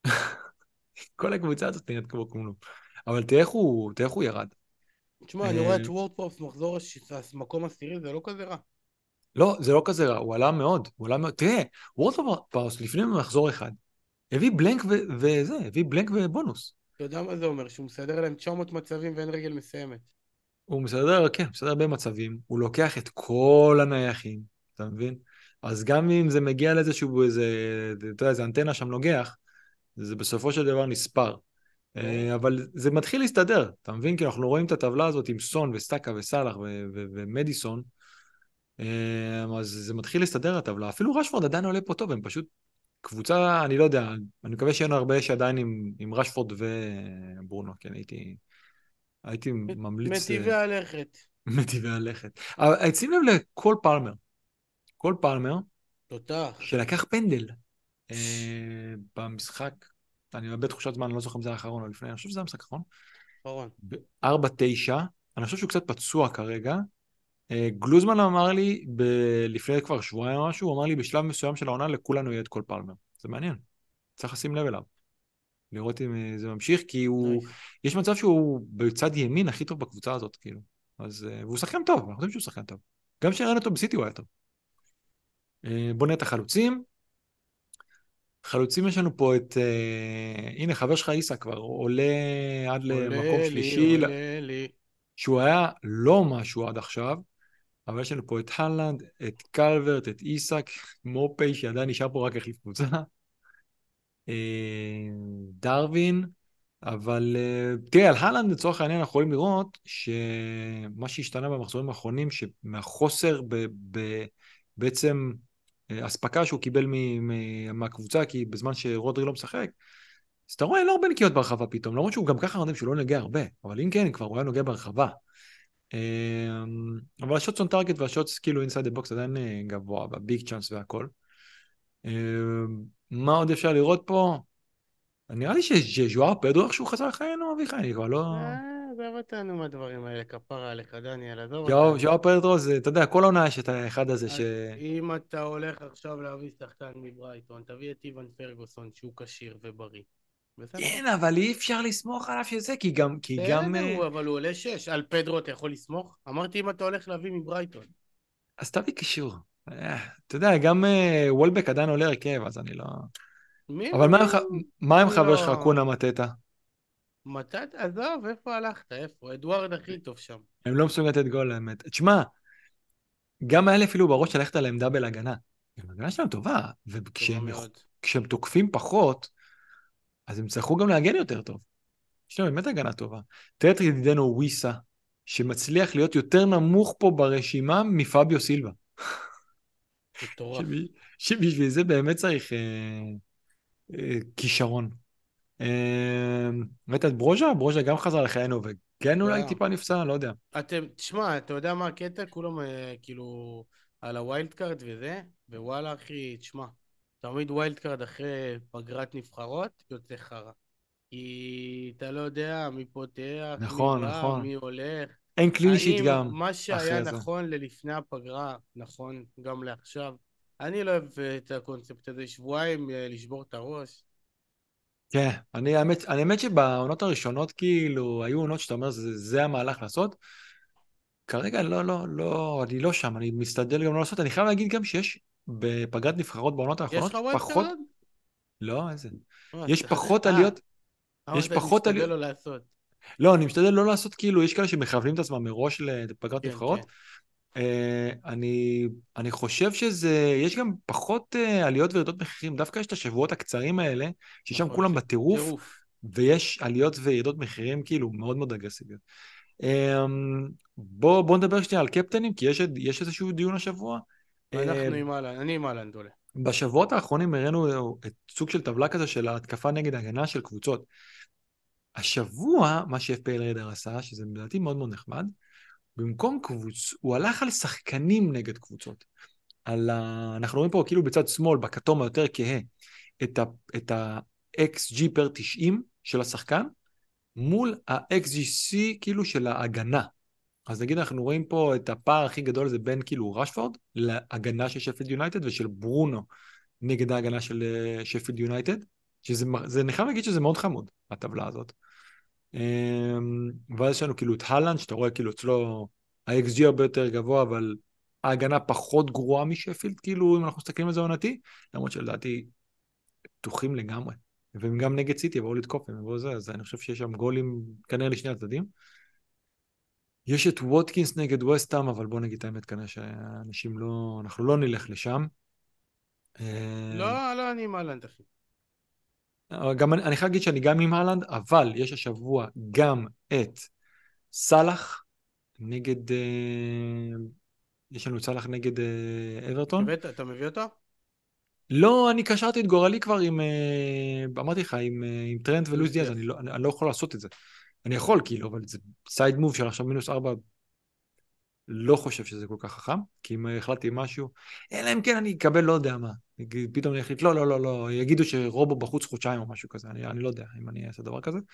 כל הקבוצה הזאת נראית כמו כלום. אבל תראה איך הוא, תראה איך הוא ירד. תשמע, אני רואה אה, את וורדפרופס מחזור הש- מקום עשירי, זה לא כזה רע. לא, זה לא כזה רע, הוא עלה מאוד. הוא עלה מאוד. תראה, וורדפאוס לפני מחזור אחד, הביא בלנק ו- וזה, הביא בלנק ובונוס. אתה יודע מה זה אומר? שהוא מסדר להם תשע מאות מצבים ואין רגל מסיימת. הוא מסדר, כן, מסדר הרבה מצבים, הוא לוקח את כל הנייחים, אתה מבין? אז גם אם זה מגיע לאיזשהו, איזה, אתה יודע, איזה אנטנה שם נוגח, זה בסופו של דבר נספר. ברור. אה, אבל זה מתחיל להסתדר, אתה מבין? כי אנחנו רואים את הטבלה הזאת עם סון וסטאקה וסאלח ו- ו- ומדיסון, אה, אז זה מתחיל להסתדר הטבלה. אפילו רשפורד עדיין עולה פה טוב, הם פשוט קבוצה, אני לא יודע, אני מקווה שאין הרבה שעדיין עם, עם רשפורד וברונו, כן, הייתי, הייתי ממליץ אה, מטיבי הלכת. מטבעי הלכת. אבל שים לב לכל פלמר, כל פלמר תותח. שלקח פנדל אה, במשחק, אני מאבד תחושת זמן, אני לא זוכר אם זה האחרון או לפני, אני חושב שזה המשחק האחרון. אחרון. ב-ארבע תשע, אני חושב שהוא קצת פצוע כרגע. אה, גלוזמן אמר לי, ב- לפני כבר שבועיים או משהו, הוא אמר לי בשלב מסוים של העונה לכולנו יהיה את כל פלמר. זה מעניין, צריך לשים לב אליו, לראות אם אה, זה ממשיך, כי הוא, נייס. יש מצב שהוא בצד ימין הכי טוב בקבוצה הזאת, כאילו. אז, אה, והוא שחקן טוב, אנחנו יודעים שהוא שחקן טוב. גם כשראינו אותו בסיטי הוא היה טוב. אה, בוא נראה את החלוצים. חלוצים יש לנו פה את, אה, הנה חבר שלך עיסא כבר עולה עד למקום עולה לי, שלישי, עולה לי. שהוא היה לא משהו עד עכשיו, אבל יש לנו פה את הלנד, את קלברט, את איסק, מופי שעדיין נשאר פה רק החליף קבוצה, אה, דרווין, אבל אה, תראה, על הלנד לצורך העניין אנחנו יכולים לראות שמה שהשתנה במחזורים האחרונים, שמהחוסר ב, ב, בעצם אה, אספקה שהוא קיבל מ, מ, מהקבוצה, כי בזמן שרודרי לא משחק, אז אתה רואה, אין לו הרבה נקיות ברחבה פתאום, למרות שהוא גם ככה יודעים שהוא לא נוגע הרבה, אבל אם כן, כבר הוא היה נוגע ברחבה. אה, אבל השוטס און טארגט והשוטס כאילו אינסייד הבוקס עדיין אה, גבוה, בביג צ'אנס והכל. אה, מה עוד אפשר לראות פה? נראה לי שז'ואר פדרו איכשהו חזר לחיינו, אביחי, אני כבר לא... אה, עזוב אותנו מהדברים האלה, כפרה עליך, דניאל, עזוב ז'ואר אותנו. ז'ואר פדרו זה, אתה יודע, כל העונה יש את האחד הזה ש... אז אם אתה הולך עכשיו להביא שחקן מברייטון, תביא את איוון פרגוסון שהוא כשיר ובריא. בסדר. כן, אבל אי אפשר לסמוך עליו שזה, כי גם, כי גם... בסדר, אה, הוא- אבל הוא עולה שש. על פדרו אתה יכול לסמוך? אמרתי אם אתה הולך להביא מברייטון. אז תביא קישור. אה, אתה יודע, גם אה, וולבק עדיין עולה הרכב, אז אני לא... מי אבל מה עם ח- הוא? מה עם אני חבר שלך, לא... קונה מטטה? מתי, עזוב, איפה הלכת? איפה? אדוארד הכי טוב שם. הם לא מסוגלים לתת גול, האמת. תשמע, גם היה לי אפילו בראש ללכת על העמדה בלהגנה. ההגנה שלהם טובה, טובה וכשהם מאוד. כשהם תוקפים פחות, אז הם יצטרכו גם להגן יותר טוב. יש להם באמת הגנה טובה. תראה את ידידנו וויסה, שמצליח להיות יותר נמוך פה ברשימה מפביו סילבה. מטורף. שב- שבשביל זה באמת צריך אה, אה, כישרון. אה, ראית את ברוז'ה? ברוז'ה גם חזר לחיינו, וכן אולי גם. טיפה נפצע, לא יודע. אתם, תשמע, אתה יודע מה הקטע? כולם אה, כאילו על הווילד קארד וזה, ווואלה אחי, תשמע, תמיד ווילד קארד אחרי פגרת נבחרות יוצא חרא. כי אתה לא יודע מי פותח, מי נכון, בא, נכון. מי הולך. אין קלין שיט האם גם מה שהיה אחרי זה. נכון ללפני הפגרה, נכון גם לעכשיו? אני לא אוהב את הקונספט הזה, שבועיים אה, לשבור את הראש. כן, אני האמת, אני האמת שבעונות הראשונות כאילו, היו עונות שאתה אומר, זה, זה המהלך לעשות. כרגע לא, לא, לא, אני לא שם, אני משתדל גם לא לעשות. אני חייב להגיד גם שיש בפגרת נבחרות בעונות יש לך האחרונות ווילד פחות, קארד? לא, איזה, אה, יש סליחה. פחות אה, עליות, יש אמרת פחות להשתדל עליות, לא לעשות. לא, אני משתדל לא לעשות כאילו, יש כאלה שמכוונים את עצמם מראש לפגרת כן, כן, נבחרות. אה, אני, אני חושב שזה, יש גם פחות אה, עליות וירידות מחירים, דווקא יש את השבועות הקצרים האלה, ששם נכון, כולם בטירוף, שטירוף. ויש עליות וירידות מחירים כאילו מאוד מאוד אגרסיביות. אמ, בוא, בוא נדבר שנייה על קפטנים, כי יש, יש איזשהו דיון השבוע. אה, אנחנו עם אהלן, אני עם אהלן דולה. בשבועות האחרונים הראינו את סוג של טבלה כזה של ההתקפה נגד הגנה של קבוצות. השבוע, מה ש-אף פי אל ריידר עשה, שזה לדעתי מאוד מאוד נחמד, במקום קבוצ... הוא הלך על שחקנים נגד קבוצות. על ה... אנחנו רואים פה כאילו בצד שמאל, בכתום היותר כהה, את ה-אקס ג'י פר תשעים של השחקן, מול ה-אקס ג'י סי כאילו של ההגנה. אז נגיד אנחנו רואים פה את הפער הכי גדול הזה בין כאילו רשפורד להגנה של שפילד יונייטד ושל ברונו נגד ההגנה של אה, שפילד יונייטד, שזה, זה, אני חייב להגיד שזה מאוד חמוד, הטבלה הזאת. אמ, ואז יש לנו כאילו את הלנד, שאתה רואה כאילו אצלו ה-אקס ג'י הרבה יותר גבוה, אבל ההגנה פחות גרועה משפילד, כאילו אם אנחנו מסתכלים על זה עונתי, למרות שלדעתי פתוחים לגמרי. והם גם נגד סיטי יבואו לתקוף, הם יבואו זה, אז אני חושב שיש שם גולים כנראה לשני הצדדים. יש את ווטקינס נגד וסטאם, אבל בוא נגיד את האמת, כנראה שאנשים לא, אנחנו לא נלך לשם. אה, לא, לא, אני עם אהלן, אחי. גם אני, אני חייב להגיד שאני גם עם הלנד, אבל יש השבוע גם את סאלח נגד, אה, יש לנו את סאלח נגד אה, אברטון. הבאת, אתה מביא אותו? לא, אני קשרתי את גורלי כבר עם, אה, אמרתי לך, עם, אה, עם טרנט ולואיס לואיס דיאז, אני דיאס. לא, אני, אני לא יכול לעשות את זה. אני יכול כאילו, אבל זה סייד מוב של עכשיו מינוס ארבע, לא חושב שזה כל כך חכם, כי אם החלטתי משהו, אלא אם כן אני אקבל לא יודע מה. פתאום אני אחליט, לא, לא, לא, לא, יגידו שרובו בחוץ חודשיים או משהו כזה, אני, אני לא יודע אם אני אעשה דבר כזה.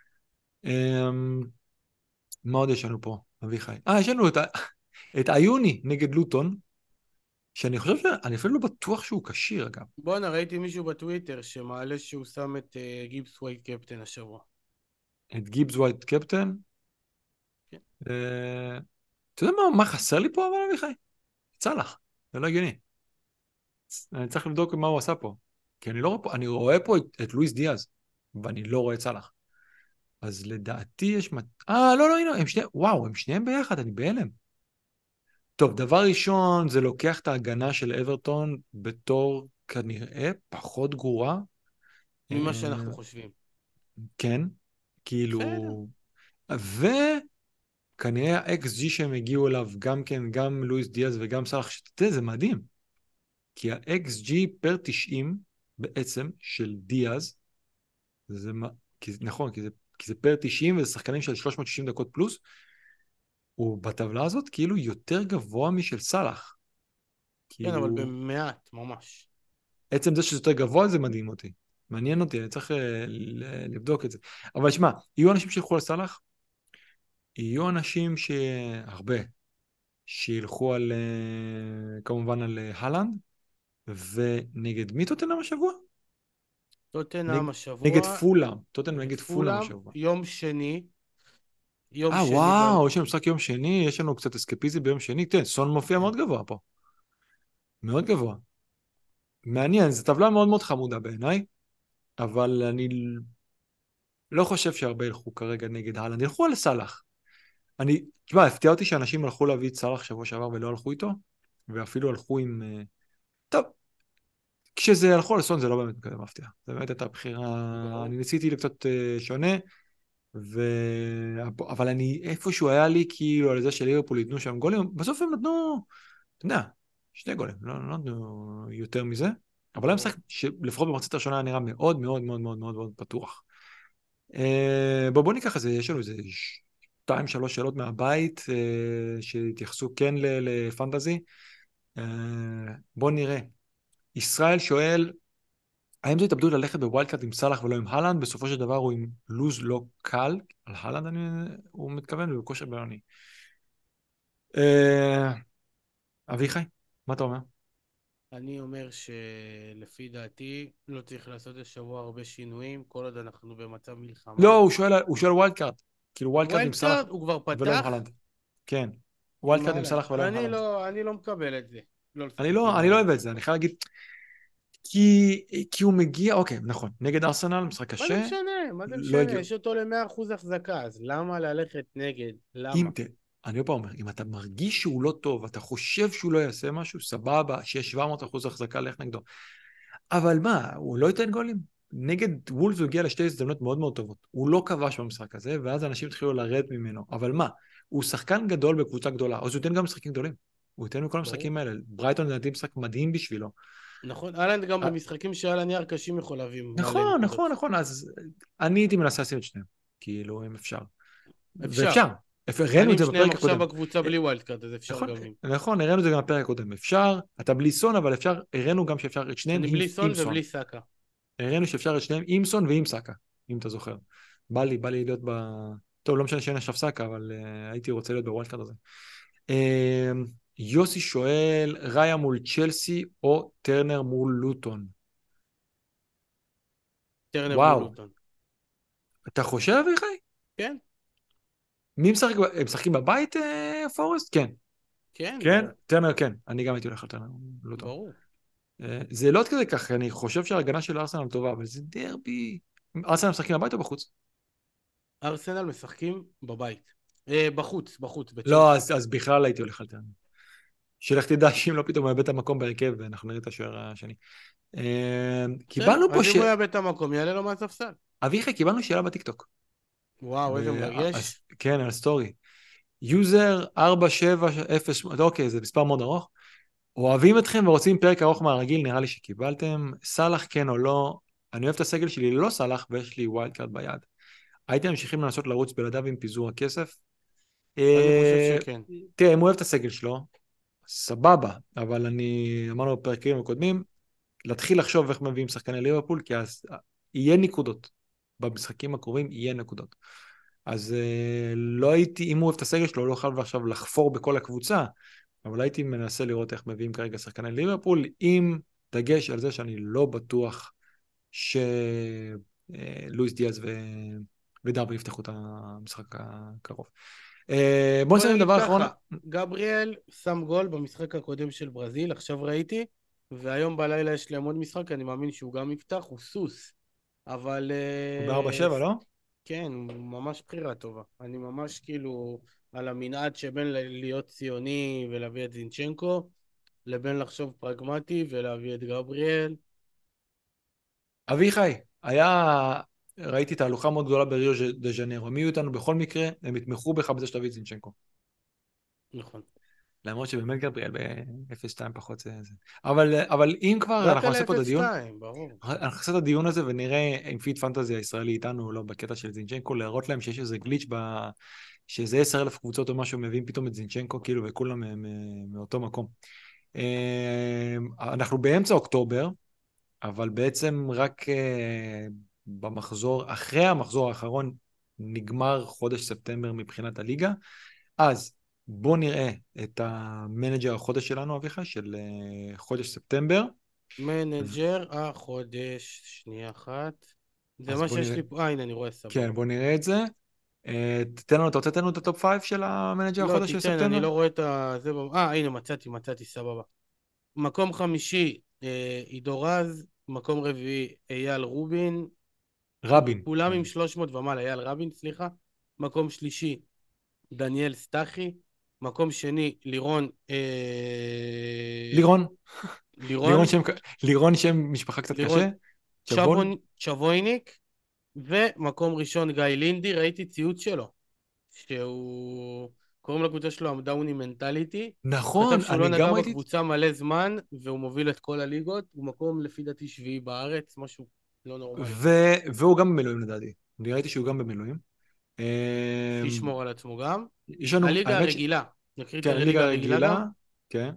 אמ, מה עוד יש לנו פה, אביחי? אה, יש לנו את, ה- את איוני נגד לוטון, שאני חושב שאני אפילו לא בטוח שהוא כשיר, אגב. בואנה, ראיתי מישהו בטוויטר שמעלה שהוא שם את uh, גיבס ווייט קפטן השבוע. את גיבס ווייט קפטן. כן. אה, אתה יודע מה, מה חסר לי פה, אבל אביחי? צלח, זה לא הגיוני. אני צריך לבדוק מה הוא עשה פה. כי אני לא רואה פה, אני רואה פה את, את לואיס דיאז, ואני לא רואה את צלח. אז לדעתי יש... מת- אה, לא, לא, הנה, הם שני... וואו, הם שניהם ביחד, אני בהלם. טוב, דבר ראשון, זה לוקח את ההגנה של אברטון בתור כנראה פחות גרועה. ממה אה, שאנחנו חושבים. כן, בסדר. כאילו... וכנראה ה-אקס ג'י שהם הגיעו אליו, גם כן, גם לואיס דיאז וגם סאלח, שאתה יודע, זה מדהים. כי ה-אקס ג'י פר תשעים בעצם של דיאז, זה, מה- כי, נכון, כי זה, כי זה פר תשעים וזה שחקנים של שלוש מאות ושישים דקות פלוס, הוא בטבלה הזאת כאילו יותר גבוה משל סאלח. כן, אבל כאילו, במעט, ממש. עצם זה שזה יותר גבוה זה מדהים אותי. מעניין אותי, אני צריך אה, ל- לבדוק את זה. אבל שמע, יהיו אנשים שילכו על סאלח, יהיו אנשים שהרבה, שילכו על, אה, כמובן על אה, הלנד, ונגד מי טוטנהאם השבוע? טוטנהאם נג... נגד השבוע, פולאם, טוטנהאם נגד נגד פולאם פולאם, השבוע. יום שני, יום אה שני ב... וואו, יש לנו משחק יום שני, יש לנו קצת אסקפיזם ביום שני, תן, סון מופיע כן. מאוד גבוה פה, מאוד גבוה. מעניין, זו טבלה מאוד מאוד חמודה בעיניי, אבל אני לא חושב שהרבה ילכו כרגע נגד הלנד, ילכו על סלאח. אני, תשמע, הפתיע אותי שאנשים הלכו להביא את סלאח שבוע שעבר ולא הלכו איתו, ואפילו הלכו עם... אה, טוב, כשזה הלכו על סון זה לא באמת כזה מפתיע. זה באמת הייתה בחירה... ברור. אני ניסיתי לקצת אה, שונה, ו... אבל אני, איפשהו היה לי כאילו על זה של ליברפול ייתנו שם גולים, בסוף הם נתנו, אתה יודע, שני גולים, לא, לא נתנו יותר מזה, אבל היה ברור. משחק שלפחות במחצית הראשונה נראה מאוד מאוד מאוד מאוד מאוד מאוד פתוח. אה, בוא, בוא ניקח את זה, יש לנו איזה שתיים, שלוש שאלות מהבית אה, שהתייחסו כן ל- לפנטזי. אה, בוא נראה. ישראל שואל, האם זו התאבדות ללכת בווילדקאט עם סאלח ולא עם הלנד? בסופו של דבר הוא עם לוז לא קל, על הלנד אני, הוא מתכוון, ובכושר בינוני. אה, אביחי, מה אתה אומר? אני אומר שלפי דעתי לא צריך לעשות השבוע הרבה שינויים, כל עוד אנחנו במצב מלחמה. לא, הוא שואל, הוא שואל ווילדקאט. כאילו ווילדקאט עם ווילד סאלח קארד הוא כבר ולא עם פתח הלנד. כן. עם ווילדקאט עם הלנד. סאלח ולא עם אני הלנד. לא, אני לא מקבל את זה. לא אני לשחק לא, עם אני לא אוהב את הלנד. זה, אני חייב להגיד, כי, כי הוא מגיע, אוקיי, נכון, נגד ארסנל, משחק מה זה קשה, משנה? מה זה לא משנה? הגיעו. יש אותו ל-מאה אחוז החזקה, אז למה ללכת נגד? אם, למה? ת- אני עוד פעם אומר, אם אתה מרגיש שהוא לא טוב, אתה חושב שהוא לא יעשה משהו, סבבה, שיש שבע מאות אחוז החזקה, לך נגדו. אבל מה, הוא לא ייתן גולים? נגד וולס הוא הגיע לשתי הזדמנות מאוד מאוד טובות. הוא לא כבש במשחק הזה, ואז אנשים התחילו לרדת ממנו. אבל מה, הוא שחקן גדול בקבוצה גדולה, אז הוא ייתן גם משחקים גדולים. הוא ייתן מכל ברור. המשחקים האלה. ברייטון לדעתי משחק מדהים בשבילו. נכון, אהלנד גם במשחקים שעל הנייר קשים יכול להביא מלא נכון, נקודות. נכון, נכון, אז אני הייתי מנסה לשים את שניהם, כאילו, אם אפשר. אפשר. ואפשר. הראינו אני את עם זה שניהם בפרק עכשיו הקודם. בקבוצה בלי ווילד קארד, אז אפשר נכון, גם עם. נכון, הראינו את זה גם בפרק הקודם. אפשר, אתה בלי סון, אבל אפשר, הראינו גם שאפשר את שניהם אני עם, בלי עם סון סון. ובלי סאקה. הראינו שאפשר את שניהם עם סון ועם סאקה, אם אתה זוכר. בא לי, בא לי להיות ב... טוב, לא משנה שאין עכשיו סאקה, אבל uh, הייתי רוצה להיות בוואלד קארד הזה. Uh, יוסי שואל, ראיה מול צ'לסי או טרנר מול לוטון? טרנר מול וואו, לוטון. אתה חושב, אביחי? כן, מי משחק, הם משחקים בבית, uh, פורסט? כן. כן, כן, ברור. טרנר כן, אני גם הייתי הולך על טרנר, לוטון. ברור. אה, זה לא עד כדי כך, אני חושב שההגנה של ארסנל טובה, אבל זה דרבי. ארסנל משחקים בבית או בחוץ? ארסנל משחקים בבית. אה, בחוץ, בחוץ, לא, בצ'לסי. אז, אז בכלל הייתי הולך על טרנר. שלך תדע שאם לא פתאום הוא יאבד את המקום בהרכב, ואנחנו נראה את השוער השני. אה, בסדר, קיבלנו פה אז ש... אם הוא יאבד את המקום, יעלה לו מהספסל. אביחי, קיבלנו שאלה בטיקטוק. וואו, איזה ב... מרגש. אז, כן, על סטורי. יוזר ארבע שבע אפס שמונה, אוקיי, זה מספר מאוד ארוך. אוהבים אתכם ורוצים פרק ארוך מהרגיל, נראה לי שקיבלתם. סלאח כן או לא? אני אוהב את הסגל שלי ללא סלאח, ויש לי ווילד קארד ביד. הייתם ממשיכים לנסות לרוץ בלעדיו עם פיזור הכסף? אני חושב אה, שכן. תראה, אם הוא אוהב את הסגל שלו, סבבה, אבל אני, אמרנו בפרקים הקודמים, להתחיל לחשוב איך מביאים שחקני ליברפול, כי אז יהיה נקודות. במשחקים הקרובים יהיה נקודות. אז אה, לא הייתי, אם הוא אוהב את הסגל שלו, לא יכול עכשיו לחפור בכל הקבוצה, אבל הייתי מנסה לראות איך מביאים כרגע שחקני ליברפול, עם דגש על זה שאני לא בטוח שלואיס דיאז ו... ודרבי יפתחו את המשחק הקרוב. אה, בוא בוא נסיים עם נגיד דבר אחרון. ככה, גבריאל שם גול במשחק הקודם של ברזיל, עכשיו ראיתי, והיום בלילה יש להם עוד משחק, אני מאמין שהוא גם יפתח, הוא סוס. אבל הוא ב-ארבע אה, שבע, לא? כן, הוא ממש בחירה טובה. אני ממש כאילו על המנעד שבין ל- להיות ציוני ולהביא את זינצ'נקו, לבין לחשוב פרגמטי ולהביא את גבריאל. אביחי, היה... ראיתי תהלוכה מאוד גדולה בריו דה ז'נרו. הם יהיו איתנו בכל מקרה, הם יתמכו בך בזה שתביא את זינצ'נקו. נכון. למרות שבאמת גבריאל ב-אפס שתיים פחות זה... זה. אבל, אבל אם כבר באת אנחנו נעשה פה את הדיון, ל-אפס שתיים, ברור. אנחנו נעשה את הדיון הזה ונראה אם פיד פנטזי הישראלי איתנו או לא בקטע של זינצ'נקו, להראות להם שיש איזה גליץ' ב... שזה עשר אלף קבוצות או משהו, מביאים פתאום את זינצ'נקו, כאילו, וכולם מאותו מקום. אה, אנחנו באמצע אוקטובר, אבל בעצם רק אה, במחזור, אחרי המחזור האחרון, נגמר חודש ספטמבר מבחינת הליגה. אז בואו נראה את המנג'ר החודש שלנו, אביחי, של אה, חודש ספטמבר. מנג'ר החודש, שנייה אחת. זה אז מה בואו שיש נראה, לי פה, אה הנה אני רואה, כן, סבבה. בואו נראה את זה. אה, תתן לנו, אתה רוצה לתת לנו את הטופ פייב של המנג'ר לא, החודש של תיתן, ספטמבר? אני לא רואה את ה... זה... ב- אה, הנה, מצאתי, מצאתי, סבבה. מקום חמישי, אה, עידו רז, מקום רביעי, אייל רובין, רבין. כולם עם שלוש מאות ומעלה, אייל רבין, סליחה. מקום שלישי, דניאל סטחי. מקום שני, לירון, אה... לירון. לירון לירון, שם, לירון שם משפחה קצת לירון קשה. צ'בון. צ'בון, צ'בויניק. ומקום ראשון, גיא לינדי, ראיתי ציוץ שלו, שהוא... קוראים לקבוצה שלו המדאוני מנטליטי. הוא כתב נכון, שהוא לא אני גם נגע ראיתי, בקבוצה מלא זמן, והוא מוביל את כל הליגות. הוא מקום לפי דעתי שביעי בארץ, משהו לא נורמלי. ו... והוא גם במילואים לדעתי. אני ראיתי שהוא גם במילואים. אמ, שישמור על עצמו גם. יש לנו, הליגה האמת ש... הרגילה, נקריא את כן, הליגה הליגה הרגילה גם. הרגילה, כן.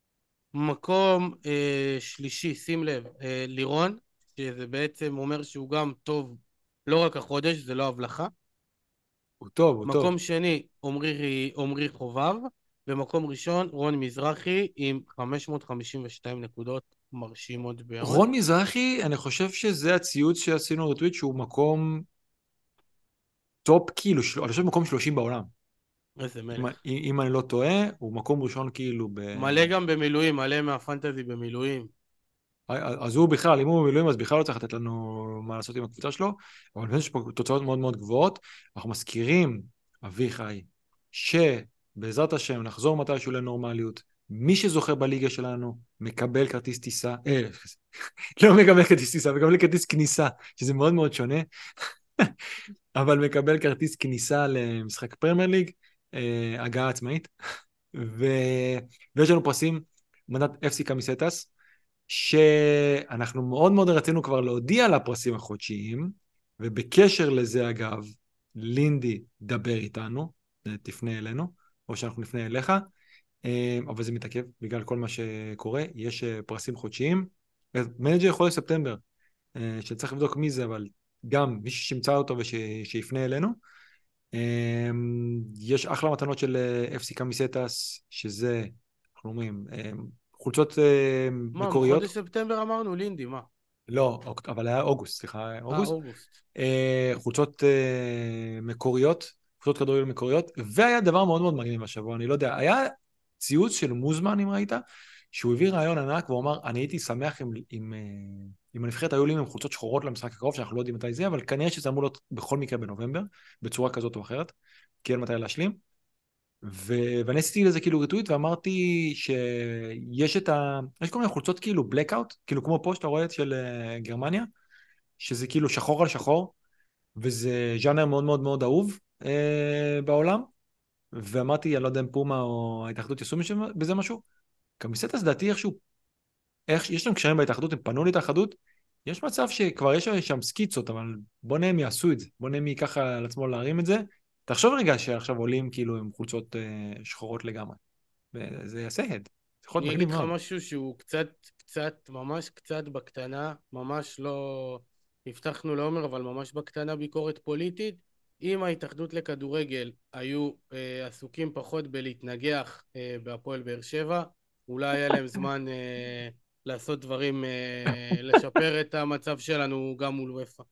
מקום אה, שלישי, שים לב, אה, לירון, שזה בעצם אומר שהוא גם טוב לא רק החודש, זה לא הבלחה. הוא טוב, הוא טוב. מקום שני, עומרי, עומרי חובב, ומקום ראשון, רון מזרחי עם חמש מאות חמישים ושתיים נקודות מרשימות מאוד. רון מזרחי, אני חושב שזה הציוץ שעשינו בטוויט, שהוא מקום טופ, כאילו, של... אני חושב מקום שלושים בעולם. איזה אם, מלך. אם אני לא טועה, הוא מקום ראשון כאילו ב... מלא גם במילואים, מלא מהפנטזי במילואים. אז הוא בכלל, אם הוא במילואים, אז בכלל לא צריך לתת לנו מה לעשות עם הקבוצה שלו, אבל באמת יש פה תוצאות מאוד מאוד גבוהות. אנחנו מזכירים, אביחי, שבעזרת השם נחזור מתישהו לנורמליות, מי שזוכה בליגה שלנו מקבל כרטיס טיסה, אה, לא מקבל כרטיס טיסה, מקבל כרטיס כניסה, שזה מאוד מאוד שונה, אבל מקבל כרטיס כניסה למשחק פרמייר ליג, אה, הגעה עצמאית, ו... ויש לנו פרסים, מנת אף סי קמיסטס, שאנחנו מאוד מאוד רצינו כבר להודיע על הפרסים החודשיים, ובקשר לזה אגב, לינדי דבר איתנו, תפנה אלינו, או שאנחנו נפנה אליך, אבל זה מתעכב בגלל כל מה שקורה, יש פרסים חודשיים, מנג'ר חודש ספטמבר, שצריך לבדוק מי זה, אבל גם מי שימצא אותו ושיפנה אלינו, יש אחלה מתנות של אף סי קמיסטס, שזה, אנחנו אומרים, חולצות מה, מקוריות. חודש ספטמבר אמרנו, לינדי, מה? לא, אבל היה אוגוסט, סליחה, אה, אוגוסט. אוגוסט. חולצות מקוריות, חולצות כדורגל מקוריות, והיה דבר מאוד מאוד מגניב השבוע, אני לא יודע, היה ציוץ של מוזמן, אם ראית, שהוא הביא רעיון ענק, והוא אמר, אני הייתי שמח אם, אם, אם הנבחרת היו לי עם חולצות שחורות למשחק הקרוב, שאנחנו לא יודעים מתי זה, אבל כנראה שזה אמור להיות בכל מקרה בנובמבר, בצורה כזאת או אחרת, כי אין מתי להשלים. ו... ואני עשיתי לזה כאילו ריטוויט ואמרתי שיש את ה... יש כל מיני חולצות כאילו blackout, כאילו כמו פה שאתה רואה את של uh, גרמניה, שזה כאילו שחור על שחור, וזה ז'אנר מאוד מאוד מאוד אהוב uh, בעולם, ואמרתי, אני לא יודע אם פומה או ההתאחדות יעשו בזה משהו, קמיסטס דעתי איכשהו, איך... יש להם קשרים בהתאחדות, הם פנו להתאחדות, יש מצב שכבר יש שם סקיצות, אבל בוא נהיה מי יעשו את זה, בוא נהיה מי ככה על עצמו להרים את זה, תחשוב רגע שעכשיו עולים כאילו עם חולצות אה, שחורות לגמרי. וזה יעשה הד. זה יכול אני להיות אגיד מגניב לך מאוד. משהו שהוא קצת, קצת, ממש קצת בקטנה, ממש לא הבטחנו לעומר, אבל ממש בקטנה ביקורת פוליטית. אם ההתאחדות לכדורגל היו אה, עסוקים פחות בלהתנגח אה, בהפועל באר שבע, אולי היה להם זמן אה, לעשות דברים, אה, לשפר את המצב שלנו גם מול וופא.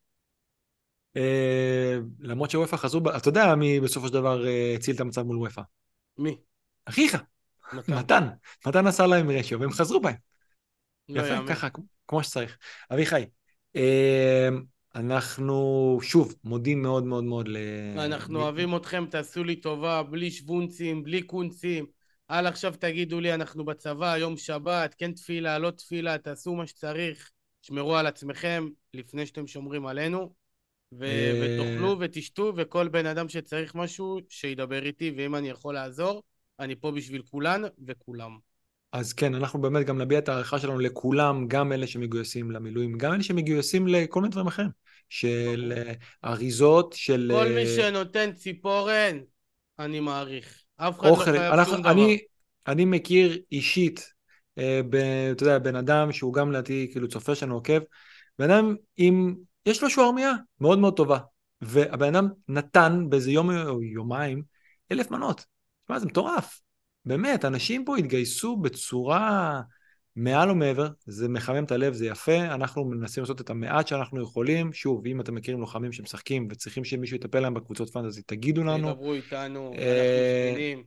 אה, למרות שוופא חזרו, ב- אתה יודע מי בסופו של דבר אה, הציל את המצב מול וופא? מי? אחיך, מתן. מתן. מתן עשה להם רשיו והם חזרו בהם. לא יפה, יאמן. ככה, כמו שצריך. אביחי, אה, אנחנו שוב מודים מאוד מאוד מאוד ל... אנחנו מ- אוהבים אתכם, תעשו לי טובה, בלי שוונצים, בלי קונצים. אל עכשיו תגידו לי, אנחנו בצבא, יום שבת, כן תפילה, לא תפילה, תעשו מה שצריך, שמרו על עצמכם לפני שאתם שומרים עלינו, ו- אה, ותאכלו ותשתו, וכל בן אדם שצריך משהו, שידבר איתי, ואם אני יכול לעזור, אני פה בשביל כולן וכולם. אז כן, אנחנו באמת גם נביע את הערכה שלנו לכולם, גם אלה שמגויסים למילואים, גם אלה שמגויסים לכל מיני דברים אחרים, של ברור. אה, אריזות, של כל מי אה, שנותן ציפורן, אני מעריך. אף אחד לא אוכל. חייב אנחנו, שום דבר. אני, אני מכיר אישית, אה, ב, אתה יודע, בן אדם שהוא גם לדעתי כאילו צופה שלנו עוקב, בן אדם עם, יש לו שוערמיה מאוד מאוד טובה, והבן אדם נתן באיזה יום או יומיים אלף מנות. תשמע, זה מטורף. באמת, אנשים פה התגייסו בצורה מעל ומעבר, זה מחמם את הלב, זה יפה, אנחנו מנסים לעשות את המעט שאנחנו יכולים, שוב, אם אתם מכירים לוחמים שמשחקים וצריכים שמישהו יטפל להם בקבוצות פנטזי, תגידו לנו, שידברו איתנו, אנחנו אה, זמינים.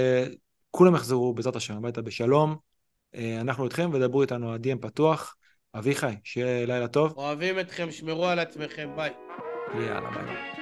שכולם יחזרו בעזרת השם הביתה בשלום, אה, אנחנו איתכם ודברו איתנו, ה-די אם פתוח, אביחי, שיהיה לילה טוב. אוהבים אתכם, שמרו על עצמכם, ביי. יאללה, ביי.